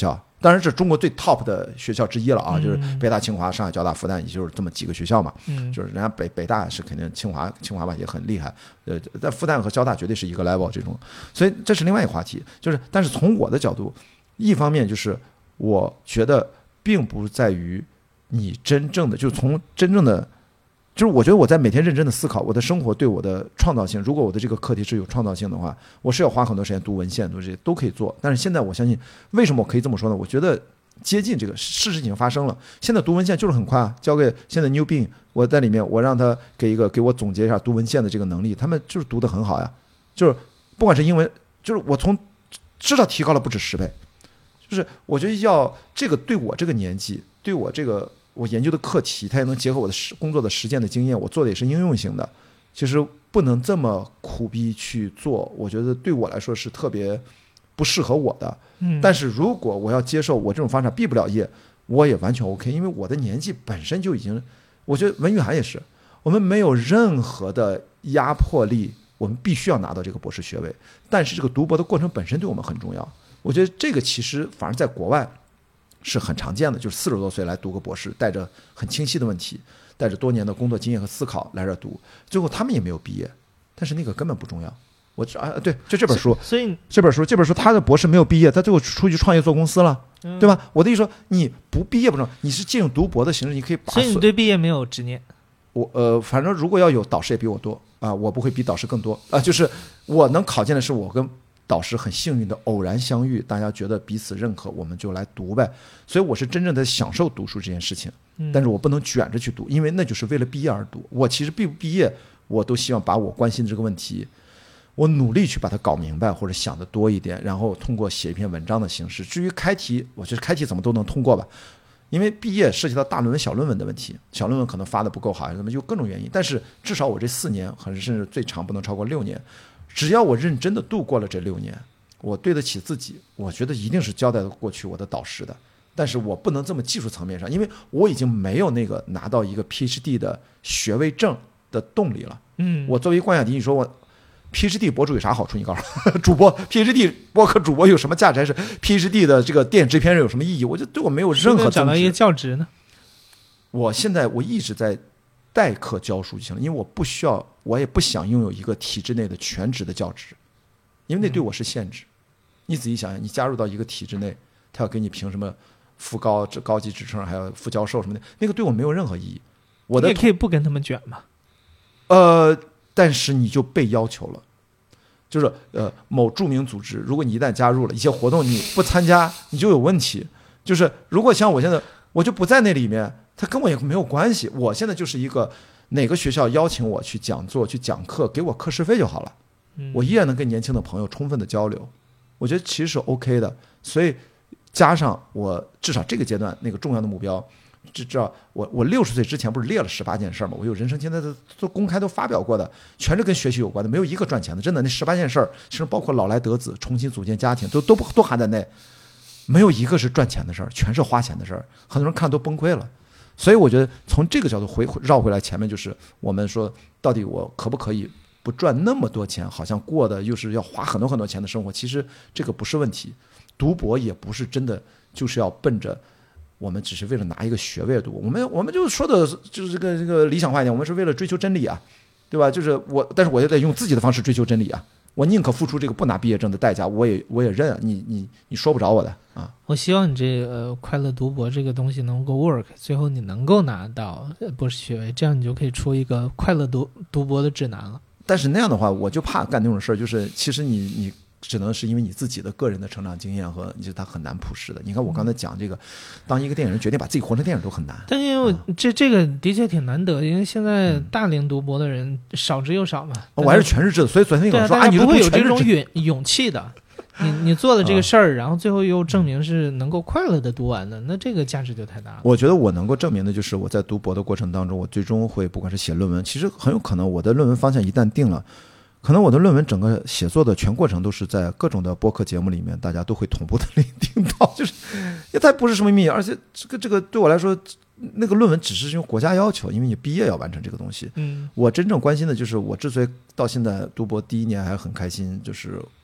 当然这是中国最 top 的学校之一了啊， 嗯、 就是北大、清华、上海交大、复旦，也就是这么几个学校嘛。 嗯， 就是人家北北大是肯定，清华清华吧也很厉害，呃，但复旦和交大绝对是一个 level 这种，所以这是另外一个话题。就是但是从我的角度，一方面就是我觉得并不在于你真正的，就是从真正的。就是我觉得我在每天认真的思考我的生活对我的创造性，如果我的这个课题是有创造性的话，我是要花很多时间读文献，读这些都可以做。但是现在我相信，为什么我可以这么说呢？我觉得接近这个事实已经发生了。现在读文献就是很快啊，交给现在 New Bing， 我在里面我让他给一个给我总结一下读文献的这个能力，他们就是读得很好呀。就是不管是英文，就是我从至少提高了不止十倍。就是我觉得要这个对我这个年纪，对我这个。我研究的课题，它也能结合我的工作的实践的经验，我做的也是应用性的。其实不能这么苦逼去做，我觉得对我来说是特别不适合我的。 嗯， 但是如果我要接受我这种方式毕不了业，我也完全 OK， 因为我的年纪本身就已经，我觉得文玉涵也是，我们没有任何的压迫力，我们必须要拿到这个博士学位。但是这个读博的过程本身对我们很重要，我觉得这个其实反而在国外。是很常见的，就是四十多岁来读个博士，带着很清晰的问题，带着多年的工作经验和思考来这读，最后他们也没有毕业，但是那个根本不重要。我啊对，就这本书， 所以这本书这本书他的博士没有毕业，他最后出去创业做公司了， 嗯、 对吧？我的意思说，你不毕业不重要，你是借用读博的形式，你可以把。 所以你对毕业没有执念？ 我呃，反正如果要有导师也比我多啊，我不会比导师更多啊，就是我能考进的是我跟。导师很幸运的偶然相遇，大家觉得彼此认可，我们就来读呗。所以我是真正的享受读书这件事情，但是我不能卷着去读，因为那就是为了毕业而读。我其实毕不毕业，我都希望把我关心的这个问题，我努力去把它搞明白或者想得多一点，然后通过写一篇文章的形式。至于开题，我觉得开题怎么都能通过吧，因为毕业涉及到大论文、小论文的问题，小论文可能发的不够好，什么有各种原因。但是至少我这四年，甚至最长不能超过六年。只要我认真的度过了这六年，我对得起自己，我觉得一定是交代过去我的导师的。但是我不能这么技术层面上，因为我已经没有那个拿到一个 P H D 的学位证的动力了。 嗯， 我作为关雅迪，你说我 P H D 博主有啥好处？你告诉我，主播 P H D 播客主播有什么价值？还是 P H D 的这个电影制片人有什么意义？我觉得对我没有任何增值。 找到一个教职呢？ 我现在我一直在代课教书就行了，因为我不需要。我也不想拥有一个体制内的全职的教职，因为那对我是限制。你仔细想想，你加入到一个体制内，他要给你评什么副高、高级职称，还有副教授什么的，那个对我没有任何意义。我的你也可以不跟他们卷嘛。 呃，但是你就被要求了，就是呃某著名组织，如果你一旦加入了一些活动，你不参加，你就有问题。就是如果像我现在，我就不在那里面，他跟我也没有关系。我现在就是一个。哪个学校邀请我去讲座、去讲课，给我课时费就好了，我依然能跟年轻的朋友充分的交流，我觉得其实是 OK 的。所以加上我至少这个阶段那个重要的目标，知道我我六十岁之前不是列了十八件事吗？我有人生现在都都公开都发表过的，全是跟学习有关的，没有一个赚钱的。真的，那十八件事儿，其实包括老来得子、重新组建家庭，都都不都含在内，没有一个是赚钱的事儿，全是花钱的事儿。很多人看都崩溃了。所以我觉得从这个角度回绕回来，前面就是我们说，到底我可不可以不赚那么多钱，好像过的又是要花很多很多钱的生活？其实这个不是问题，读博也不是真的就是要奔着我们只是为了拿一个学位读，我们我们就说的就是这个这个理想化一点，我们是为了追求真理啊，对吧？就是我，但是我也得用自己的方式追求真理啊。我宁可付出这个不拿毕业证的代价，我也我也认啊，你你你说不着我的啊。 我希望你这个、呃、快乐读博这个东西能够 work， 最后你能够拿到博士学位，这样你就可以出一个快乐读读博的指南了。 但是那样的话，我就怕干那种事儿，就是其实你你只能是因为你自己的个人的成长经验和你它很难普世的。你看我刚才讲这个，当一个电影人决定把自己活成电影都很难。 但因为我这这个的确挺难得，因为现在大龄读博的人少之又少嘛。 我还是全日制的，所以昨天那个说啊，你不会有这种勇勇气的。你你做了这个事儿，然后最后又证明是能够快乐的读完的，那这个价值就太大了。 我觉得我能够证明的就是我在读博的过程当中，我最终会不管是写论文，其实很有可能我的论文方向一旦定了，可能我的论文整个写作的全过程都是在各种的播客节目里面，大家都会同步的聆听到，就是也它不是什么秘密，而且这个这个对我来说，那个论文只是用国家要求，因为你毕业要完成这个东西。 嗯， 我真正关心的就是我之所以到现在读博第一年还很开心，就是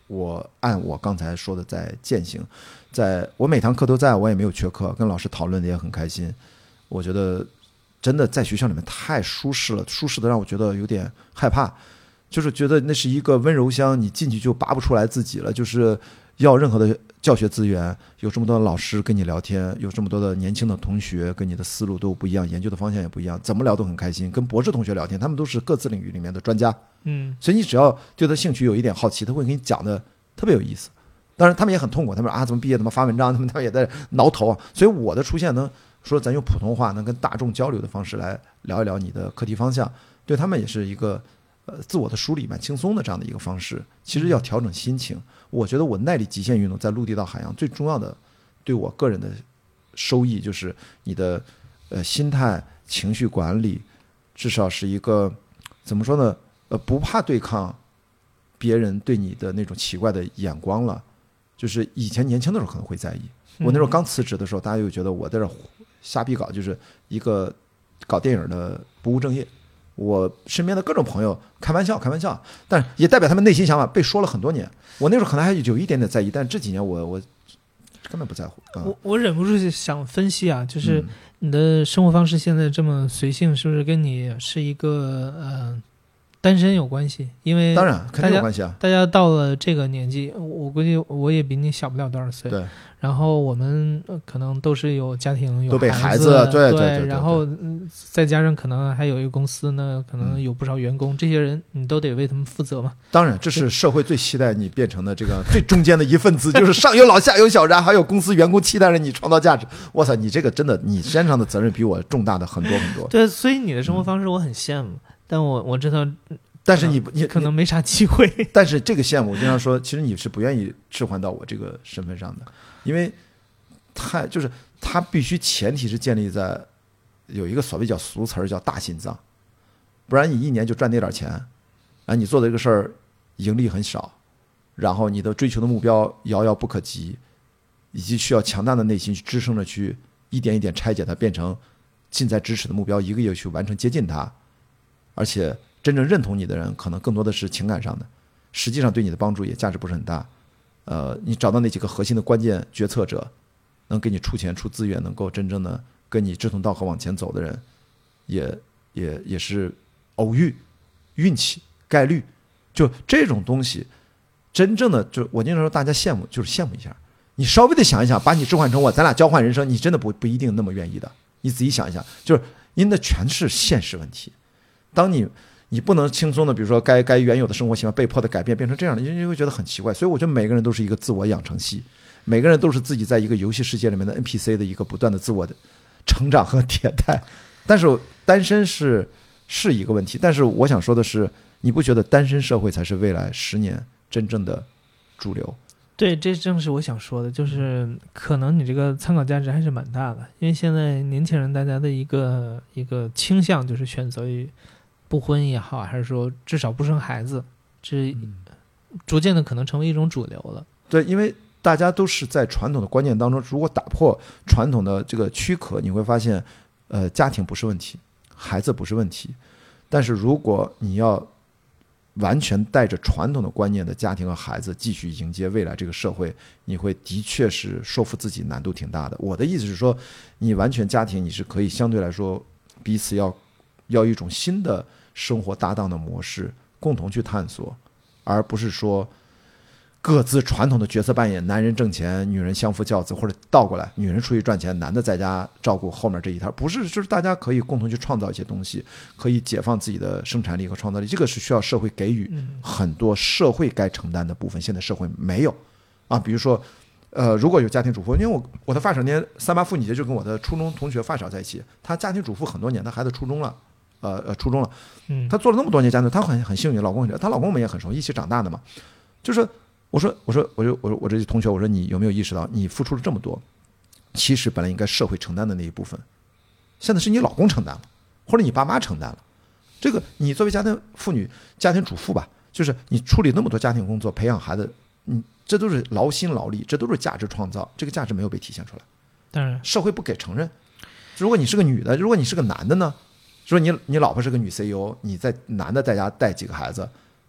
我按我刚才说的在践行，在我每堂课都在，我也没有缺课，跟老师讨论的也很开心。我觉得真的在学校里面太舒适了，舒适的让我觉得有点害怕，就是觉得那是一个温柔乡，你进去就拔不出来自己了，就是要任何的教学资源，有这么多的老师跟你聊天，有这么多的年轻的同学跟你的思路都不一样，研究的方向也不一样，怎么聊都很开心。跟博士同学聊天，他们都是各自领域里面的专家， 嗯， 所以你只要对他兴趣有一点好奇，他会给你讲的特别有意思。当然他们也很痛苦，他们说啊怎么毕业怎么发文章，他们他们也在挠头啊。所以我的出现能说咱用普通话能跟大众交流的方式来聊一聊你的课题方向，对他们也是一个呃自我的梳理蛮轻松的这样的一个方式。其实要调整心情，我觉得我耐力极限运动在陆地到海洋最重要的对我个人的收益就是你的呃心态情绪管理，至少是一个怎么说呢呃不怕对抗别人对你的那种奇怪的眼光了。就是以前年轻的时候可能会在意，我那时候刚辞职的时候，大家又觉得我在这瞎逼搞，就是一个搞电影的不务正业。我身边的各种朋友开玩笑开玩笑，但也代表他们内心想法被说了很多年。我那时候可能还有一点点在意，但这几年我我根本不在乎。嗯、 我我忍不住想分析啊，就是你的生活方式现在这么随性，是不是跟你是一个呃单身有关系？因为当然肯定有关系啊。 大家到了这个年纪，我估计我也比你小不了多少岁。 对。 然后我们可能都是有家庭有都被孩子， 对对, 对, 对, 对。 然后再加上可能还有一个公司呢，可能有不少员工，嗯、这些人你都得为他们负责嘛。 当然，这是社会最期待你变成的这个最中间的一份子，就是上有老下有小，然后还有公司员工期待着你创造价值。哇塞，你这个真的，你身上的责任比我重大的很多很多。 对，所以你的生活方式我很羡慕，嗯、但我我知道。 但是你你可能没啥机会， 但是这个羡慕，我经常说，其实你是不愿意置换到我这个身份上的，因为太就是他必须前提是建立在有一个所谓叫俗词儿叫大心脏，不然你一年就赚那点钱，然后你做的这个事儿盈利很少，然后你的追求的目标遥遥不可及，以及需要强大的内心去支撑着去一点一点拆解它，变成近在咫尺的目标，一个一个去完成接近它，而且。真正认同你的人可能更多的是情感上的，实际上对你的帮助也价值不是很大。呃，你找到那几个核心的关键决策者，能给你出钱出资源，能够真正的跟你志同道合往前走的人，也也也是偶遇、运气、概率，就这种东西，真正的就我经常说大家羡慕，就是羡慕一下。你稍微的想一想，把你置换成我，咱俩交换人生，你真的不不一定那么愿意的。你仔细想一想，就是因的全是现实问题。当你你不能轻松的，比如说该该原有的生活习惯被迫的改变，变成这样的，你会觉得很奇怪。所以我觉得每个人都是一个自我养成系，每个人都是自己在一个游戏世界里面的 N P C 的一个不断的自我的成长和迭代。但是单身是是一个问题，但是我想说的是，你不觉得单身社会才是未来十年真正的主流？ 对，这正是我想说的，就是可能你这个参考价值还是蛮大的，因为现在年轻人大家的一个一个倾向就是选择于不婚也好，还是说至少不生孩子，这逐渐的可能成为一种主流了。 对，因为大家都是在传统的观念当中，如果打破传统的这个躯壳，你会发现，呃，家庭不是问题，孩子不是问题，但是如果你要完全带着传统的观念的家庭和孩子继续迎接未来这个社会，你会的确是说服自己难度挺大的。我的意思是说，你完全家庭你是可以相对来说彼此要要一种新的生活搭档的模式共同去探索，而不是说各自传统的角色扮演，男人挣钱，女人相夫教子，或者倒过来，女人出去赚钱，男的在家照顾后面这一摊，不是，就是大家可以共同去创造一些东西，可以解放自己的生产力和创造力，这个是需要社会给予很多社会该承担的部分，现在社会没有啊。比如说呃，如果有家庭主妇，因为我我的发小年三八妇女节就跟我的初中同学发小在一起，他家庭主妇很多年，他孩子初中了，呃呃初中了，嗯，他做了那么多年家庭，他很很幸运，老公她老公们也很熟，一起长大的嘛。就是我说我说我就我说我这同学，我说你有没有意识到，你付出了这么多，其实本来应该社会承担的那一部分，现在是你老公承担了，或者你爸妈承担了。这个你作为家庭妇女、家庭主妇吧，就是你处理那么多家庭工作，培养孩子，你这都是劳心劳力，这都是价值创造，这个价值没有被体现出来。 当然， 社会不给承认。如果你是个女的，如果你是个男的呢？说你你老婆是个女 C E O， 你在男的在家带几个孩子，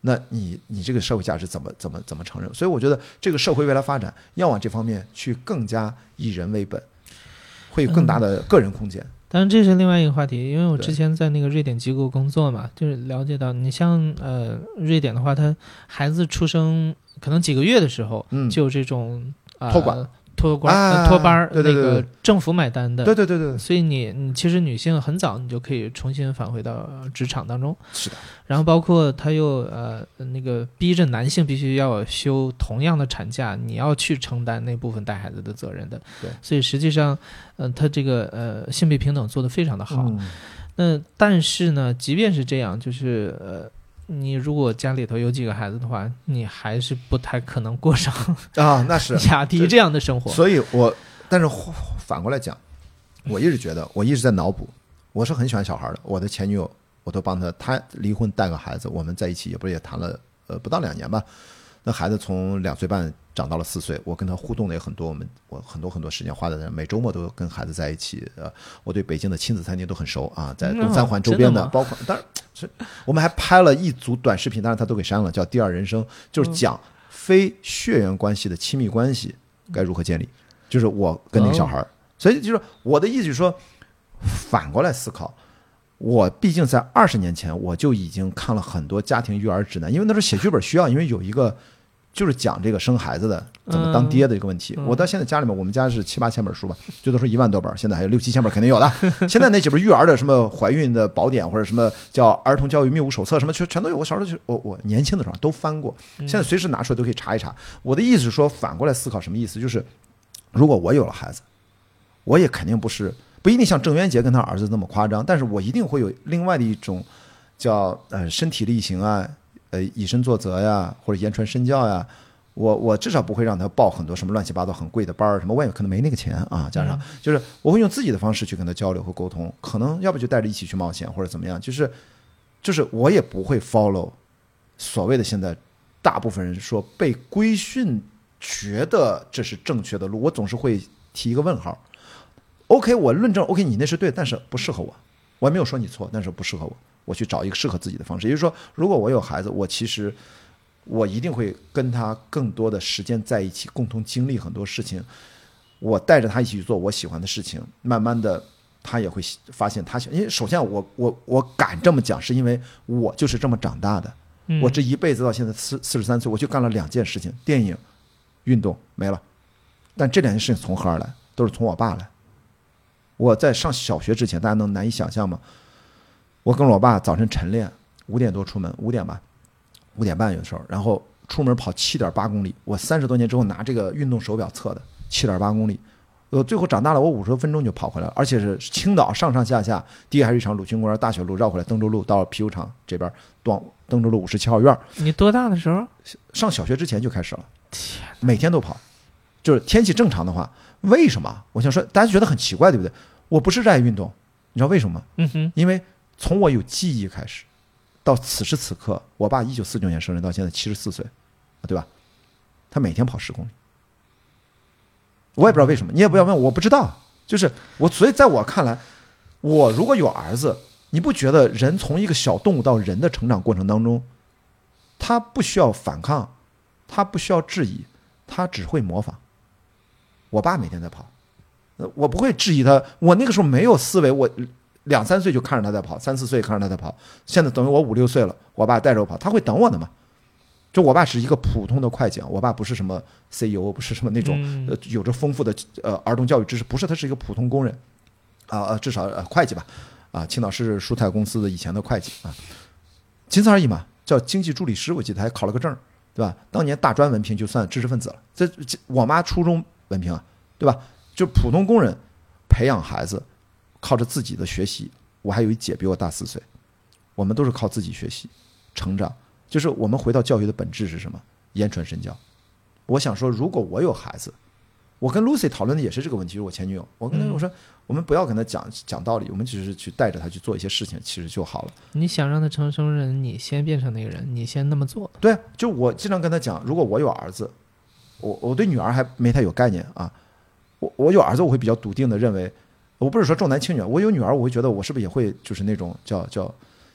那你你这个社会价值怎么怎么怎么承认？所以我觉得这个社会未来发展要往这方面去更加以人为本，会有更大的个人空间。嗯， 当然这是另外一个话题，因为我之前在那个瑞典机构工作嘛，就是了解到，你像呃瑞典的话，他孩子出生可能几个月的时候， 嗯， 就有这种呃托管。 托管、 啊、 托班， 对对对对， 那个政府买单的， 对对对对， 所以你你其实女性很早你就可以重新返回到职场当中， 是的。 然后包括他又呃那个逼着男性必须要休同样的产假，你要去承担那部分带孩子的责任的， 对。 所以实际上，呃，他这个呃性别平等做得非常的好。 嗯、 那但是呢，即便是这样，就是呃。你如果家里头有几个孩子的话，你还是不太可能过上啊，那是雅迪这样的生活。 所以我，但是反过来讲，我一直觉得，我一直在脑补，我是很喜欢小孩的。我的前女友，我都帮她，她离婚带个孩子，我们在一起也不是也谈了呃不到两年吧。那孩子从两岁半长到了四岁，我跟他互动的也很多，我们我很多很多时间花在那，每周末都跟孩子在一起。呃，我对北京的亲子餐厅都很熟啊，在东三环周边的， 嗯、 包括当然是我们还拍了一组短视频，当然他都给删了，叫《第二人生》，就是讲非血缘关系的亲密关系该如何建立，就是我跟那个小孩，哦、所以就是我的意思就是说，反过来思考。我毕竟在二十年前我就已经看了很多家庭育儿指南，因为那时候写剧本需要，因为有一个就是讲这个生孩子的怎么当爹的一个问题。嗯、我到现在家里面，我们家是七八千本书吧，最多说一万多本，现在还有六七千本肯定有的。现在那几本育儿的什么怀孕的宝典或者什么叫儿童教育谬误手册什么全全都有，我小时候就我我年轻的时候都翻过，现在随时拿出来都可以查一查。我的意思是说，反过来思考什么意思，就是如果我有了孩子，我也肯定不是。不一定像郑渊洁跟他儿子那么夸张，但是我一定会有另外的一种叫呃身体力行啊，呃以身作则呀，或者言传身教呀。我我至少不会让他报很多什么乱七八糟很贵的班，什么我也可能没那个钱啊。加上就是我会用自己的方式去跟他交流和沟通，可能要不就带着一起去冒险或者怎么样，就是就是我也不会 follow 所谓的现在大部分人说被规训觉得这是正确的路，我总是会提一个问号。OK， 我论证 OK， 你那是对，但是不适合我。我也没有说你错，但是不适合我。我去找一个适合自己的方式。也就是说，如果我有孩子，我其实我一定会跟他更多的时间在一起，共同经历很多事情。我带着他一起去做我喜欢的事情，慢慢的他也会发现他喜欢。因为首先我我我敢这么讲，是因为我就是这么长大的。我这一辈子到现在四四十三岁，我就干了两件事情：电影、运动没了。但这两件事情从何而来？都是从我爸来。我在上小学之前，大家能难以想象吗？我跟我爸早晨晨练，五点多出门，五点吧，五点半有时候，然后出门跑七点八公里。我三十多年之后拿这个运动手表测的，七点八公里。我最后长大了，我五十多分钟就跑回来了，而且是青岛上上下下，第一个还是一场鲁迅公园大学路绕回来，登州路到啤酒厂这边，登登州路五十七号院。 你多大的时候？ 上小学之前就开始了， 天， 每天都跑，就是天气正常的话。为什么？我想说，大家觉得很奇怪，对不对？我不是热爱运动，你知道为什么吗？ 嗯哼， 因为从我有记忆开始，到此时此刻，我爸一九四九年生人，到现在七十四岁，对吧？他每天跑十公里，我也不知道为什么，你也不要问，我不知道。就是我，所以在我看来，我如果有儿子，你不觉得人从一个小动物到人的成长过程当中，他不需要反抗，他不需要质疑，他只会模仿。我爸每天在跑。我不会质疑他，我那个时候没有思维，我两三岁就看着他在跑，三四岁看着他在跑，现在等于我五六岁了，我爸带着我跑，他会等我的嘛？就我爸是一个普通的会计，我爸不是什么 C E O， 不是什么那种呃有着丰富的呃儿童教育知识，不是，他是一个普通工人啊呃至少呃会计吧啊，青岛市蔬菜公司的以前的会计啊，仅此而已嘛，叫经济助理师，我记得还考了个证，对吧？当年大专文凭就算知识分子了，这我妈初中文凭啊，对吧？就普通工人培养孩子，靠着自己的学习。我还有一姐比我大四岁，我们都是靠自己学习成长。就是我们回到教育的本质是什么？言传身教。我想说，如果我有孩子，我跟 Lucy 讨论的也是这个问题，就是我前女友，我跟她我说，我们不要跟她讲讲道理，我们只是去带着她去做一些事情，其实就好了。 你想让她成熟人，你先变成那个人，你先那么做。 对，就我经常跟她讲，如果我有儿子，我我对女儿还没太有概念啊。我我有儿子，我会比较笃定的认为，我不是说重男轻女，我有女儿，我会觉得我是不是也会就是那种叫叫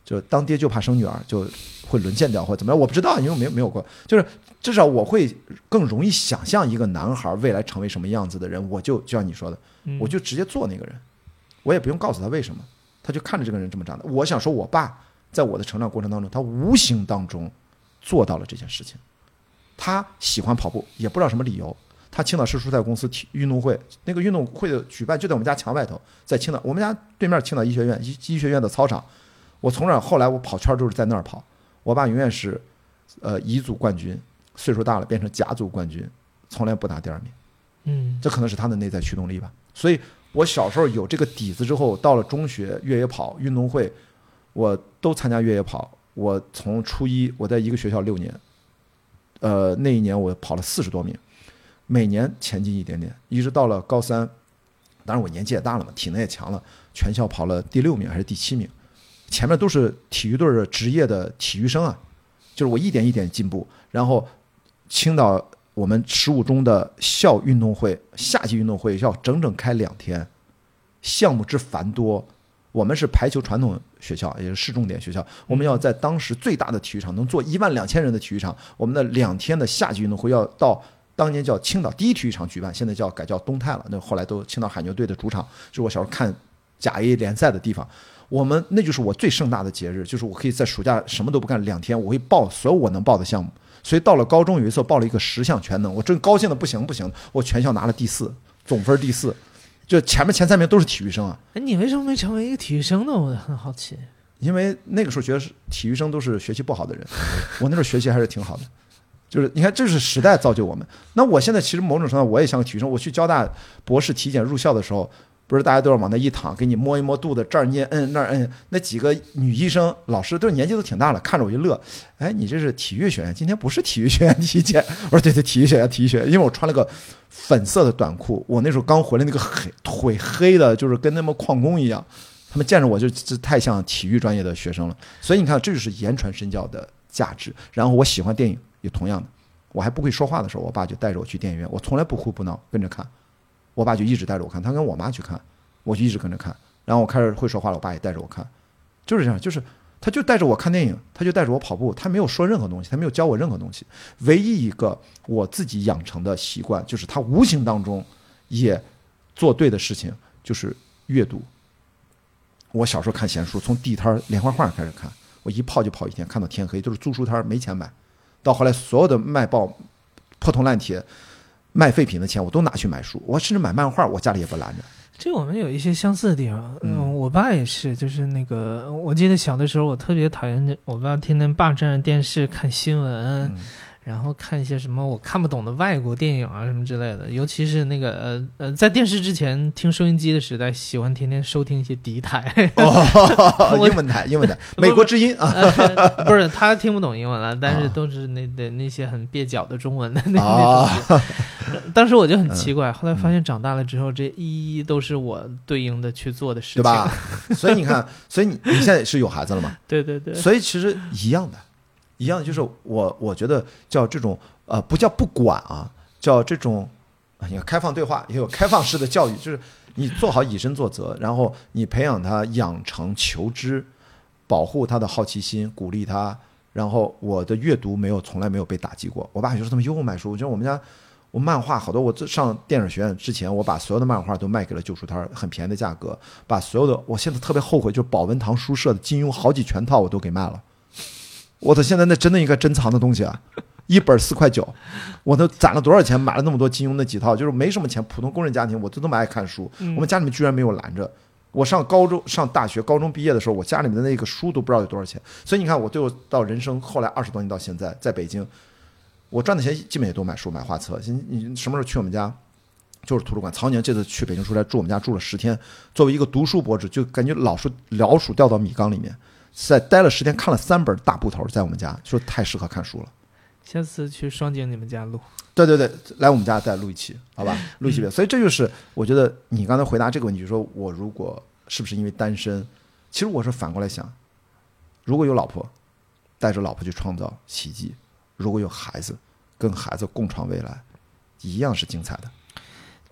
就当爹就怕生女儿，就会沦陷掉或者怎么样，我不知道，因为没有没有过，就是至少我会更容易想象一个男孩未来成为什么样子的人，我就就像你说的，我就直接做那个人，我也不用告诉他为什么，他就看着这个人这么长大。我想说，我爸在我的成长过程当中，他无形当中做到了这件事情。他喜欢跑步，也不知道什么理由。他青岛市蔬菜公司体运动会，那个运动会的举办就在我们家墙外头，在青岛，我们家对面青岛医学院医医学院的操场。我从那后来我跑圈都是在那儿跑。我爸永远是，呃，乙组冠军，岁数大了变成甲组冠军，从来不拿第二名。 嗯， 这可能是他的内在驱动力吧。所以我小时候有这个底子之后，到了中学越野跑运动会，我都参加越野跑。我从初一我在一个学校六年，呃，那一年我跑了四十多名。每年前进一点点，一直到了高三，当然我年纪也大了嘛，体能也强了，全校跑了第六名还是第七名，前面都是体育队的职业的体育生啊，就是我一点一点进步。然后青岛我们十五中的校运动会，夏季运动会要整整开两天，项目之繁多。我们是排球传统学校，也是市重点学校，我们要在当时最大的体育场，能坐一万两千人的体育场，我们的两天的夏季运动会要到当年叫青岛第一体育场举办，现在叫改叫东泰了。那后来都青岛海牛队的主场，就是我小时候看甲 A 联赛的地方。我们那就是我最盛大的节日，就是我可以在暑假什么都不干两天，我会报所有我能报的项目。所以到了高中有一次报了一个十项全能，我真高兴的不行不行，我全校拿了第四，总分第四，就前面前三名都是体育生啊。 哎，你为什么没成为一个体育生呢？我很好奇。 因为那个时候觉得体育生都是学习不好的人，我那时候学习还是挺好的。就是你看，这是时代造就我们。那我现在其实某种程度我也像个体育生。我去交大博士体检入校的时候，不是大家都要往那一躺，给你摸一摸肚子，这儿捏摁那儿摁。那几个女医生老师都年纪都挺大了，看着我就乐。哎，你这是体育学院，今天不是体育学院体检。我说对对，体育学院体育学院，因为我穿了个粉色的短裤，我那时候刚回来，那个黑腿黑的，就是跟那么矿工一样。他们见着我就就太像体育专业的学生了。所以你看，这就是言传身教的价值。然后我喜欢电影。也同样的，我还不会说话的时候，我爸就带着我去电影院，我从来不哭不闹，跟着看。我爸就一直带着我看，他跟我妈去看，我就一直跟着看。然后我开始会说话了，我爸也带着我看，就是这样，就是他就带着我看电影，他就带着我跑步，他没有说任何东西，他没有教我任何东西。唯一一个我自己养成的习惯，就是他无形当中也做对的事情，就是阅读。我小时候看闲书，从地摊连环画开始看，我一泡就泡一天，看到天黑，就是租书摊没钱买。到后来，所有的卖报、破铜烂铁、卖废品的钱，我都拿去买书。我甚至买漫画，我家里也不拦着。 这我们有一些相似的地方。嗯，我爸也是，就是那个，我记得小的时候，我特别讨厌我爸天天霸占着电视看新闻。嗯，然后看一些什么我看不懂的外国电影啊什么之类的，尤其是那个呃呃，在电视之前听收音机的时代，喜欢天天收听一些敌台， 哦，英文台，英文台，美国之音啊， 呃，不是他听不懂英文了，但是都是那的那些很蹩脚的中文的那那种。当时我就很奇怪，后来发现长大了之后，这一一都是我对应的去做的事情，对吧？所以你看，所以你你现在是有孩子了吗？ 对对对， 所以其实一样的。一样，就是我我觉得叫这种呃不叫不管啊，叫这种你看开放对话，也有开放式的教育，就是你做好以身作则，然后你培养他养成求知，保护他的好奇心，鼓励他。然后我的阅读没有从来没有被打击过，我爸也就是这么优买书。我觉得我们家我漫画好多，我上电影学院之前，我把所有的漫画都卖给了旧书摊，很便宜的价格，把所有的我现在特别后悔，就是宝文堂书社的金庸好几全套我都给卖了。我的现在那真的应该珍藏的东西啊，一本四块九，我都攒了多少钱买了那么多金庸那几套，就是没什么钱，普通工人家庭我都这么爱看书，我们家里面居然没有拦着。我上高中上大学高中毕业的时候，我家里面的那个书都不知道有多少钱。所以你看我对我到人生后来二十多年到现在，在北京我赚的钱基本也都买书买画册。你什么时候去我们家就是图书馆，曹年这次去北京出来住我们家住了十天，作为一个读书博主，就感觉老鼠老鼠掉到米缸里面，在待了十天，看了三本大部头，在我们家说太适合看书了。 下次去双井你们家录， 对对对，来我们家再录一期，好吧，录一期。所以这就是我觉得你刚才回答这个问题，说我如果是不是因为单身，其实我是反过来想，如果有老婆，带着老婆去创造奇迹；如果有孩子，跟孩子共创未来，一样是精彩的。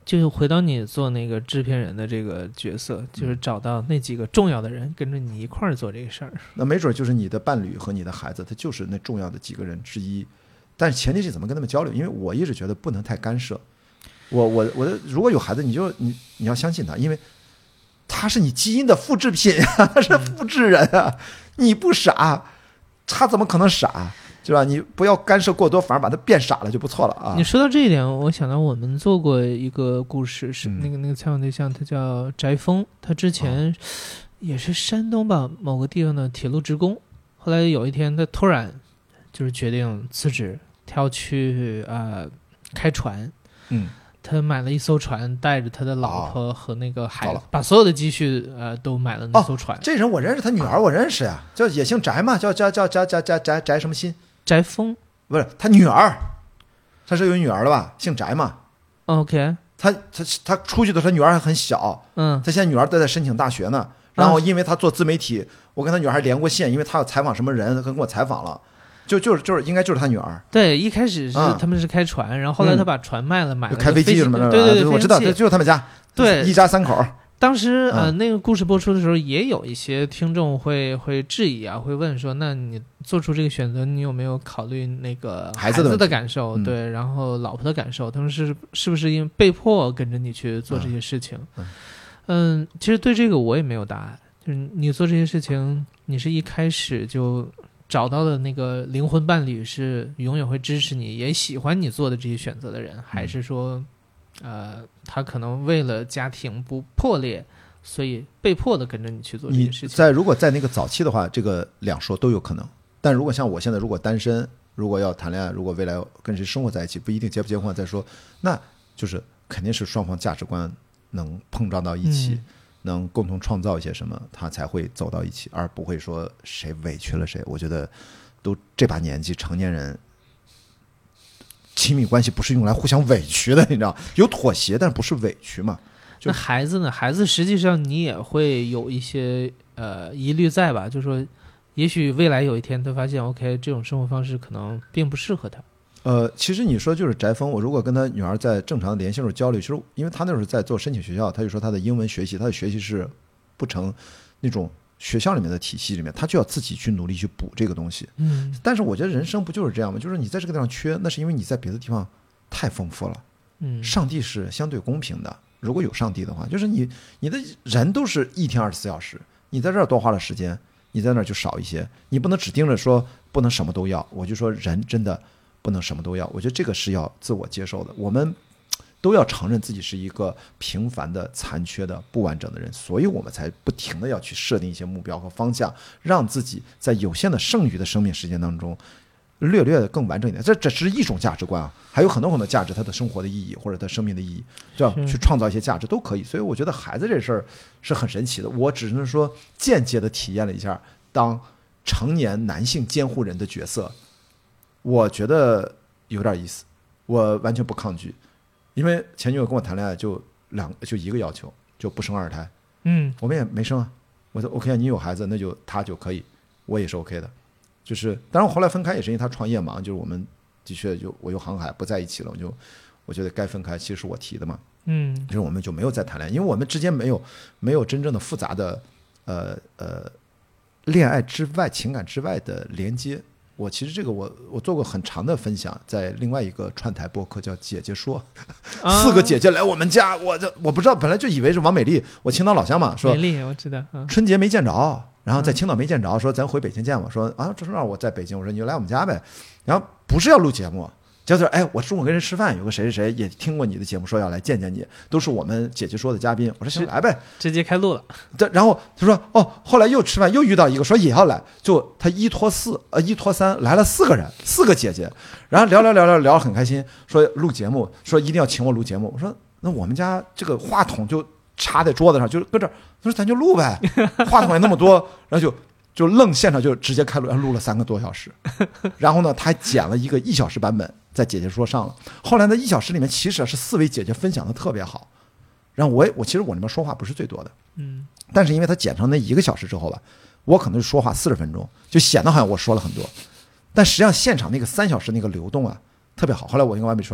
就回到你做那个制片人的这个角色，就是找到那几个重要的人跟着你一块儿做这个事儿。 那没准就是你的伴侣和你的孩子，他就是那重要的几个人之一。但是前提是怎么跟他们交流，因为我一直觉得不能太干涉。我我我的如果有孩子，你就你你要相信他，因为他是你基因的复制品啊，他是复制人啊。你不傻，他怎么可能傻？是吧？你不要干涉过多，反而把他变傻了就不错了啊！ 你说到这一点，我想到我们做过一个故事，是嗯那个那个采访对象，他叫翟峰，他之前也是山东吧某个地方的铁路职工，后来有一天他突然就是决定辞职，他要去呃开船， 嗯， 他买了一艘船，带着他的老婆和那个孩子， 哦把所有的积蓄呃都买了那艘船。 哦、这人我认识，他女儿我认识呀，叫也姓翟嘛，叫叫叫叫叫叫翟翟什么新？ 翟峰不是他女儿，他是有女儿的吧？姓翟嘛。 OK， 他他他出去的时候，他女儿还很小， 嗯， 他现在女儿都在申请大学呢。然后因为他做自媒体，我跟他女儿还连过线，因为他要采访什么人，他跟我采访了。就就是就是应该就是他女儿。 对，一开始是、 嗯、 他们是开船，然后后来他把船卖了，嗯、买了开飞机什么的。 对对对， 我知道，就是他们家， 对， 一家三口。 当时呃、 嗯， 那个故事播出的时候，也有一些听众会会质疑啊，会问说，那你做出这个选择，你有没有考虑那个孩子的感受？ 嗯、 对，然后老婆的感受，他们是是不是因为被迫跟着你去做这些事情？ 嗯， 嗯其实对这个我也没有答案。就是你做这些事情，你是一开始就找到的那个灵魂伴侣，是永远会支持你，也喜欢你做的这些选择的人，还是说？呃，他可能为了家庭不破裂，所以被迫的跟着你去做这件事情。 你在如果在那个早期的话，这个两说都有可能。但如果像我现在，如果单身，如果要谈恋爱，如果未来跟谁生活在一起，不一定结不结婚再说，那就是肯定是双方价值观能碰撞到一起， 嗯、 能共同创造一些什么，他才会走到一起，而不会说谁委屈了谁。我觉得都这把年纪，成年人。亲密关系不是用来互相委屈的，你知道，有妥协，但不是委屈嘛。 那孩子呢？孩子实际上你也会有一些呃疑虑在吧？就是说，也许未来有一天他发现 ，OK， 这种生活方式可能并不适合他。 呃，其实你说就是翟峰，我如果跟他女儿在正常的联系时候交流，其实因为他那时候在做申请学校，他就说他的英文学习，他的学习是不成那种。学校里面的体系里面，他就要自己去努力去补这个东西。 嗯， 但是我觉得人生不就是这样吗？就是你在这个地方缺，那是因为你在别的地方太丰富了。 嗯， 上帝是相对公平的。如果有上帝的话，就是你你的人都是一天二十四小时，你在这儿多花了时间，你在那儿就少一些。你不能只盯着说不能什么都要。我就说人真的不能什么都要。我觉得这个是要自我接受的。我们都要承认自己是一个平凡的、残缺的、不完整的人，所以我们才不停的要去设定一些目标和方向，让自己在有限的剩余的生命时间当中，略略的更完整一点。这这只是一种价值观啊，还有很多很多价值，它的生活的意义或者它生命的意义，就要去创造一些价值都可以。所以我觉得孩子这事儿是很神奇的。我只能说间接的体验了一下当成年男性监护人的角色，我觉得有点意思，我完全不抗拒。因为前女友跟我谈恋爱就两就一个要求，就不生二胎。 嗯， 我们也没生啊。我说 OK 啊，你有孩子那就他就可以，我也是 OK 的。就是当然我后来分开也是因为他创业忙，就是我们的确就我又航海不在一起了，我就我觉得该分开，其实是我提的嘛。 嗯， 就是我们就没有再谈恋爱，因为我们之间没有没有真正的复杂的呃呃恋爱之外情感之外的连接。我其实这个我我做过很长的分享，在另外一个串台播客叫姐姐说， 啊、 四个姐姐来我们家，我这我不知道，本来就以为是王美丽，我青岛老乡嘛，说美丽我知道，啊、 春节没见着，然后在青岛没见着，说咱回北京见我，说啊这是让我在北京，我说你就来我们家呗，然后不是要录节目。就是哎，我中午跟人吃饭，有个谁谁谁也听过你的节目，说要来见见你，都是我们姐姐说的嘉宾。我说行，来呗， 直接开录了。 然后他说哦，后来又吃饭，又遇到一个说也要来，就他一拖四，呃一拖三来了四个人，四个姐姐，然后聊聊聊聊聊很开心，说录节目，说一定要请我录节目。我说那我们家这个话筒就插在桌子上，就搁这儿，他说咱就录呗，话筒也那么多，然后就。就愣现场就直接开录，录了三个多小时，然后呢，他还剪了一个一小时版本，在姐姐说上了。后来呢，一小时里面其实是四位姐姐分享的特别好，然后我也我其实我那边说话不是最多的， 嗯， 但是因为他剪成那一个小时之后吧，我可能是说话四十分钟，就显得好像我说了很多，但实际上现场那个三小时那个流动啊特别好。后来我跟完美说，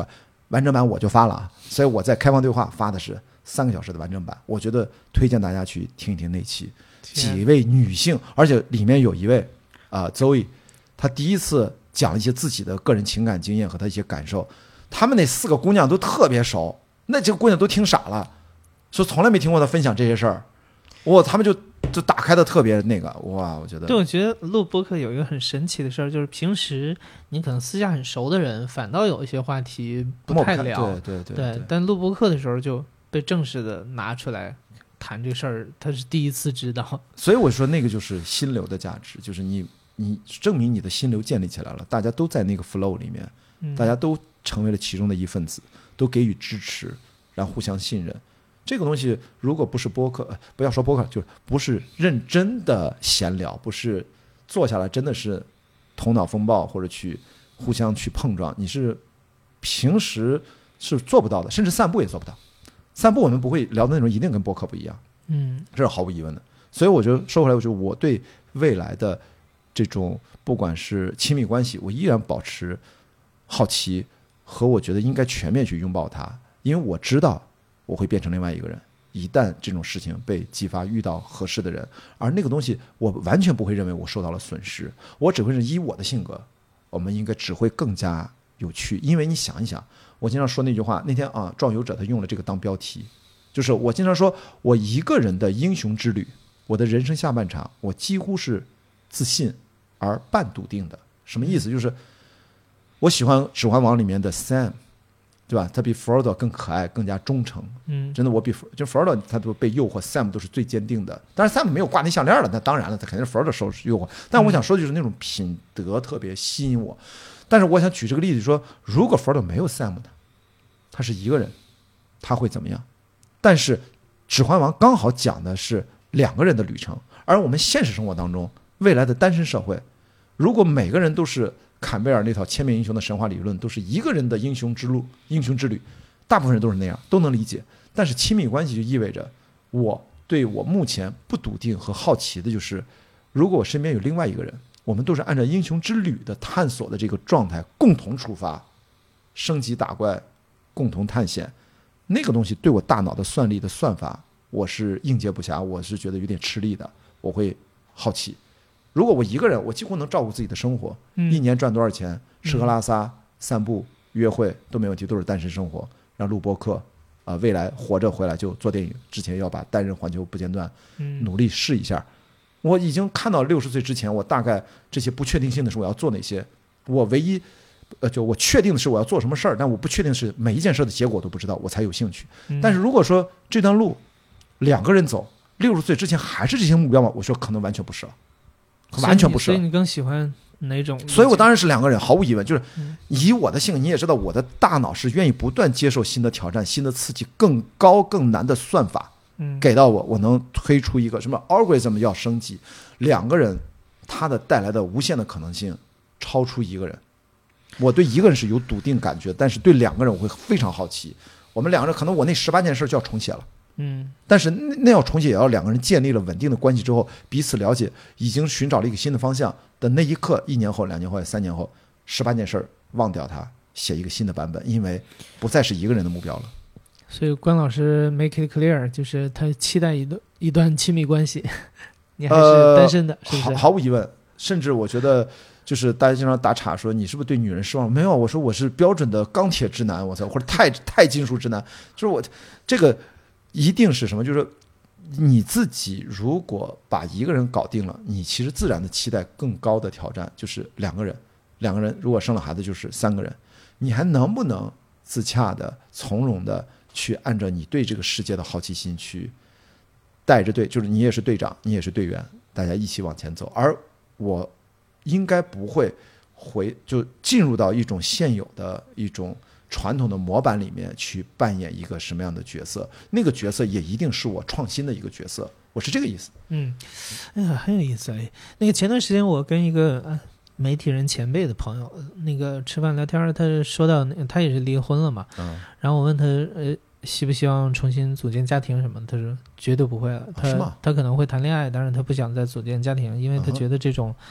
完整版我就发了啊，所以我在开放对话发的是三个小时的完整版，我觉得推荐大家去听一听那期，几位女性，而且里面有一位啊、呃、Zoe， 她第一次讲了一些自己的个人情感经验和她一些感受，她们那四个姑娘都特别熟，那几个姑娘都听傻了，说从来没听过她分享这些事儿，哇，她们就就打开的特别那个，哇，我觉得。 对，我觉得录播客有一个很神奇的事儿，就是平时你可能私下很熟的人，反倒有一些话题不太聊， 对对 对, 对, 对，但录播客的时候就被正式的拿出来谈这个事儿，他是第一次知道。 所以我说那个就是心流的价值，就是你你证明你的心流建立起来了，大家都在那个 flow 里面， 嗯、 大家都成为了其中的一份子，都给予支持，然后互相信任。这个东西如果不是播客，不要说播客，就是不是认真的闲聊，不是坐下来真的是头脑风暴或者去互相去碰撞，你是平时是做不到的，甚至散步也做不到。散步我们不会聊的内容一定跟播客不一样， 嗯， 这是毫无疑问的。所以我就说回来，我就我对未来的这种不管是亲密关系，我依然保持好奇和我觉得应该全面去拥抱它，因为我知道我会变成另外一个人，一旦这种事情被激发，遇到合适的人，而那个东西我完全不会认为我受到了损失，我只会是依我的性格，我们应该只会更加有趣。因为你想一想，我经常说那句话，那天啊，壮游者他用了这个当标题，就是我经常说我一个人的英雄之旅，我的人生下半场，我几乎是自信而半笃定的。什么意思？就是我喜欢《指环王》里面的 Sam，对吧？他比弗罗多更可爱，更加忠诚。 嗯， 真的，我比就弗罗多他都被诱惑 ，Sam 都是最坚定的。当然 ，Sam 没有挂那项链了，那当然了，他肯定是弗罗多受诱惑。但我想说的就是那种品德特别吸引我。但是我想举这个例子说，如果弗罗多没有 Sam 的，他是一个人，他会怎么样？但是《指环王》刚好讲的是两个人的旅程，而我们现实生活当中未来的单身社会，如果每个人都是坎贝尔那套千面英雄的神话理论，都是一个人的英雄之路、英雄之旅，大部分人都是那样，都能理解。但是亲密关系就意味着，我对我目前不笃定和好奇的就是，如果我身边有另外一个人，我们都是按照英雄之旅的探索的这个状态共同出发，升级打怪，共同探险，那个东西对我大脑的算力的算法，我是应接不暇，我是觉得有点吃力的，我会好奇。如果我一个人，我几乎能照顾自己的生活， 嗯、 一年赚多少钱，吃喝拉撒、散步、约会都没问题，都是单身生活。让录播客啊、呃，未来活着回来就做电影，之前要把单人环球不间断努力试一下。嗯、我已经看到六十岁之前，我大概这些不确定性的是我要做哪些。我唯一呃，就我确定的是我要做什么事儿，但我不确定是每一件事的结果都不知道，我才有兴趣。 嗯、 但是如果说这段路两个人走，六十岁之前还是这些目标吗？我说可能完全不是了。完全不是， 所以你更喜欢哪种？ 所以我当然是两个人，毫无疑问，就是以我的性格，你也知道，我的大脑是愿意不断接受新的挑战、新的刺激、更高更难的算法，给到我，我能推出一个什么 algorithm 要升级，两个人他的带来的无限的可能性超出一个人。我对一个人是有笃定感觉，但是对两个人我会非常好奇。我们两个人可能我那十八件事就要重写了。 嗯， 但是那那要重写，也要两个人建立了稳定的关系之后，彼此了解，已经寻找了一个新的方向的那一刻，一年后、两年后、三年后，十八件事忘掉它，写一个新的版本，因为不再是一个人的目标了。 所以关老师 make it clear， 就是他期待一段一段亲密关系，你还是单身的， 呃、 是不是？ 毫无疑问，甚至我觉得。就是大家经常打岔说你是不是对女人失望？没有，我说我是标准的钢铁直男，我操，或者钛钛金属直男。就是我这个一定是什么？就是你自己如果把一个人搞定了，你其实自然的期待更高的挑战，就是两个人，两个人如果生了孩子就是三个人，你还能不能自洽的、从容的去按照你对这个世界的好奇心去带着队，就是你也是队长，你也是队员，大家一起往前走。而我。应该不会回就进入到一种现有的一种传统的模板里面去扮演一个什么样的角色，那个角色也一定是我创新的一个角色，我是这个意思。 嗯，哎呀，很有意思哎。那个前段时间我跟一个、呃、媒体人前辈的朋友那个吃饭聊天，他说到他也是离婚了嘛， 嗯， 然后我问他呃希不希望重新组建家庭什么，他说绝对不会了，他、 哦、是吗？ 他可能会谈恋爱，但是他不想再组建家庭，因为他觉得这种。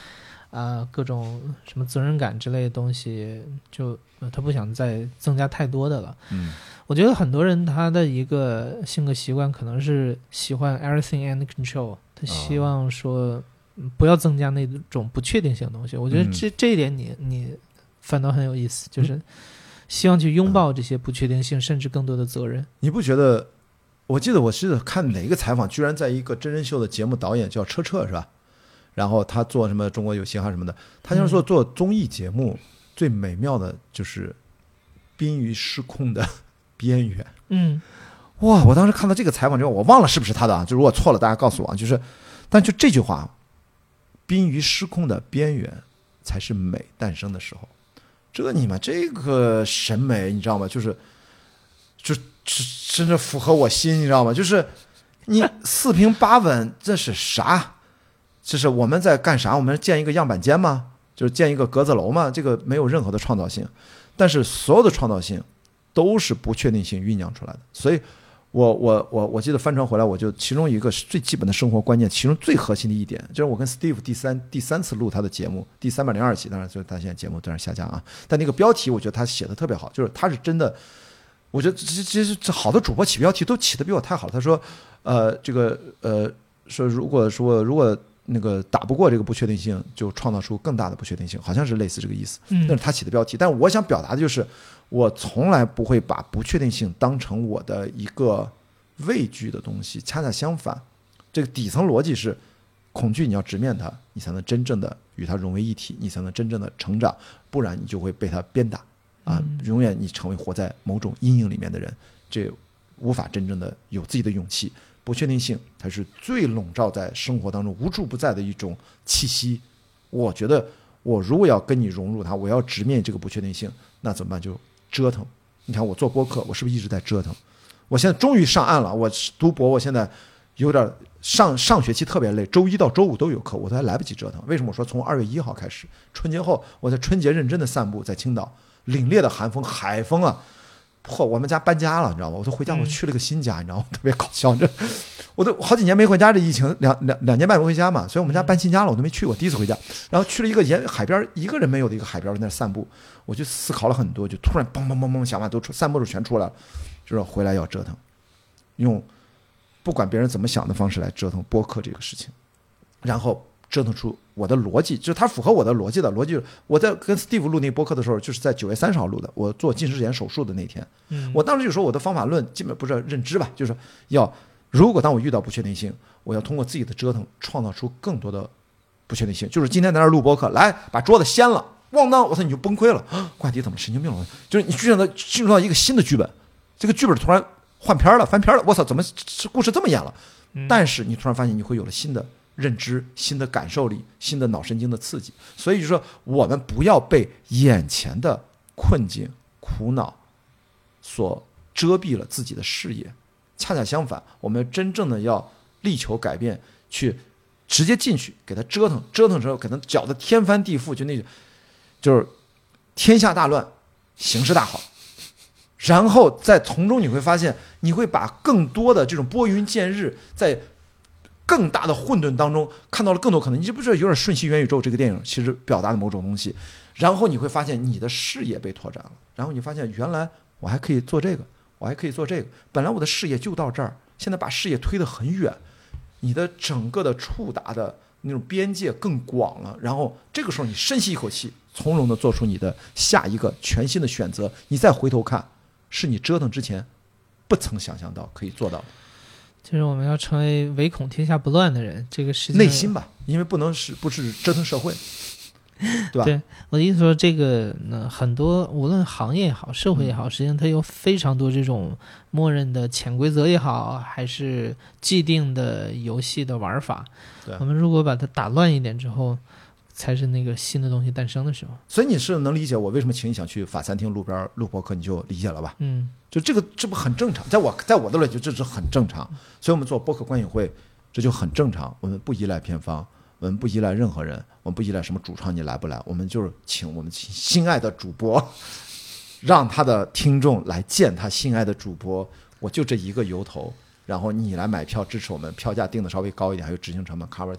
啊、各种什么责任感之类的东西，就、呃他不想再增加太多的了。 嗯， 我觉得很多人他的一个性格习惯可能是喜欢 everything under control， 他希望说嗯不要增加那种不确定性的东西。我觉得这、 嗯、 这一点你你反倒很有意思，就是希望去拥抱这些不确定性，嗯、甚至更多的责任。 你不觉得？我记得我是看哪个采访，居然在一个真人秀的节目导演叫车澈是吧？然后他做什么中国有嘻哈什么的，他就是说做综艺节目、嗯、最美妙的就是濒于失控的边缘。 嗯， 哇！我当时看到这个采访之后，我忘了是不是他的啊，就如果错了大家告诉我啊。就是，但就这句话，濒于失控的边缘才是美诞生的时候。这你们这个审美你知道吗？就是，就真的符合我心，你知道吗？就是你四平八稳，这是啥？这是我们在干啥？我们建一个样板间吗？就是建一个格子楼吗？这个没有任何的创造性，但是所有的创造性都是不确定性酝酿出来的。所以我我我我记得帆船回来，我就其中一个最基本的生活观念，其中最核心的一点，就是我跟 Steve 第三第三次录他的节目，第三百零二期，当然就是他现在节目在那下架啊，但那个标题我觉得他写的特别好，就是他是真的，我觉得这这这这好的主播起标题都起的比我太好了。他说，呃，这个呃说如果说如果那个打不过这个不确定性，就创造出更大的不确定性，好像是类似这个意思。 嗯， 那是他起的标题，但我想表达的就是，我从来不会把不确定性当成我的一个畏惧的东西，恰恰相反，这个底层逻辑是，恐惧你要直面它，你才能真正的与它融为一体，你才能真正的成长，不然你就会被它鞭打啊，永远你成为活在某种阴影里面的人，这无法真正的有自己的勇气。不确定性它是最笼罩在生活当中无处不在的一种气息。我觉得我如果要跟你融入它，我要直面这个不确定性，那怎么办？就折腾。你看我做播客，我是不是一直在折腾？我现在终于上岸了。我读博，我现在有点上上学期特别累，周一到周五都有课，我都还来不及折腾。为什么？我说从二月一号开始，春节后我在春节认真的散步，在青岛，凛冽的寒风，海风啊！嚯，我们家搬家了，你知道吗？我都回家，我去了个新家，你知道吗？特别搞笑，这我都好几年没回家，这疫情两两两年半没回家嘛，所以我们家搬新家了，我都没去过，第一次回家。然后去了一个沿海边一个人没有的一个海边，在那散步，我就思考了很多，就突然嘣嘣嘣嘣想法都出，散步的全出来了，就是回来要折腾，用不管别人怎么想的方式来折腾播客这个事情，然后折腾出我的逻辑，就是它符合我的逻辑的逻辑。我在跟 Steve 录那播客的时候，就是在九月三十号录的，我做近视眼手术的那天。 嗯， 我当时就说我的方法论基本不是认知吧，就是要如果当我遇到不确定性，我要通过自己的折腾创造出更多的不确定性。就是今天在那儿录播客，来把桌子掀了，咣当，我操你就崩溃了，怪迪怎么神经病了？就是你进入到进入到一个新的剧本，这个剧本突然换片了，翻篇了，我操，怎么故事这么演了？但是你突然发现你会有了新的认知、新的感受力、新的脑神经的刺激。所以就说我们不要被眼前的困境、苦恼所遮蔽了自己的视野，恰恰相反，我们真正的要力求改变，去直接进去给他折腾，折腾之后给他搅得天翻地覆，就那种就是天下大乱，形势大好。然后在从中你会发现，你会把更多的这种拨云见日，在更大的混沌当中看到了更多可能。你就不知道有点瞬息元宇宙这个电影其实表达的某种东西，然后你会发现你的视野被拓展了，然后你发现原来我还可以做这个，我还可以做这个，本来我的视野就到这儿，现在把视野推得很远，你的整个的触达的那种边界更广了，然后这个时候你深吸一口气，从容地做出你的下一个全新的选择，你再回头看，是你折腾之前不曾想象到可以做到的。 就是我们要成为唯恐天下不乱的人，这个事情内心吧，因为不能是不是折腾社会，对吧？ 对，我的意思说，这个呢，很多无论行业也好，社会也好，实际上它有非常多这种默认的潜规则也好，还是既定的游戏的玩法。 对， 我们如果把它打乱一点之后，才是那个新的东西诞生的时候。 所以你是能理解我为什么请你想去法餐厅路边录播客，你就理解了吧？ 嗯， 就这个这不很正常，在我在我的逻辑这是很正常。所以我们做播客观影会，这就很正常。我们不依赖片方，我们不依赖任何人，我们不依赖什么主创你来不来，我们就是请我们心爱的主播，让他的听众来见他心爱的主播。我就这一个由头，然后你来买票支持我们，票价定的稍微高一点，还有执行成本 cover 掉，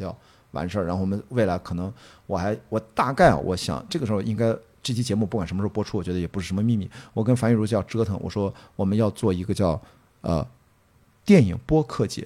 完事儿。然后我们未来可能我还我大概啊，我想这个时候应该这期节目不管什么时候播出，我觉得也不是什么秘密。我跟樊玉茹就要折腾，我说我们要做一个叫呃电影播客节，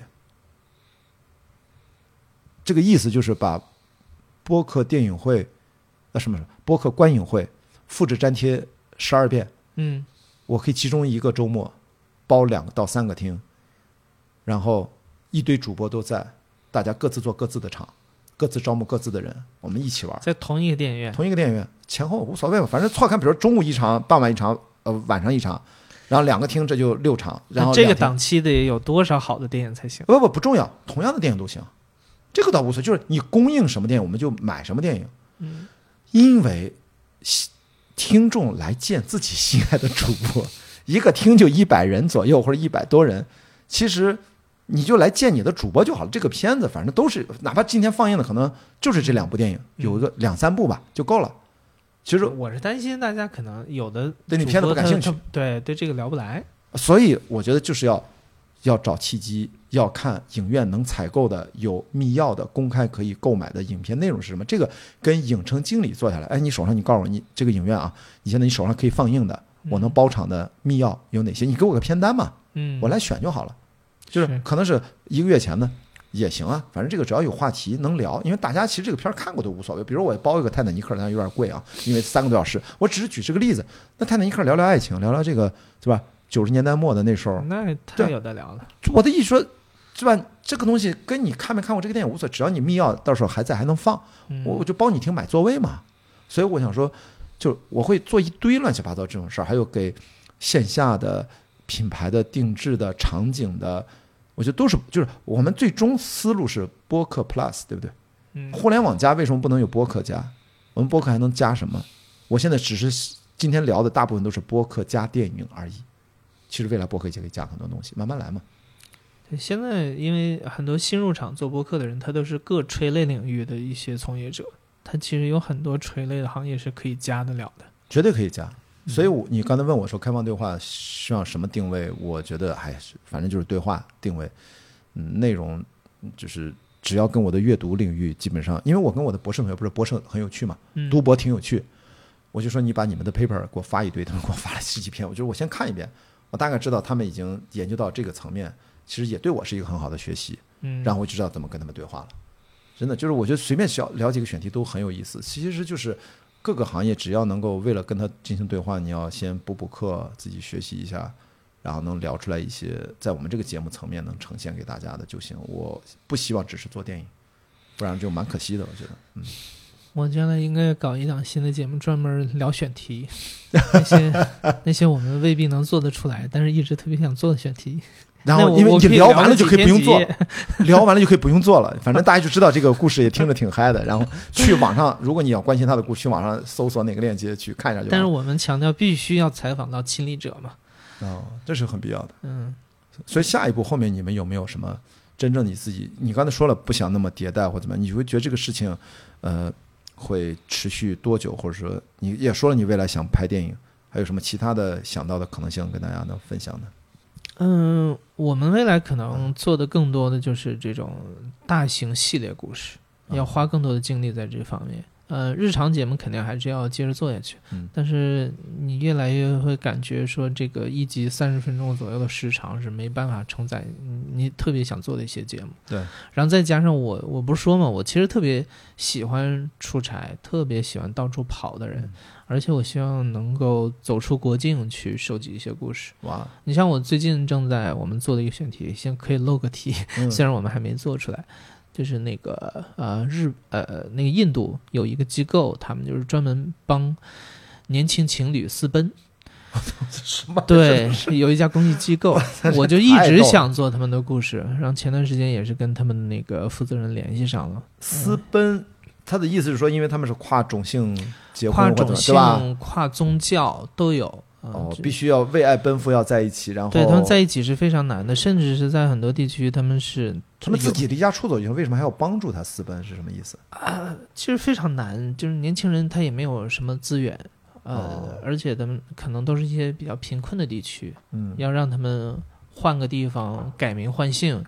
这个意思就是把播客电影会呃什么播客观影会复制粘贴十二遍， 嗯， 我可以其中一个周末包两个到三个厅，然后一堆主播都在，大家各自做各自的场，各自招募各自的人，我们一起玩， 在同一个电影院， 同一个电影院前后无所谓吧，反正错看，比如中午一场，傍晚一场，呃晚上一场，然后两个厅这就六场，然后这个档期得有多少好的电影才行？ 不不不重要，同样的电影都行，这个倒无所谓，就是你供应什么电影我们就买什么电影， 嗯， 因为听众来见自己心爱的主播，一个厅就一百人左右或者一百多人，其实你就来见你的主播就好了。这个片子反正都是，哪怕今天放映的可能就是这两部电影，有个两三部吧就够了。其实我是担心大家可能有的对你片子不感兴趣， 对对这个聊不来， 所以我觉得就是要要找契机，要看影院能采购的有密钥的公开可以购买的影片内容是什么。这个跟影城经理坐下来，哎，你手上你告诉我，你这个影院啊，你现在你手上可以放映的，我能包场的密钥有哪些？你给我个片单嘛， 嗯， 我来选就好了。就是可能是一个月前的也行啊，反正这个只要有话题能聊，因为大家其实这个片看过都无所谓。比如我包一个泰坦尼克，但有点贵啊，因为三个多小时。我只是举这个例子，那泰坦尼克聊聊爱情，聊聊这个对吧？九十年代末的那时候， 那太有的聊了。 我的意思说，是吧？这个东西跟你看没看过这个电影无所谓，只要你密钥到时候还在还能放，我我就包你厅买座位嘛。所以我想说，就我会做一堆乱七八糟这种事儿，还有给线下的品牌的定制的场景的。我觉得都是，就是我们最终思路是播客 plus， 对不对？ 嗯， 互联网加为什么不能有播客加？我们播客还能加什么？我现在只是今天聊的大部分都是播客加电影而已。其实未来播客也可以加很多东西，慢慢来嘛。 对，现在因为很多新入场做播客的人，他都是各垂类领域的一些从业者，他其实有很多垂类的行业是可以加得了的， 绝对可以加。所以我，你刚才问我说开放对话需要什么定位？我觉得还是反正就是对话定位，嗯，内容就是只要跟我的阅读领域基本上，因为我跟我的博士同学不是博士很有趣嘛， 嗯、 读博挺有趣，我就说你把你们的 paper 给我发一堆，他们给我发了十几篇，我就我先看一遍，我大概知道他们已经研究到这个层面，其实也对我是一个很好的学习， 嗯， 然后我就知道怎么跟他们对话了。真的就是我觉得随便聊聊几个选题都很有意思，其实就是各个行业只要能够为了跟他进行对话，你要先补补课，自己学习一下，然后能聊出来一些在我们这个节目层面能呈现给大家的就行。我不希望只是做电影，不然就蛮可惜的，我觉得。嗯， 我将来应该搞一档新的节目，专门聊选题，那些那些我们未必能做得出来，但是一直特别想做的选题。 然后因为你聊完了就可以不用做，聊完了就可以不用做了，反正大家就知道这个故事也听着挺嗨的。然后去网上，如果你要关心他的故事，去网上搜索哪个链接去看一下就好。 但是我们强调必须要采访到亲历者嘛。 哦，这是很必要的。 嗯， 所以下一步后面你们有没有什么真正你自己？你刚才说了不想那么迭代或怎么样，你会觉得这个事情，呃，会持续多久？或者说你也说了你未来想拍电影，还有什么其他的想到的可能性跟大家能分享的？ 嗯，我们未来可能做的更多的就是这种大型系列故事，要花更多的精力在这方面。呃，日常节目肯定还是要接着做下去， 嗯，但是你越来越会感觉说，这个一集三十分钟左右的时长是没办法承载你特别想做的一些节目。 对， 然后再加上我，我不是说嘛，我其实特别喜欢出差，特别喜欢到处跑的人。嗯，而且我希望能够走出国境去收集一些故事。 哇！ 你像我最近正在我们做的一个选题，先可以露个题， 嗯、 虽然我们还没做出来，就是那个呃日呃那个印度有一个机构，他们就是专门帮年轻情侣私奔。 什么？ 对，有一家公益机构，我就一直想做他们的故事，然后前段时间也是跟他们那个负责人联系上了。 私奔。嗯，他的意思是说，因为他们是跨种姓结婚， 跨种姓、 对吧？ 跨宗教都有。 哦，必须要为爱奔赴，要在一起，然后对他们在一起是非常难的，甚至是在很多地区，他们是他们自己离家出走以后，为什么还要帮助他私奔？是什么意思啊？其实非常难，就是年轻人他也没有什么资源，呃， 哦、 而且他们可能都是一些比较贫困的地区， 嗯， 要让他们换个地方改名换姓。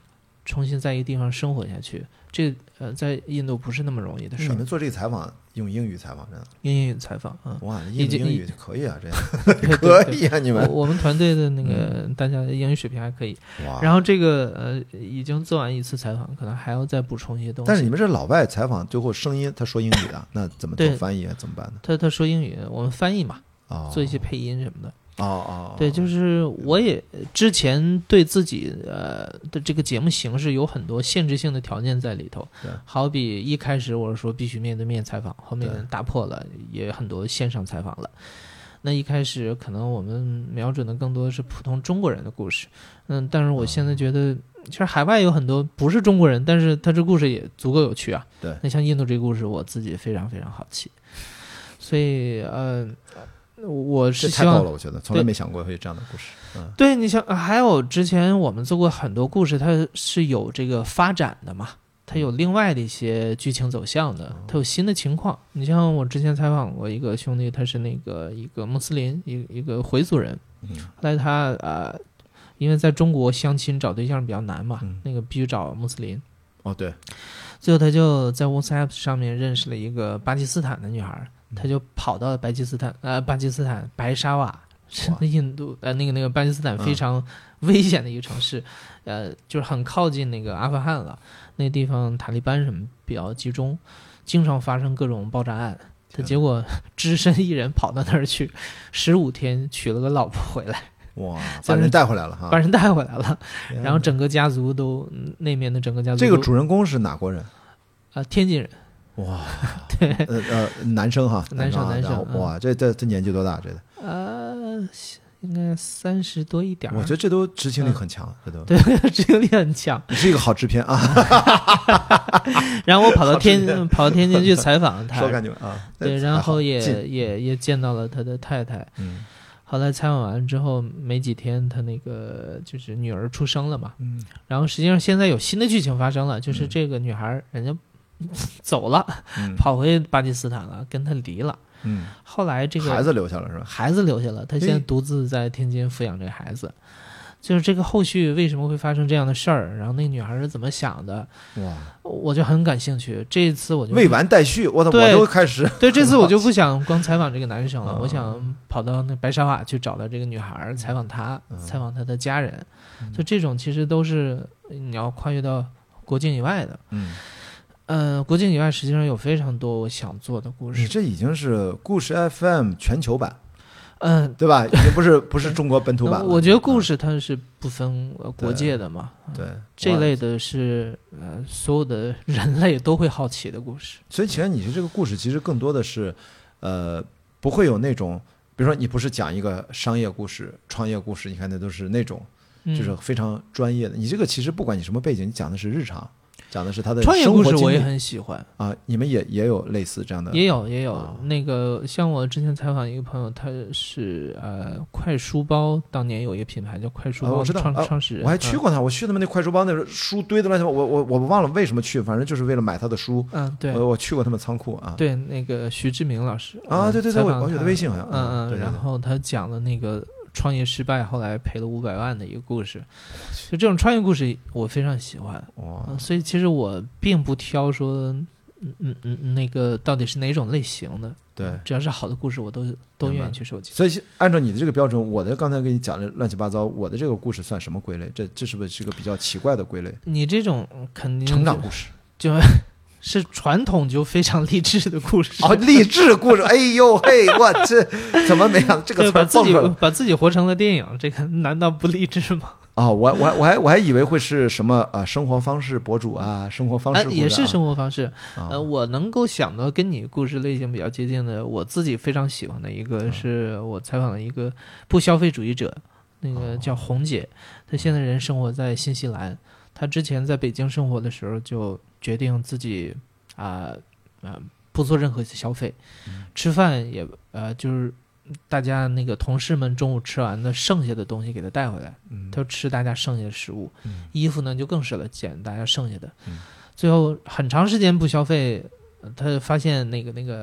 重新在一个地方生活下去，这呃在印度不是那么容易的事儿。 你们做这个采访用英语采访真的？ 英语采访，嗯， 哇， 已经英语可以啊，这样可以啊，你们我我们团队的那个、嗯、大家的英语水平还可以。 哇， 然后这个呃已经做完一次采访，可能还要再补充一些东西。 但是你们这老外采访最后声音他说英语的，那怎么做翻译啊？怎么办呢？ 他他说英语，我们翻译嘛， 哦、 做一些配音什么的。 哦哦， 对，就是我也之前对自己呃的这个节目形式有很多限制性的条件在里头，好比一开始我是说必须面对面采访，后面打破了，也很多线上采访了。那一开始可能我们瞄准的更多的是普通中国人的故事，嗯，但是我现在觉得，其实海外有很多不是中国人，但是他这故事也足够有趣啊。 对， 那像印度这个故事，我自己非常非常好奇，所以呃。我是希望太高了，我觉得从来没想过会有这样的故事。嗯， 对，你像还有之前我们做过很多故事，它是有这个发展的嘛，它有另外的一些剧情走向的，它有新的情况。你像我之前采访过一个兄弟，他是那个一个穆斯林，一一个回族人，后来他呃，因为在中国相亲找对象比较难嘛， 嗯、 那个必须找穆斯林。 哦，对， 最后他就在 WhatsApp 上面认识了一个巴基斯坦的女孩。他就跑到巴基斯坦，呃，巴基斯坦白沙瓦是印度呃那个那个巴基斯坦非常危险的一个城市，嗯、呃，就是很靠近那个阿富汗了。那个地方塔利班什么比较集中，经常发生各种爆炸案。他结果只身一人跑到那儿去，十五天娶了个老婆回来。 哇，把人带回来了哈， 把人带回来了，然后整个家族都那面的整个家族。 这个主人公是哪国人？ 啊、呃，天津人。 哇， 对， 呃呃，男生哈， 男生男生， 哇，这这这年纪多大？这个呃，应该三十多一点。 我觉得这都执行力很强，这都对，执行力很强。 你是一个好制片啊。 然后我跑到天跑到天津去采访他， 说感觉啊， 对，然后也也也见到了他的太太。 嗯， 后来采访完之后没几天，他那个就是女儿出生了嘛。 嗯， 然后实际上现在有新的剧情发生了，就是这个女孩人家。走了、 嗯， 跑回巴基斯坦了，跟他离了。 嗯， 后来这个孩子留下了是吧？ 孩子留下了，他现在独自在天津抚养这个孩子。就是这个后续为什么会发生这样的事儿，然后那个女孩是怎么想的？ 哇， 我就很感兴趣。这一次我就未完待续，我我都开始。 对，这次我就不想光采访这个男生了，我想跑到那白沙瓦去找到这个女孩，采访她， 嗯、 采访她的家人。嗯、就这种其实都是你要跨越到国境以外的。 嗯。 呃，国境以外实际上有非常多我想做的故事。 你这已经是故事 F M 全球版， 嗯、呃， 对吧？已经不是不是中国本土版了。 我觉得故事它是不分国界的嘛， 对，对这类的是呃所有的人类都会好奇的故事。 所以其实你这个故事其实更多的是，呃，不会有那种，比如说你不是讲一个商业故事、创业故事，你看那都是那种就是非常专业的。嗯、你这个其实不管你什么背景，你讲的是日常。讲的是他的创业故事，我也很喜欢啊。你们也也有类似这样的？ 也有也有、 啊、 那个，像我之前采访一个朋友，他是呃快书包，当年有一个品牌叫快书包， 啊、我知道创、 啊、 创始人。 我还去过他，嗯、我去他们那快书包，那书堆的乱七八糟，我我我忘了为什么去，反正就是为了买他的书。 嗯，对， 我我去过他们仓库啊。 对，那个徐志明老师啊，对对对，我我有的微信好像。 嗯嗯， 对对对， 然后他讲了那个创业失败，后来赔了五百万的一个故事。就这种创业故事，我非常喜欢。 哇、 嗯！所以其实我并不挑说，嗯嗯嗯，那个到底是哪种类型的。 对， 只要是好的故事，我都都愿意去收集。 所以按照你的这个标准，我的刚才跟你讲的乱七八糟，我的这个故事算什么归类？这这是不是一个比较奇怪的归类？ 你这种肯定成长故事， 就。是传统就非常励志的故事哦，励志故事，哎呦嘿，我这怎么没想到这个词把自己把自己活成了电影，这个难道不励志吗？ 哦，我我我还我还以为会是什么啊，生活方式博主啊，生活方式、啊呃、也是生活方式。 啊、 呃，我能够想到跟你故事类型比较接近的，我自己非常喜欢的一个是我采访了一个不消费主义者，那个叫红姐，她现在人生活在新西兰。他之前在北京生活的时候，就决定自己啊啊、呃呃、不做任何消费， 嗯、 吃饭也呃就是大家那个同事们中午吃完的剩下的东西给他带回来， 嗯、 他就吃大家剩下的食物， 嗯、 衣服呢就更是了，捡大家剩下的， 嗯、 最后很长时间不消费，他发现那个那个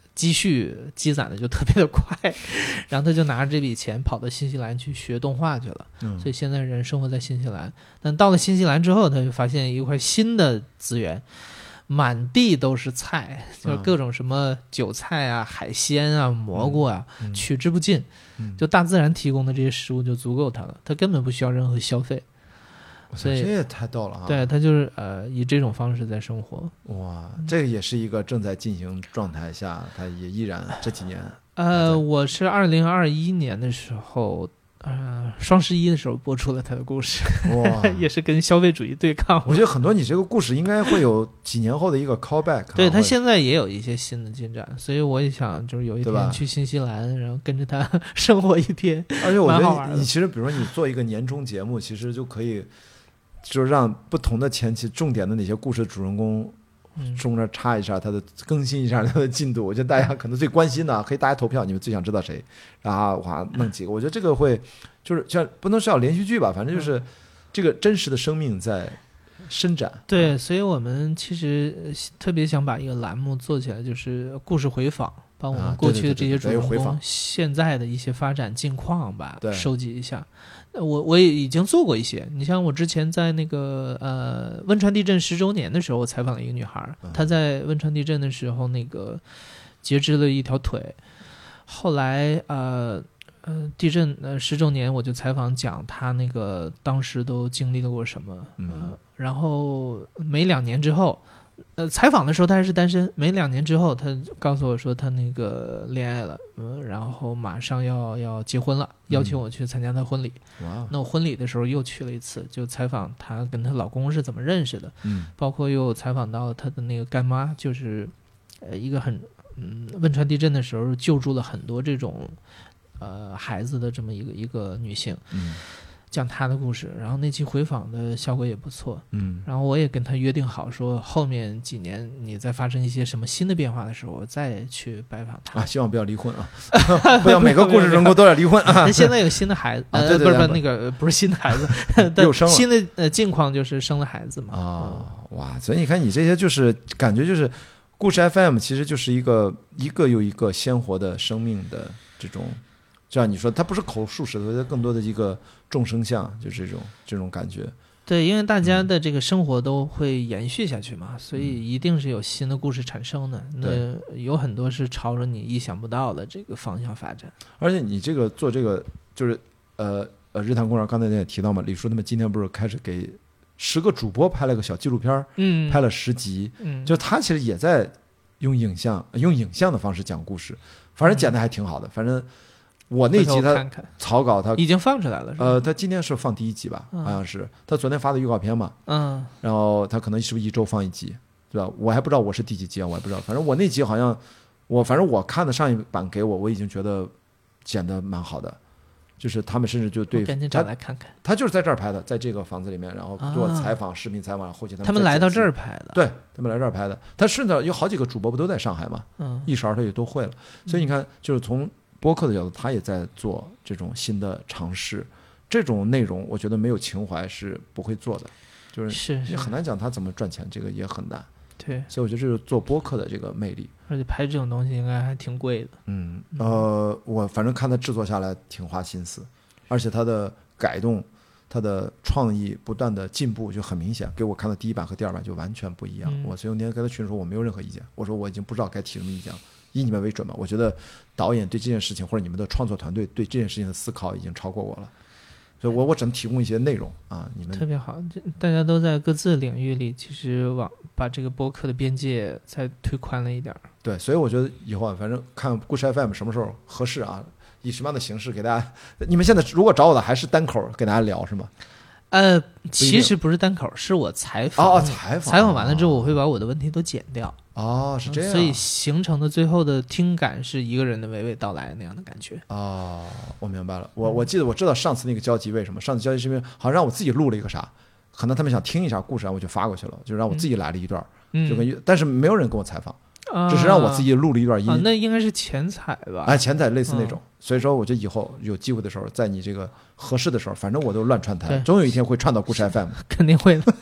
积蓄积攒的就特别的快，然后他就拿着这笔钱跑到新西兰去学动画去了， 嗯， 所以现在人生活在新西兰。但到了新西兰之后，他就发现一块新的资源，满地都是菜，就是各种什么韭菜啊、海鲜啊、蘑菇啊， 嗯、 取之不尽、嗯。就大自然提供的这些食物就足够他了，他根本不需要任何消费。所以这也太逗了啊！ 对，他就是呃以这种方式在生活。 哇，这个也是一个正在进行状态下，他也依然这几年。 呃，我是二零二一年的时候，呃，双十一的时候播出了他的故事，哇，也是跟消费主义对抗。 我觉得很多你这个故事应该会有几年后的一个 callback、啊。 对，他现在也有一些新的进展，所以我也想就是有一天去新西兰，然后跟着他生活一天。 而且我觉得你其实，比如说你做一个年终节目，其实就可以。就是让不同的前期重点的哪些故事主人公中间插一下他的更新一下他的进度，我觉得大家可能最关心的可以大家投票，你们最想知道谁，然后哇弄几个，我觉得这个会就是像不能是要连续剧吧，反正就是这个真实的生命在伸展。 对，所以我们其实特别想把一个栏目做起来，就是故事回访，把我们过去的这些主人公现在的一些发展近况吧收集一下。我我也已经做过一些，你像我之前在那个呃汶川地震十周年的时候，我采访了一个女孩，她在汶川地震的时候那个截肢了一条腿，后来呃呃地震呃十周年我就采访讲她那个当时都经历了过什么， 嗯、 呃，然后没两年之后。呃，采访的时候他还是单身，没两年之后，他告诉我说他那个恋爱了，嗯，然后马上要要结婚了，邀请我去参加他婚礼。 哇、嗯！ 那我婚礼的时候又去了一次，就采访她跟她老公是怎么认识的， 嗯， 包括又采访到她的那个干妈，就是呃一个很嗯汶川地震的时候救助了很多这种呃孩子的这么一个一个女性， 嗯。 讲他的故事，然后那期回访的效果也不错， 嗯， 然后我也跟他约定好说，后面几年你再发生一些什么新的变化的时候，我再去拜访他啊，希望不要离婚啊，不要每个故事人物都要离婚啊。 他现在有新的孩子， 啊、 呃， 对对对不是不是那个不是新的孩子， 又生了新的呃境况就是生了孩子嘛。 啊、哦，哇，所以你看你这些就是感觉就是故事 F M 其实就是一个一个又一个鲜活的生命的这种。就像你说，它不是口述史，它更多的一个众生相，就这种这种感觉。 对，因为大家的这个生活都会延续下去嘛，所以一定是有新的故事产生的。那有很多是朝着你意想不到的这个方向发展。 而且你这个做这个，就是呃呃，日坛公园刚才也提到嘛，李叔他们今天不是开始给十个主播拍了个小纪录片， 嗯， 拍了十集， 嗯， 就他其实也在用影像用影像的方式讲故事，反正剪的还挺好的，反正。我那集他草稿他已经放出来了，是吧？ 呃，他今天是放第一集吧， 嗯、 好像是他昨天发的预告片嘛， 嗯， 然后他可能是不是一周放一集，对吧？我还不知道我是第几集啊，我还不知道，反正我那集好像我反正我看的上一版给我，我已经觉得剪得蛮好的，就是他们甚至就对， 赶紧找来看看， 他就是在这儿拍的，在这个房子里面，然后做采访、啊、视频采访，后期他们他们来到这儿拍的， 对他们来这儿拍的，他顺着有好几个主播不都在上海嘛， 嗯， 一勺他也都会了，所以你看，就是从播客的角度，他也在做这种新的尝试，这种内容我觉得没有情怀是不会做的，就是也很难讲他怎么赚钱，这个也很难。 对， 所以我觉得这是做播客的这个魅力。 而且拍这种东西应该还挺贵的。 嗯，呃，我反正看他制作下来挺花心思，而且他的改动、他的创意不断的进步就很明显。给我看的第一版和第二版就完全不一样。嗯、我所以那天跟他群说我没有任何意见，我说我已经不知道该提什么意见了。以你们为准吧，我觉得导演对这件事情或者你们的创作团队对这件事情的思考已经超过我了，所以我我只能提供一些内容啊，你们特别好，大家都在各自的领域里，其实往把这个播客的边界再推宽了一点。 对，所以我觉得以后反正看故事 F M 什么时候合适啊，以什么样的形式给大家，你们现在如果找我的还是单口给大家聊是吗？ 呃，其实不是单口，是我采访。 哦，采访， 采访完了之后，我会把我的问题都剪掉。 哦，是这样。 所以形成的最后的听感是一个人的娓娓道来那样的感觉。 哦，我明白了。我我记得我知道上次那个交集为什么？上次交集是因为好像让我自己录了一个啥，可能他们想听一下故事，我就发过去了，就让我自己来了一段， 嗯、 就跟但是没有人跟我采访。只是让我自己录了一段音、 啊、那应该是前采吧？ 哎，前采类似那种、嗯，所以说我觉得以后有机会的时候，在你这个合适的时候，反正我都乱串台，总有一天会串到故事 F M， 肯定会的。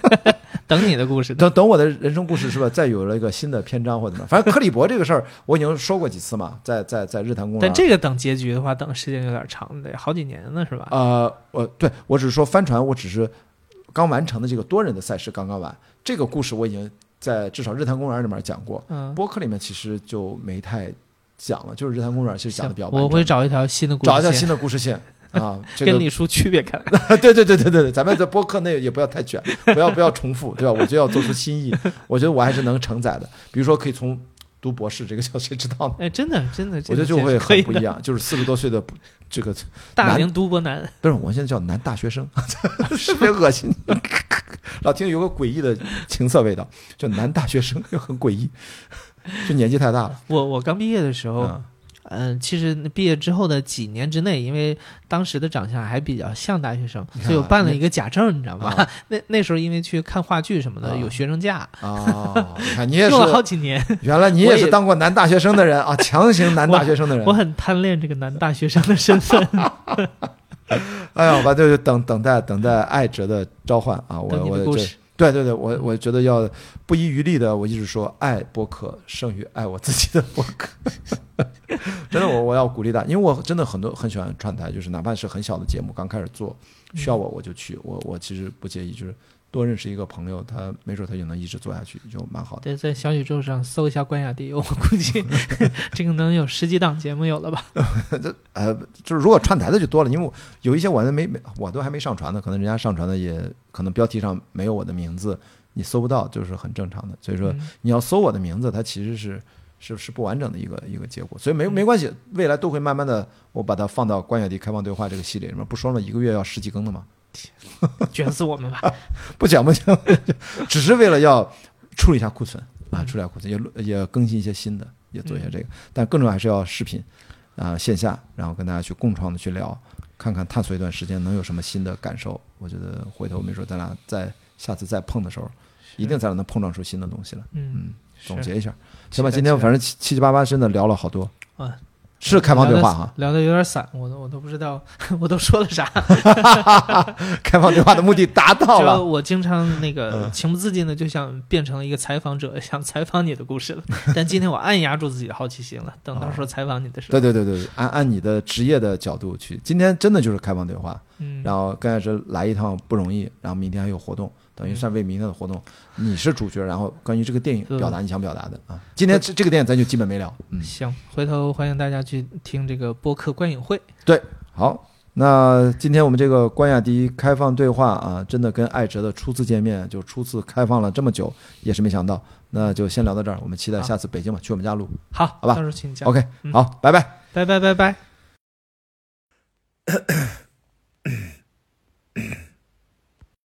等你的故事， 等等我的人生故事是吧？再有了一个新的篇章或者怎么，反正克里伯这个事儿我已经说过几次嘛，在在在日坛公园。 但这个等结局的话，等时间有点长，得好几年呢，是吧？ 呃，我对我只是说帆船，我只是刚完成的这个多人的赛事刚刚完，这个故事我已经在至少日坛公园里面讲过， 嗯， 播客里面其实就没太讲了，就是日坛公园其实讲的比较完整。 我会找一条新的故事线， 找一条新的故事线。啊，这个、 跟李叔区别开。 对对对对对对，咱们在播客内也不要太卷，不要不要重复，对吧？我就要做出新意，我觉得我还是能承载的。比如说，可以从读博士这个叫谁知道呢？ 哎，真的真的， 我觉得就会很不一样。就是四十多岁的这个大龄读博男， 不是我现在叫男大学生，特别恶心，老听有个诡异的情色味道，就男大学生又很诡异，就年纪太大了。 我我刚毕业的时候。 嗯嗯，其实毕业之后的几年之内，因为当时的长相还比较像大学生，所以我办了一个假证，你知道吗？啊、那那时候因为去看话剧什么的，啊、有学生假啊、哦，你看你也是用了好几年。 原来你也是当过男大学生的人啊，强行男大学生的人。 我, 我很贪恋这个男大学生的身份。 哎呀，我就等等待等待艾哲的召唤啊！我我这对对对，我我觉得要不遗余力的，我一直说爱播客胜于爱我自己的播客。真的，我我要鼓励大家，因为我真的很多很喜欢串台，就是哪怕是很小的节目，刚开始做，需要我我就去，我我其实不介意，就是多认识一个朋友，他没准他就能一直做下去，就蛮好的。 对，在小宇宙上搜一下关雅迪，我估计这个能有十几档节目有了吧？ 这呃，就是如果串台的就多了，因为我有一些我都没没我都还没上传的，可能人家上传的也可能标题上没有我的名字，你搜不到，就是很正常的。所以说你要搜我的名字，它其实是。是是不完整的一个一个结果，所以没没关系，未来都会慢慢的，我把它放到关雅迪开放对话这个系列里面。不说了，一个月要十几更的吗？ 卷死我们吧！ 不讲不讲，只是为了要处理一下库存啊，处理一下库存，也也更新一些新的，也做一下这个。但更重要还是要视频啊，线下，然后跟大家去共创的去聊，看看探索一段时间能有什么新的感受。我觉得回头没准咱俩再下次再碰的时候，一定咱俩能碰撞出新的东西来。嗯。嗯，总结一下，行吧？今天反正七七七八八真的聊了好多，啊，是开放对话哈， 聊的有点散，我都我都不知道我都说了啥。 开放对话的目的达到了。 我经常那个情不自禁的就想变成一个采访者，想采访你的故事了。但今天我按压住自己的好奇心了，等到时候采访你的时候， 对对对对，按按你的职业的角度去。今天真的就是开放对话，嗯，然后跟艾哲来一趟不容易，然后明天还有活动。等于算为明天的活动，你是主角，然后关于这个电影表达你想表达的啊。今天这这个电影咱就基本没聊。嗯， 行，回头欢迎大家去听这个播客观影会。 对，好，那今天我们这个关雅迪开放对话啊，真的跟艾哲的初次见面就初次开放了这么久，也是没想到。那就先聊到这儿，我们期待下次北京嘛，去我们家录。 好， 好吧， 到时候请假。 OK，、嗯、好，拜拜， 拜拜拜拜。